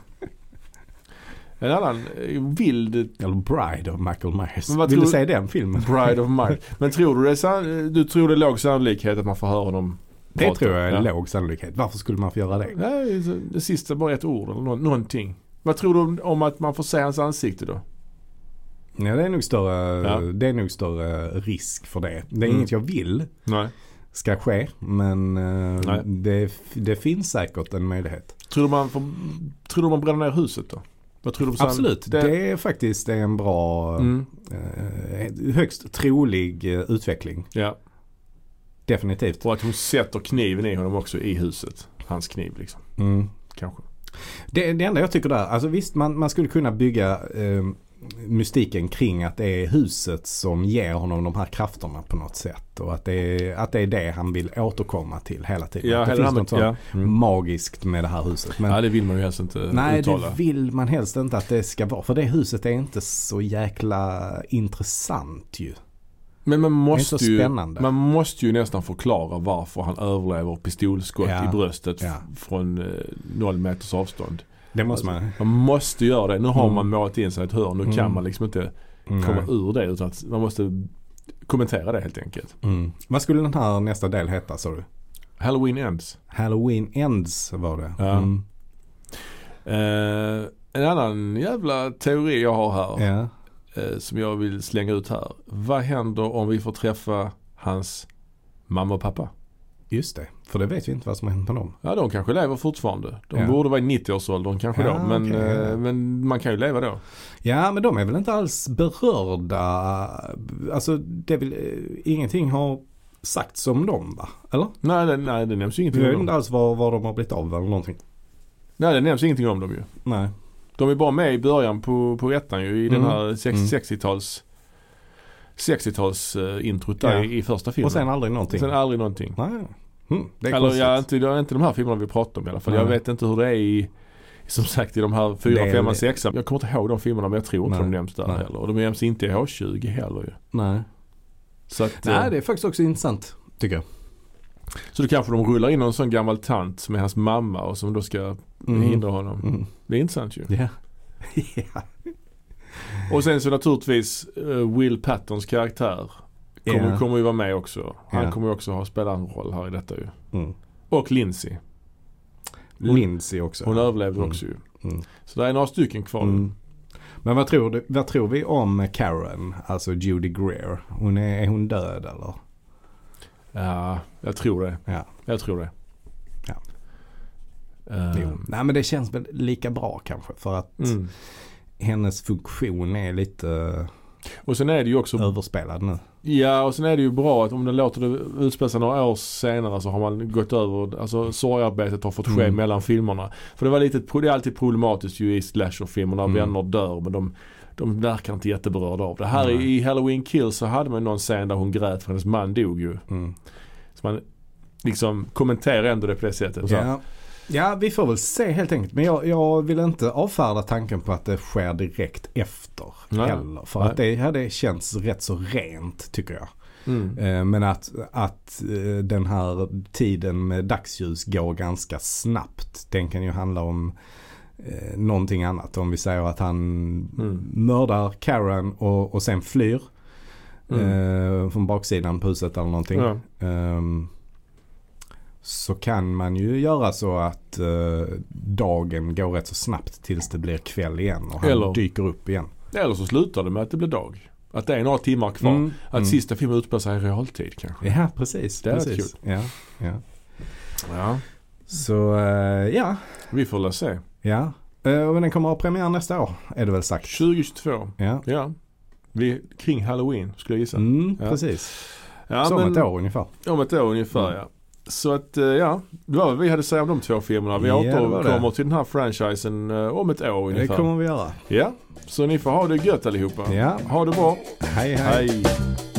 En annan vild... Eller Bride of Michael Myers. Men vad Vill tror... du säga den filmen? Bride of Myers. Men tror du det är san... du tror det är låg sannolikhet att man får höra honom prata? Det tror jag är ja. låg sannolikhet. Varför skulle man få göra det? Nej, det sista bara ett ord eller nå- någonting. Vad tror du om att man får se hans ansikte då? Ja, det är nog större, ja. det är nog större risk för det. Det är mm. inget jag vill Nej. ska ske, men Nej. det, det finns säkert en möjlighet. Tror du man, får, tror du man bränner ner huset då? Vad tror du på Absolut, det... det är faktiskt en bra, mm. eh, högst trolig eh, utveckling. Ja. Definitivt. Och att hon sätter kniven i honom också i huset. Hans kniv liksom. Mm. Kanske. Det, det enda jag tycker där, alltså visst man, man skulle kunna bygga eh, mystiken kring att det är huset som ger honom de här krafterna på något sätt. Och att det är, att det, är det han vill återkomma till hela tiden. Ja, att det finns något ja. mm. magiskt med det här huset. Men, ja, det vill man ju helst inte nej, uttala. Nej, det vill man helst inte att det ska vara. För det huset är inte så jäkla intressant ju. Men man måste, ju, man måste ju nästan förklara varför han överlever pistolskott ja. i bröstet ja. från eh, noll meters avstånd. Det måste alltså, man. Man måste göra det. Nu har mm. man målat in sig ett hörn. Nu mm. kan man liksom inte komma mm. ur det utan att man måste kommentera det helt enkelt. Mm. Vad skulle den här nästa del heta, sa du? Halloween Ends. Halloween Ends var det. Ja. Mm. Eh, en annan jävla teori jag har här. Ja. Som jag vill slänga ut här. Vad händer om vi får träffa hans mamma och pappa? Just det, för det vet vi inte vad som har hänt med dem. Ja, de kanske lever fortfarande. De ja. borde vara i nittio-årsåldern kanske ja, då. Men, okay, ja. men man kan ju leva då. Ja, men de är väl inte alls berörda. Alltså, det är väl, ingenting har sagts om dem, va? Eller? Nej, det, nej, det nämns ju ingenting om dem. Jag vet inte alls var, var de har blivit av eller någonting. Nej, det nämns ingenting om dem ju. Nej. De är bara med i början på, på ettan ju, i mm. den här sextio-tals sextiotals uh, introt där ja. i, i första filmen. Och sen aldrig någonting. Sen aldrig någonting. Nej. Mm, det är Eller konstigt. ja, inte, det är inte de här filmerna vi pratar om i alla fall. Nej. Jag vet inte hur det är i, som sagt, i de här fyra, Det- femman, sexan. Jag kommer inte ihåg de filmerna, men jag tror inte Nej. de nämns där Nej. heller. Och de nämns inte i H tjugo heller ju. Nej. Så att, Nej, eh, det är faktiskt också intressant, tycker jag. så då kanske de rullar in någon sån gammal tant som är hans mamma och som då ska Mm. hindra honom. Mm. Det är intressant ju. Ja. ja. Och sen så naturligtvis uh, Will Pattons karaktär kommer, Ja. kommer ju vara med också. Han Ja. kommer ju också ha spelat en roll här i detta ju. Mm. Och Lindsay. Lindsay också. Hon överlevde Mm. också ju. Mm. Så det är några stycken kvar. Mm. Men vad tror, du, vad tror vi om Karen, alltså Judy Greer? Hon är, är hon död eller? Ja, jag tror det. Ja. Jag tror det. Ja. Uh, Jo. Nej, men det känns väl lika bra kanske, för att mm. hennes funktion är lite Och sen är det ju också överspelad nu. ja, och sen är det ju bra att om den låter det utspela sig några år senare så har man gått över, alltså sorgarbetet har fått ske Mm. mellan filmerna. För det var lite, det är alltid problematiskt ju i slasherfilmerna, Mm. vänner dör men de, de verkar inte jätteberörda av det. Här Nej. i Halloween Kills så hade man någon scen där hon grät för hennes man dog ju. Mm. Så man liksom kommenterar ändå det på det sättet. Så. Ja. ja, vi får väl se helt enkelt. Men jag, jag vill inte avfärda tanken på att det sker direkt efter Nej. heller. För Nej. att det hade känts rätt så rent, tycker jag. Mm. Eh, Men att, att eh, den här tiden med dagsljus går ganska snabbt. Den kan ju handla om eh, någonting annat. Om vi säger att han Mm. mördar Karen och, och sen flyr Mm. eh, från baksidan på huset eller någonting. Ja. Ehm, så kan man ju göra så att eh, dagen går rätt så snabbt tills det blir kväll igen och han Eller- dyker upp igen. Eller så slutar det med att det blir dag. Att det är några timmar kvar. Mm. Att Mm. sista filmen utspelar sig i realtid kanske. Ja, precis. Det är rätt precis. Ja, ja. Ja, Så eh, ja, vi får väl se. ja. Eh, men den kommer att ha premiär nästa år, är det väl sagt. tjugohundratjugotvå. Ja, Ja. Vi, kring Halloween skulle jag gissa. mm, Ja. precis. Ja, Som men, ett år ungefär. Om ett år ungefär, Mm. ja. Så att, eh, ja. Det var vad vi hade att säga om de två filmerna. Vi Ja, det var återkommer det. till den här franchisen eh, om ett år Det ungefär. kommer vi göra. Ja, så ni får ha det gött allihopa. Ja. Ha det bra. Hej, hej. Hej.